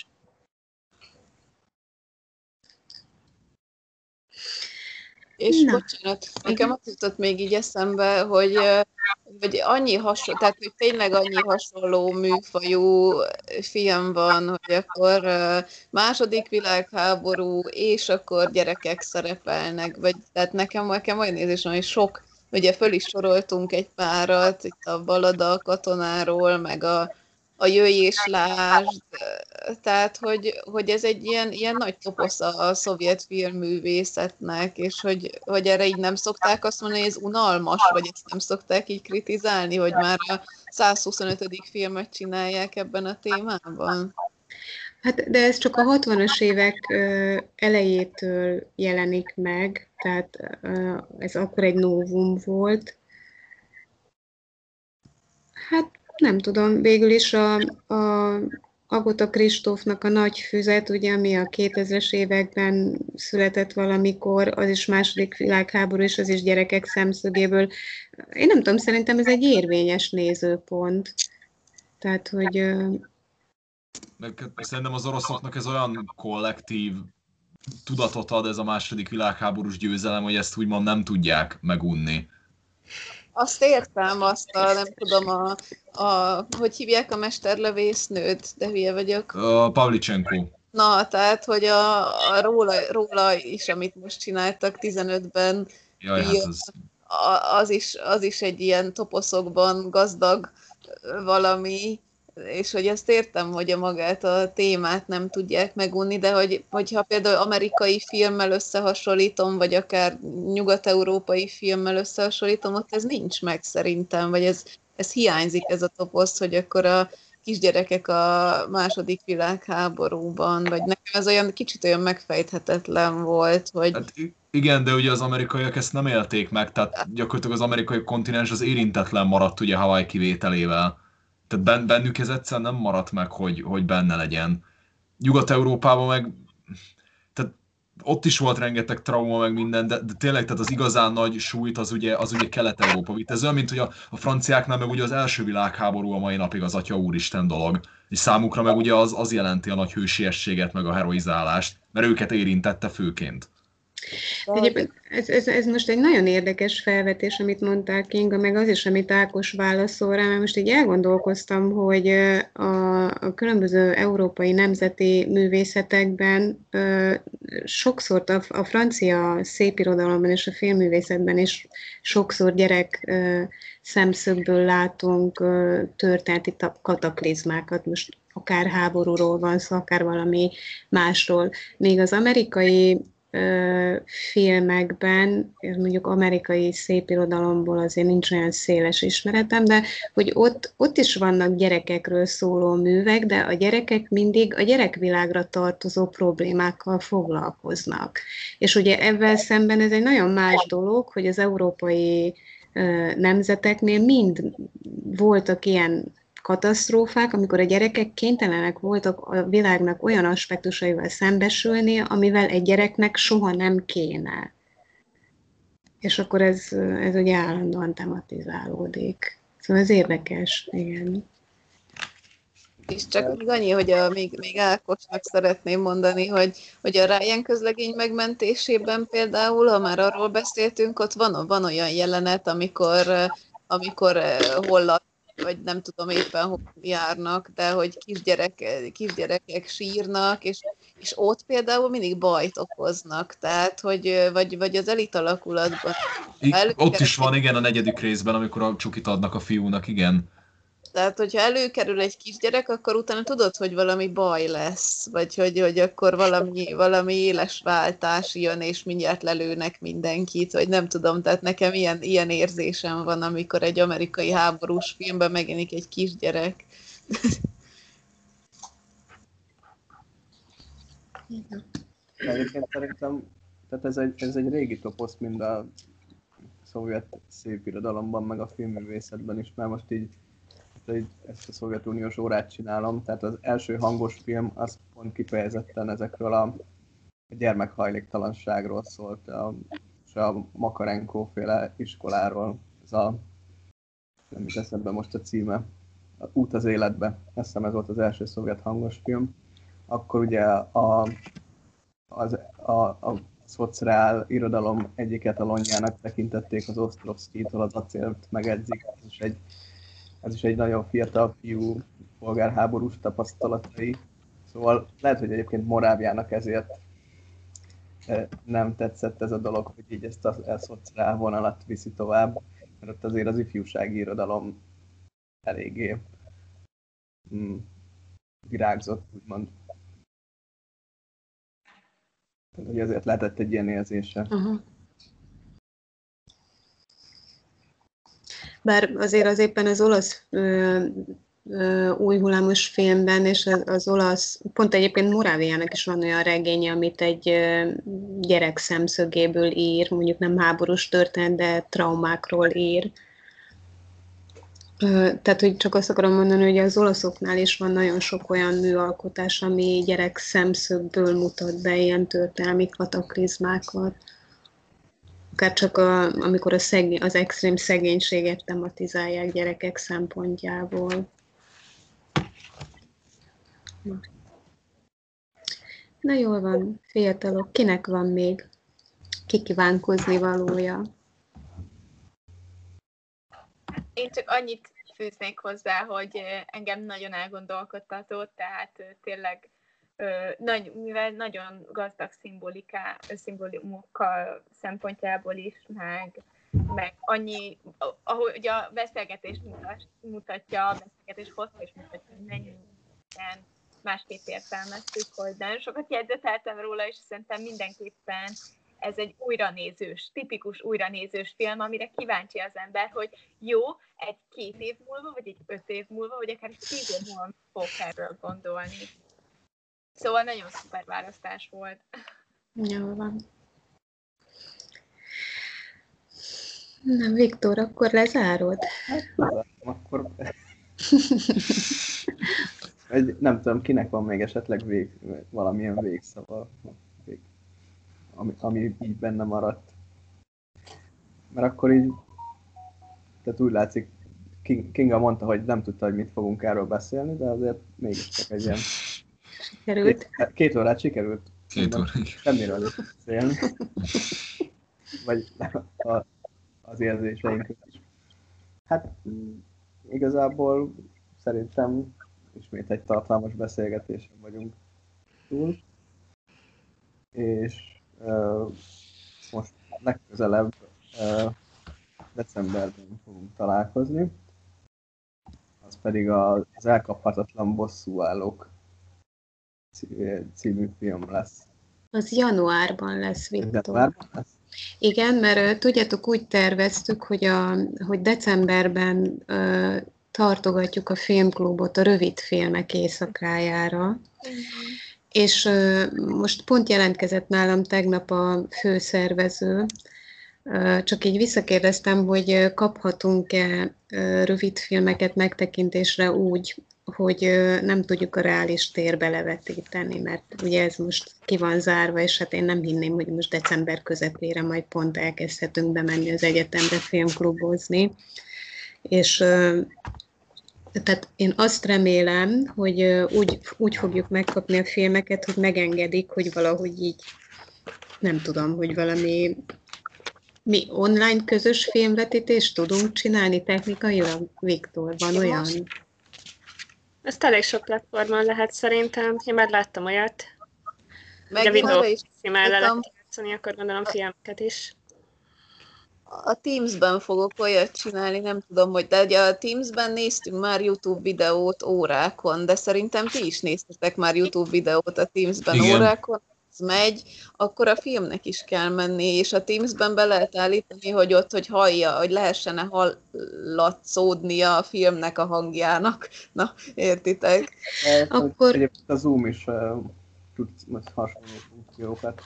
És Na. bocsánat, nekem az jutott még így eszembe, hogy, ö, hogy annyi hasonló, tehát hogy tényleg annyi hasonló műfajú film van, hogy akkor ö, második világháború, és akkor gyerekek szerepelnek, vagy tehát nekem, nekem olyan érzésem, hogy sok, ugye föl is soroltunk egy párat, itt a Balada a katonáról, meg a a Jöjj és lásd, tehát hogy, hogy ez egy ilyen, ilyen nagy toposz a, a szovjet filmművészetnek, és hogy, hogy erre így nem szokták azt mondani, hogy ez unalmas, vagy ezt nem szokták így kritizálni, hogy már a százhuszonötödik filmet csinálják ebben a témában. Hát, de ez csak a hatvanas évek ö, elejétől jelenik meg, tehát ö, ez akkor egy novum volt. Hát nem tudom, végül is a, a Agota Kristófnak a Nagy füzet, ugye, ami a kétezres években született valamikor, az is második világháború, és az is gyerekek szemszögéből. Én nem tudom, szerintem ez egy érvényes nézőpont. Tehát, hogy... ö, Meg szerintem az oroszoknak ez olyan kollektív tudatot ad ez a második világháborús győzelem, hogy ezt úgymond nem tudják megunni. Azt értem, azt a, nem tudom, a, a, hogy hívják a mesterlövésznőt, de hülye vagyok. Uh, Pavlichenko. Na, tehát, hogy a, a róla, róla is, amit most csináltak tizenötben, Jaj, hát az... az, is, az is egy ilyen toposzokban gazdag valami, és hogy ezt értem, hogy a magát a témát nem tudják megunni, de hogy, hogyha például amerikai filmmel összehasonlítom, vagy akár nyugat-európai filmmel összehasonlítom, ott ez nincs meg szerintem, vagy ez, ez hiányzik ez a toposz, hogy akkor a kisgyerekek a második világháborúban, vagy nekem ez olyan kicsit olyan megfejthetetlen volt, hogy... Hát igen, de ugye az amerikaiak ezt nem élték meg, tehát gyakorlatilag az amerikai kontinens az érintetlen maradt ugye Hawaii kivételével. Tehát bennük ez egyszer nem maradt meg, hogy, hogy benne legyen. Nyugat-Európában meg, tehát ott is volt rengeteg trauma, meg minden, de, de tényleg tehát az igazán nagy súlyt az ugye, az ugye Kelet-Európa vitt. Ez olyan, mint hogy a, a franciáknál meg ugye az első világháború a mai napig az Atya Úristen dolog. És számukra meg ugye az, az jelenti a nagy hősiességet, meg a heroizálást, mert őket érintette főként. Egyébként ez, ez, ez most egy nagyon érdekes felvetés, amit mondtál, Kinga, meg az is, amit Ákos válaszol rá, mert most így elgondolkoztam, hogy a, a különböző európai nemzeti művészetekben ö, sokszor a, a francia szépirodalomban és a filmművészetben is sokszor gyerek ö, szemszögből látunk ö, történeti kataklizmákat, most akár háborúról van szó, akár valami másról. Még az amerikai filmekben, mondjuk amerikai szépirodalomból azért nincs olyan széles ismeretem, de hogy ott, ott is vannak gyerekekről szóló művek, de a gyerekek mindig a gyerekvilágra tartozó problémákkal foglalkoznak. És ugye ebben szemben ez egy nagyon más dolog, hogy az európai nemzeteknél mind voltak ilyen katasztrófák, amikor a gyerekek kénytelenek voltak a világnak olyan aspektusaival szembesülni, amivel egy gyereknek soha nem kéne. És akkor ez, ez ugye állandóan tematizálódik. Szóval ez érdekes, igen. És csak még annyi, hogy a, még, még Ákosnak szeretném mondani, hogy, hogy a Ryan közlegény megmentésében például, ha már arról beszéltünk, ott van, van olyan jelenet, amikor, amikor hollat vagy nem tudom éppen hol járnak, de hogy kisgyerek, kisgyerekek sírnak, és, és ott például mindig bajt okoznak, tehát, hogy vagy, vagy az elit alakulatban. I- ott is van, igen, a negyedik részben, amikor a csukit adnak a fiúnak, igen. Tehát, hogyha előkerül egy kisgyerek, akkor utána tudod, hogy valami baj lesz, vagy hogy, hogy akkor valami, valami éles váltás jön, és mindjárt lelőnek mindenkit, vagy nem tudom, tehát nekem ilyen, ilyen érzésem van, amikor egy amerikai háborús filmben megjelenik egy kisgyerek. Egyébként szerintem, tehát ez egy, ez egy régi toposz, mind a szovjet szépirodalomban, meg a filmművészetben is, mert most így ezt a szovjetuniós órát csinálom, tehát az első hangos film az pont kifejezetten ezekről a gyermekhajléktalanságról szólt, a, és a Makarenko féle iskoláról, ez a, nem is eszembe most a címe, Út az életbe. Azt hiszem ez volt az első szovjet hangos film. Akkor ugye a, az, a, a szociál irodalom egyik etalonjának tekintették az Ostrovszkijtól az Acélt megedzik. Ez is egy, ez is egy nagyon fiatal fiú polgárháborús tapasztalatai. Szóval lehet, hogy egyébként Moráviának ezért nem tetszett ez a dolog, hogy így ezt a szociál vonalat viszi tovább, mert ott azért az ifjúsági irodalom eléggé mm, virágzott, úgymond. Tehát, hogy ezért lehetett egy ilyen érzése. Aha. Bár azért az éppen az olasz ö, ö, új hullámos filmben, és az, az olasz, pont egyébként Moráviának is van olyan regénye, amit egy ö, gyerek szemszögéből ír, mondjuk nem háborús történet, de traumákról ír. Ö, tehát, hogy csak azt akarom mondani, hogy az olaszoknál is van nagyon sok olyan műalkotás, ami gyerek szemszögből mutat be ilyen történelmi kataklizmákat. Akár csak a, amikor a szegény, az extrém szegénységet tematizálják gyerekek szempontjából. Na, Na jól van, fiatalok, kinek van még kikívánkozni valója? Én csak annyit fűznék hozzá, hogy engem nagyon elgondolkodtatott, tehát tényleg Nagy, mivel nagyon gazdag szimboliká, szimbólumokkal szempontjából is, meg, meg annyi, ahogy a beszélgetés mutat, mutatja, a beszélgetés hossza is mutatja, hogy mennyien másképp értelmeztük, hogy nagyon sokat jegyzeteltem róla, és szerintem mindenképpen ez egy újranézős, tipikus újranézős film, amire kíváncsi az ember, hogy jó, egy két év múlva, vagy egy öt év múlva, vagy akár egy tíz év múlva fogok erről gondolni. Szóval nagyon szuper választás volt. Jó van. Na, Viktor, akkor lezárod? Hát, akkor... Egy, nem tudom, kinek van még esetleg vég, valamilyen végszava, vég, ami, ami így benne maradt. Mert akkor így, tehát úgy látszik, Kinga mondta, hogy nem tudta, hogy mit fogunk erről beszélni, de azért mégiscsak egy ilyen... Sikerült. Két, két órát sikerült. Két órát. Semmiről is beszélni. Vagy a, az érzéseink is. Hát igazából szerintem ismét egy tartalmas beszélgetésen vagyunk túl. És uh, most legközelebb uh, decemberben fogunk találkozni. Az pedig az Elkaphatatlan bosszúállók című film lesz. Az januárban lesz, Viktor. Januárban lesz? Igen, mert tudjátok, úgy terveztük, hogy, a, hogy decemberben uh, tartogatjuk a filmklubot a rövid filmek éjszakájára. Mm-hmm. És uh, most pont jelentkezett nálam tegnap a főszervező, uh, csak így visszakérdeztem, hogy kaphatunk-e uh, rövid filmeket megtekintésre úgy, hogy uh, nem tudjuk a reális térbe levetíteni, mert ugye ez most ki van zárva, és hát én nem hinném, hogy most december közepére majd pont elkezdhetünk bemenni az egyetemre filmklubozni. És uh, tehát én azt remélem, hogy úgy, úgy fogjuk megkapni a filmeket, hogy megengedik, hogy valahogy így, nem tudom, hogy valami mi online közös filmvetítést tudunk csinálni technikailag, Viktor, van olyan? Ezt elég sok platformon lehet szerintem. Én már láttam olyat. Meg de videó is mellett lehet játszani, akkor gondolom filmeket is. A Teams-ben fogok olyat csinálni, nem tudom, hogy de ugye a Teams-ben néztünk már YouTube videót órákon, de szerintem ti is néztetek már YouTube videót a Teams-ben Igen. órákon, ez megy, akkor a filmnek is kell menni, és a Teams-ben be lehet állítani, hogy ott, hogy hallja, hogy lehessen-e hallatszódnia a filmnek a hangjának. Na, értitek? Akkor... Egyébként a Zoom is uh, tud hasonló funkciókat.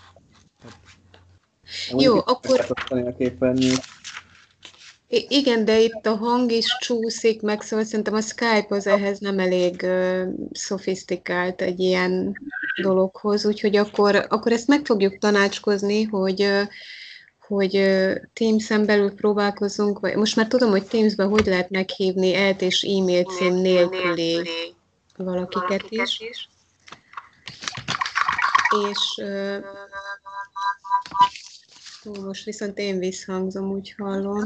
Jó, akkor... A képernyőt. I- igen, de itt a hang is csúszik, meg szóval szerintem a Skype az ehhez nem elég uh, szofisztikált egy ilyen dologhoz, úgyhogy akkor, akkor ezt meg fogjuk tanácskozni, hogy, uh, hogy Teams-en belül próbálkozunk, vagy most már tudom, hogy Teams-ben hogy lehet meghívni elt és e-mail cím nélküli valakiket is. És ó, most viszont én visszhangzom, úgy hallom.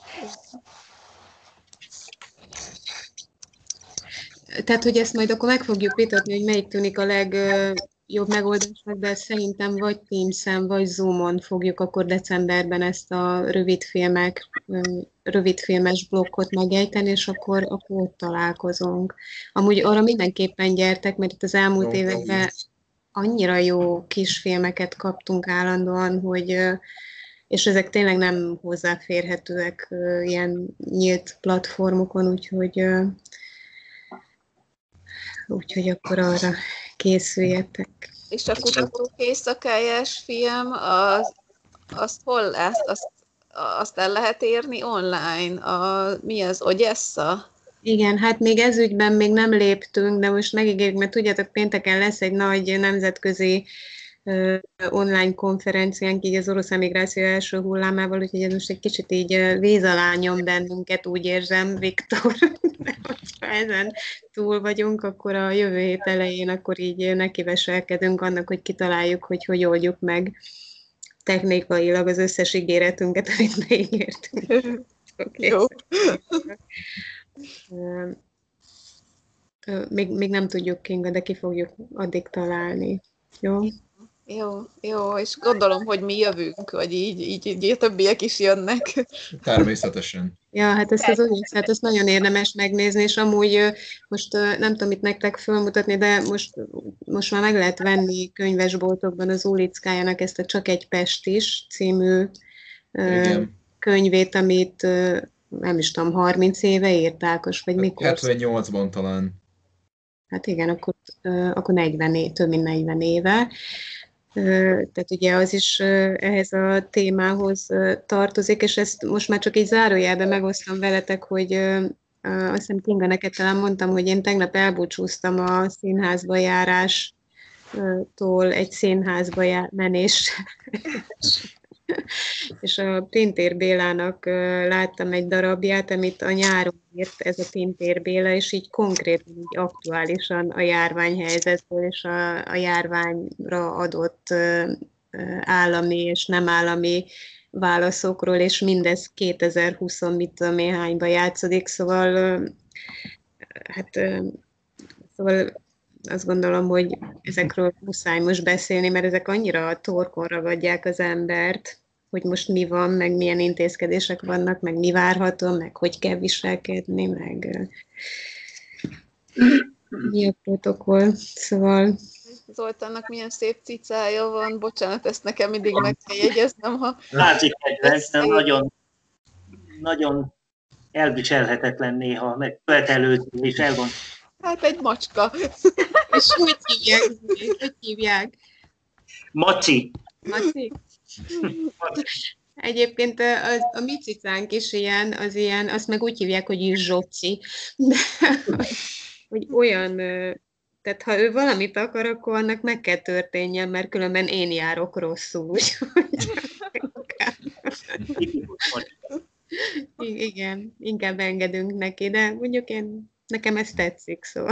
Tehát, hogy ezt majd akkor meg fogjuk vitatni, hogy melyik tűnik a legjobb megoldásnak, de szerintem vagy Teams-en, vagy Zoom-on fogjuk akkor decemberben ezt a rövidfilmek, rövidfilmes blokkot megejteni, és akkor, akkor ott találkozunk. Amúgy arra mindenképpen gyertek, mert itt az elmúlt jó, években annyira jó kisfilmeket kaptunk állandóan, hogy és ezek tényleg nem hozzáférhetőek ilyen nyílt platformokon, úgyhogy Úgyhogy akkor arra készüljetek. És a Kutatók éjszakájás film, az, azt hol lesz? Azt, azt el lehet érni online? A, mi az, Ogyessa? Igen, hát még ez ügyben még nem léptünk, de most megígérjük, mert tudjátok, pénteken lesz egy nagy nemzetközi uh, online konferenciánk, így az orosz emigráció első hullámával, úgyhogy ez most egy kicsit így uh, víz alá nyom bennünket, úgy érzem, Viktor. Ha ezen túl vagyunk, akkor a jövő hét elején akkor így nekiveselkedünk annak, hogy kitaláljuk, hogy hogy oldjuk meg technikailag az összes ígéretünket, amit beígértünk. Okay. Jó. Még, még nem tudjuk, Kinga, de ki fogjuk addig találni. Jó? Jó, jó, és gondolom, hogy mi jövünk, vagy így, így, így a többiek is jönnek. Természetesen. Ja, hát ezt az Ulicát, ezt nagyon érdemes megnézni, és amúgy most nem tudom itt nektek fölmutatni, de most, most már meg lehet venni könyvesboltokban az Ulickájának ezt a Csak egy Pestis című igen. könyvét, amit nem is tudom, harminc éve írt Ákos, vagy mikor? hetvennyolcban talán. Hát igen, akkor, akkor negyven év, több mint negyven éve. Tehát ugye az is ehhez a témához tartozik, és ezt most már csak így zárójelben megosztom veletek, hogy azt hiszem Kinga, neked talán mondtam, hogy én tegnap elbúcsúztam a színházba járástól egy színházba já- menés. És a Pintér Bélának láttam egy darabját, amit a nyáron írt ez a Pintér Béla, és így konkrétan, így aktuálisan a járványhelyzetből és a, a járványra adott állami és nem állami válaszokról, és mindez kétezer-húsz mit tudom én hányba játszódik, szóval hát szóval azt gondolom, hogy ezekről muszáj most beszélni, mert ezek annyira a torkon ragadják az embert, hogy most mi van, meg milyen intézkedések vannak, meg mi várható, meg hogy kell viselkedni, meg mi a protokoll. Szóval... Zoltánnak milyen szép cicája van, bocsánat, ezt nekem mindig meg kell jegyeznem, ha... Látszik kedvenc, de nagyon, nagyon elviselhetetlen néha, meg követelőző, és elgond. Hát egy macska. És hogy hívják? Hogy hívják? Maci. Maci? Egyébként a, a mi cicánk is ilyen, az ilyen, azt meg úgy hívják, hogy is Zsoci. De, hogy olyan, tehát ha ő valamit akar, akkor annak meg kell történjen, mert különben én járok rosszul. Igen, inkább engedünk neki, de mondjuk én, nekem ez tetszik, szóval.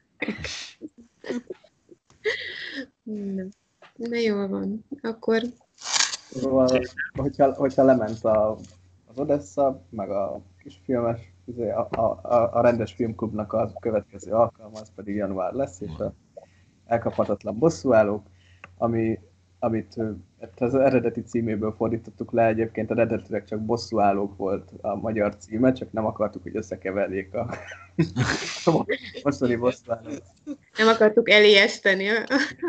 Na, na jól van, akkor... Szóval, hogyha, hogyha lement a, az Odessa, meg a kisfilmes, a, a, a rendes filmklubnak a következő alkalma, az pedig január lesz, és a elkaphatatlan bosszúállók, ami, amit az eredeti címéből fordítottuk le, egyébként eredetileg csak bosszúállók volt a magyar címe, csak nem akartuk, hogy összekeverjék a mostani bosszúállók. Nem akartuk elijeszteni a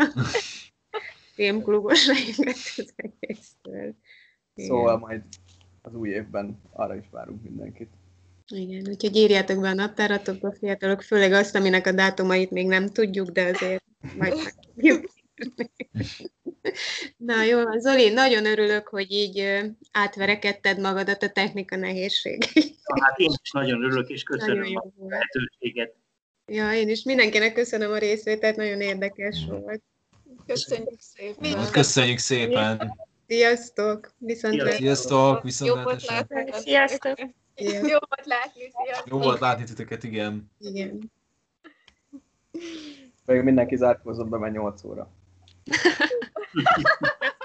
filmklubosainkat az egésztől. Szóval majd az új évben arra is várunk mindenkit. Igen, úgyhogy írjátok be a naptáratokba, fiatalok, főleg azt, aminek a dátumait még nem tudjuk, de azért majd meg tudjuk. Na jó, Zoli, nagyon örülök, hogy így átverekedted magadat a technika nehézségeit. Hát én is nagyon örülök, és köszönöm a lehetőséget. Ja, én is mindenkinek köszönöm a részvételt, nagyon érdekes volt. Köszönjük szépen. Köszönjük szépen. Sziasztok! Viszontlátásra! Sziasztok! Jó volt Viszontlátásra! látni. Sziasztok! Ilyen. Jó volt látni, sziasztok! Jó volt látni titeket, igen. Igen. Még mindenki zárkózott be, mert nyolc óra.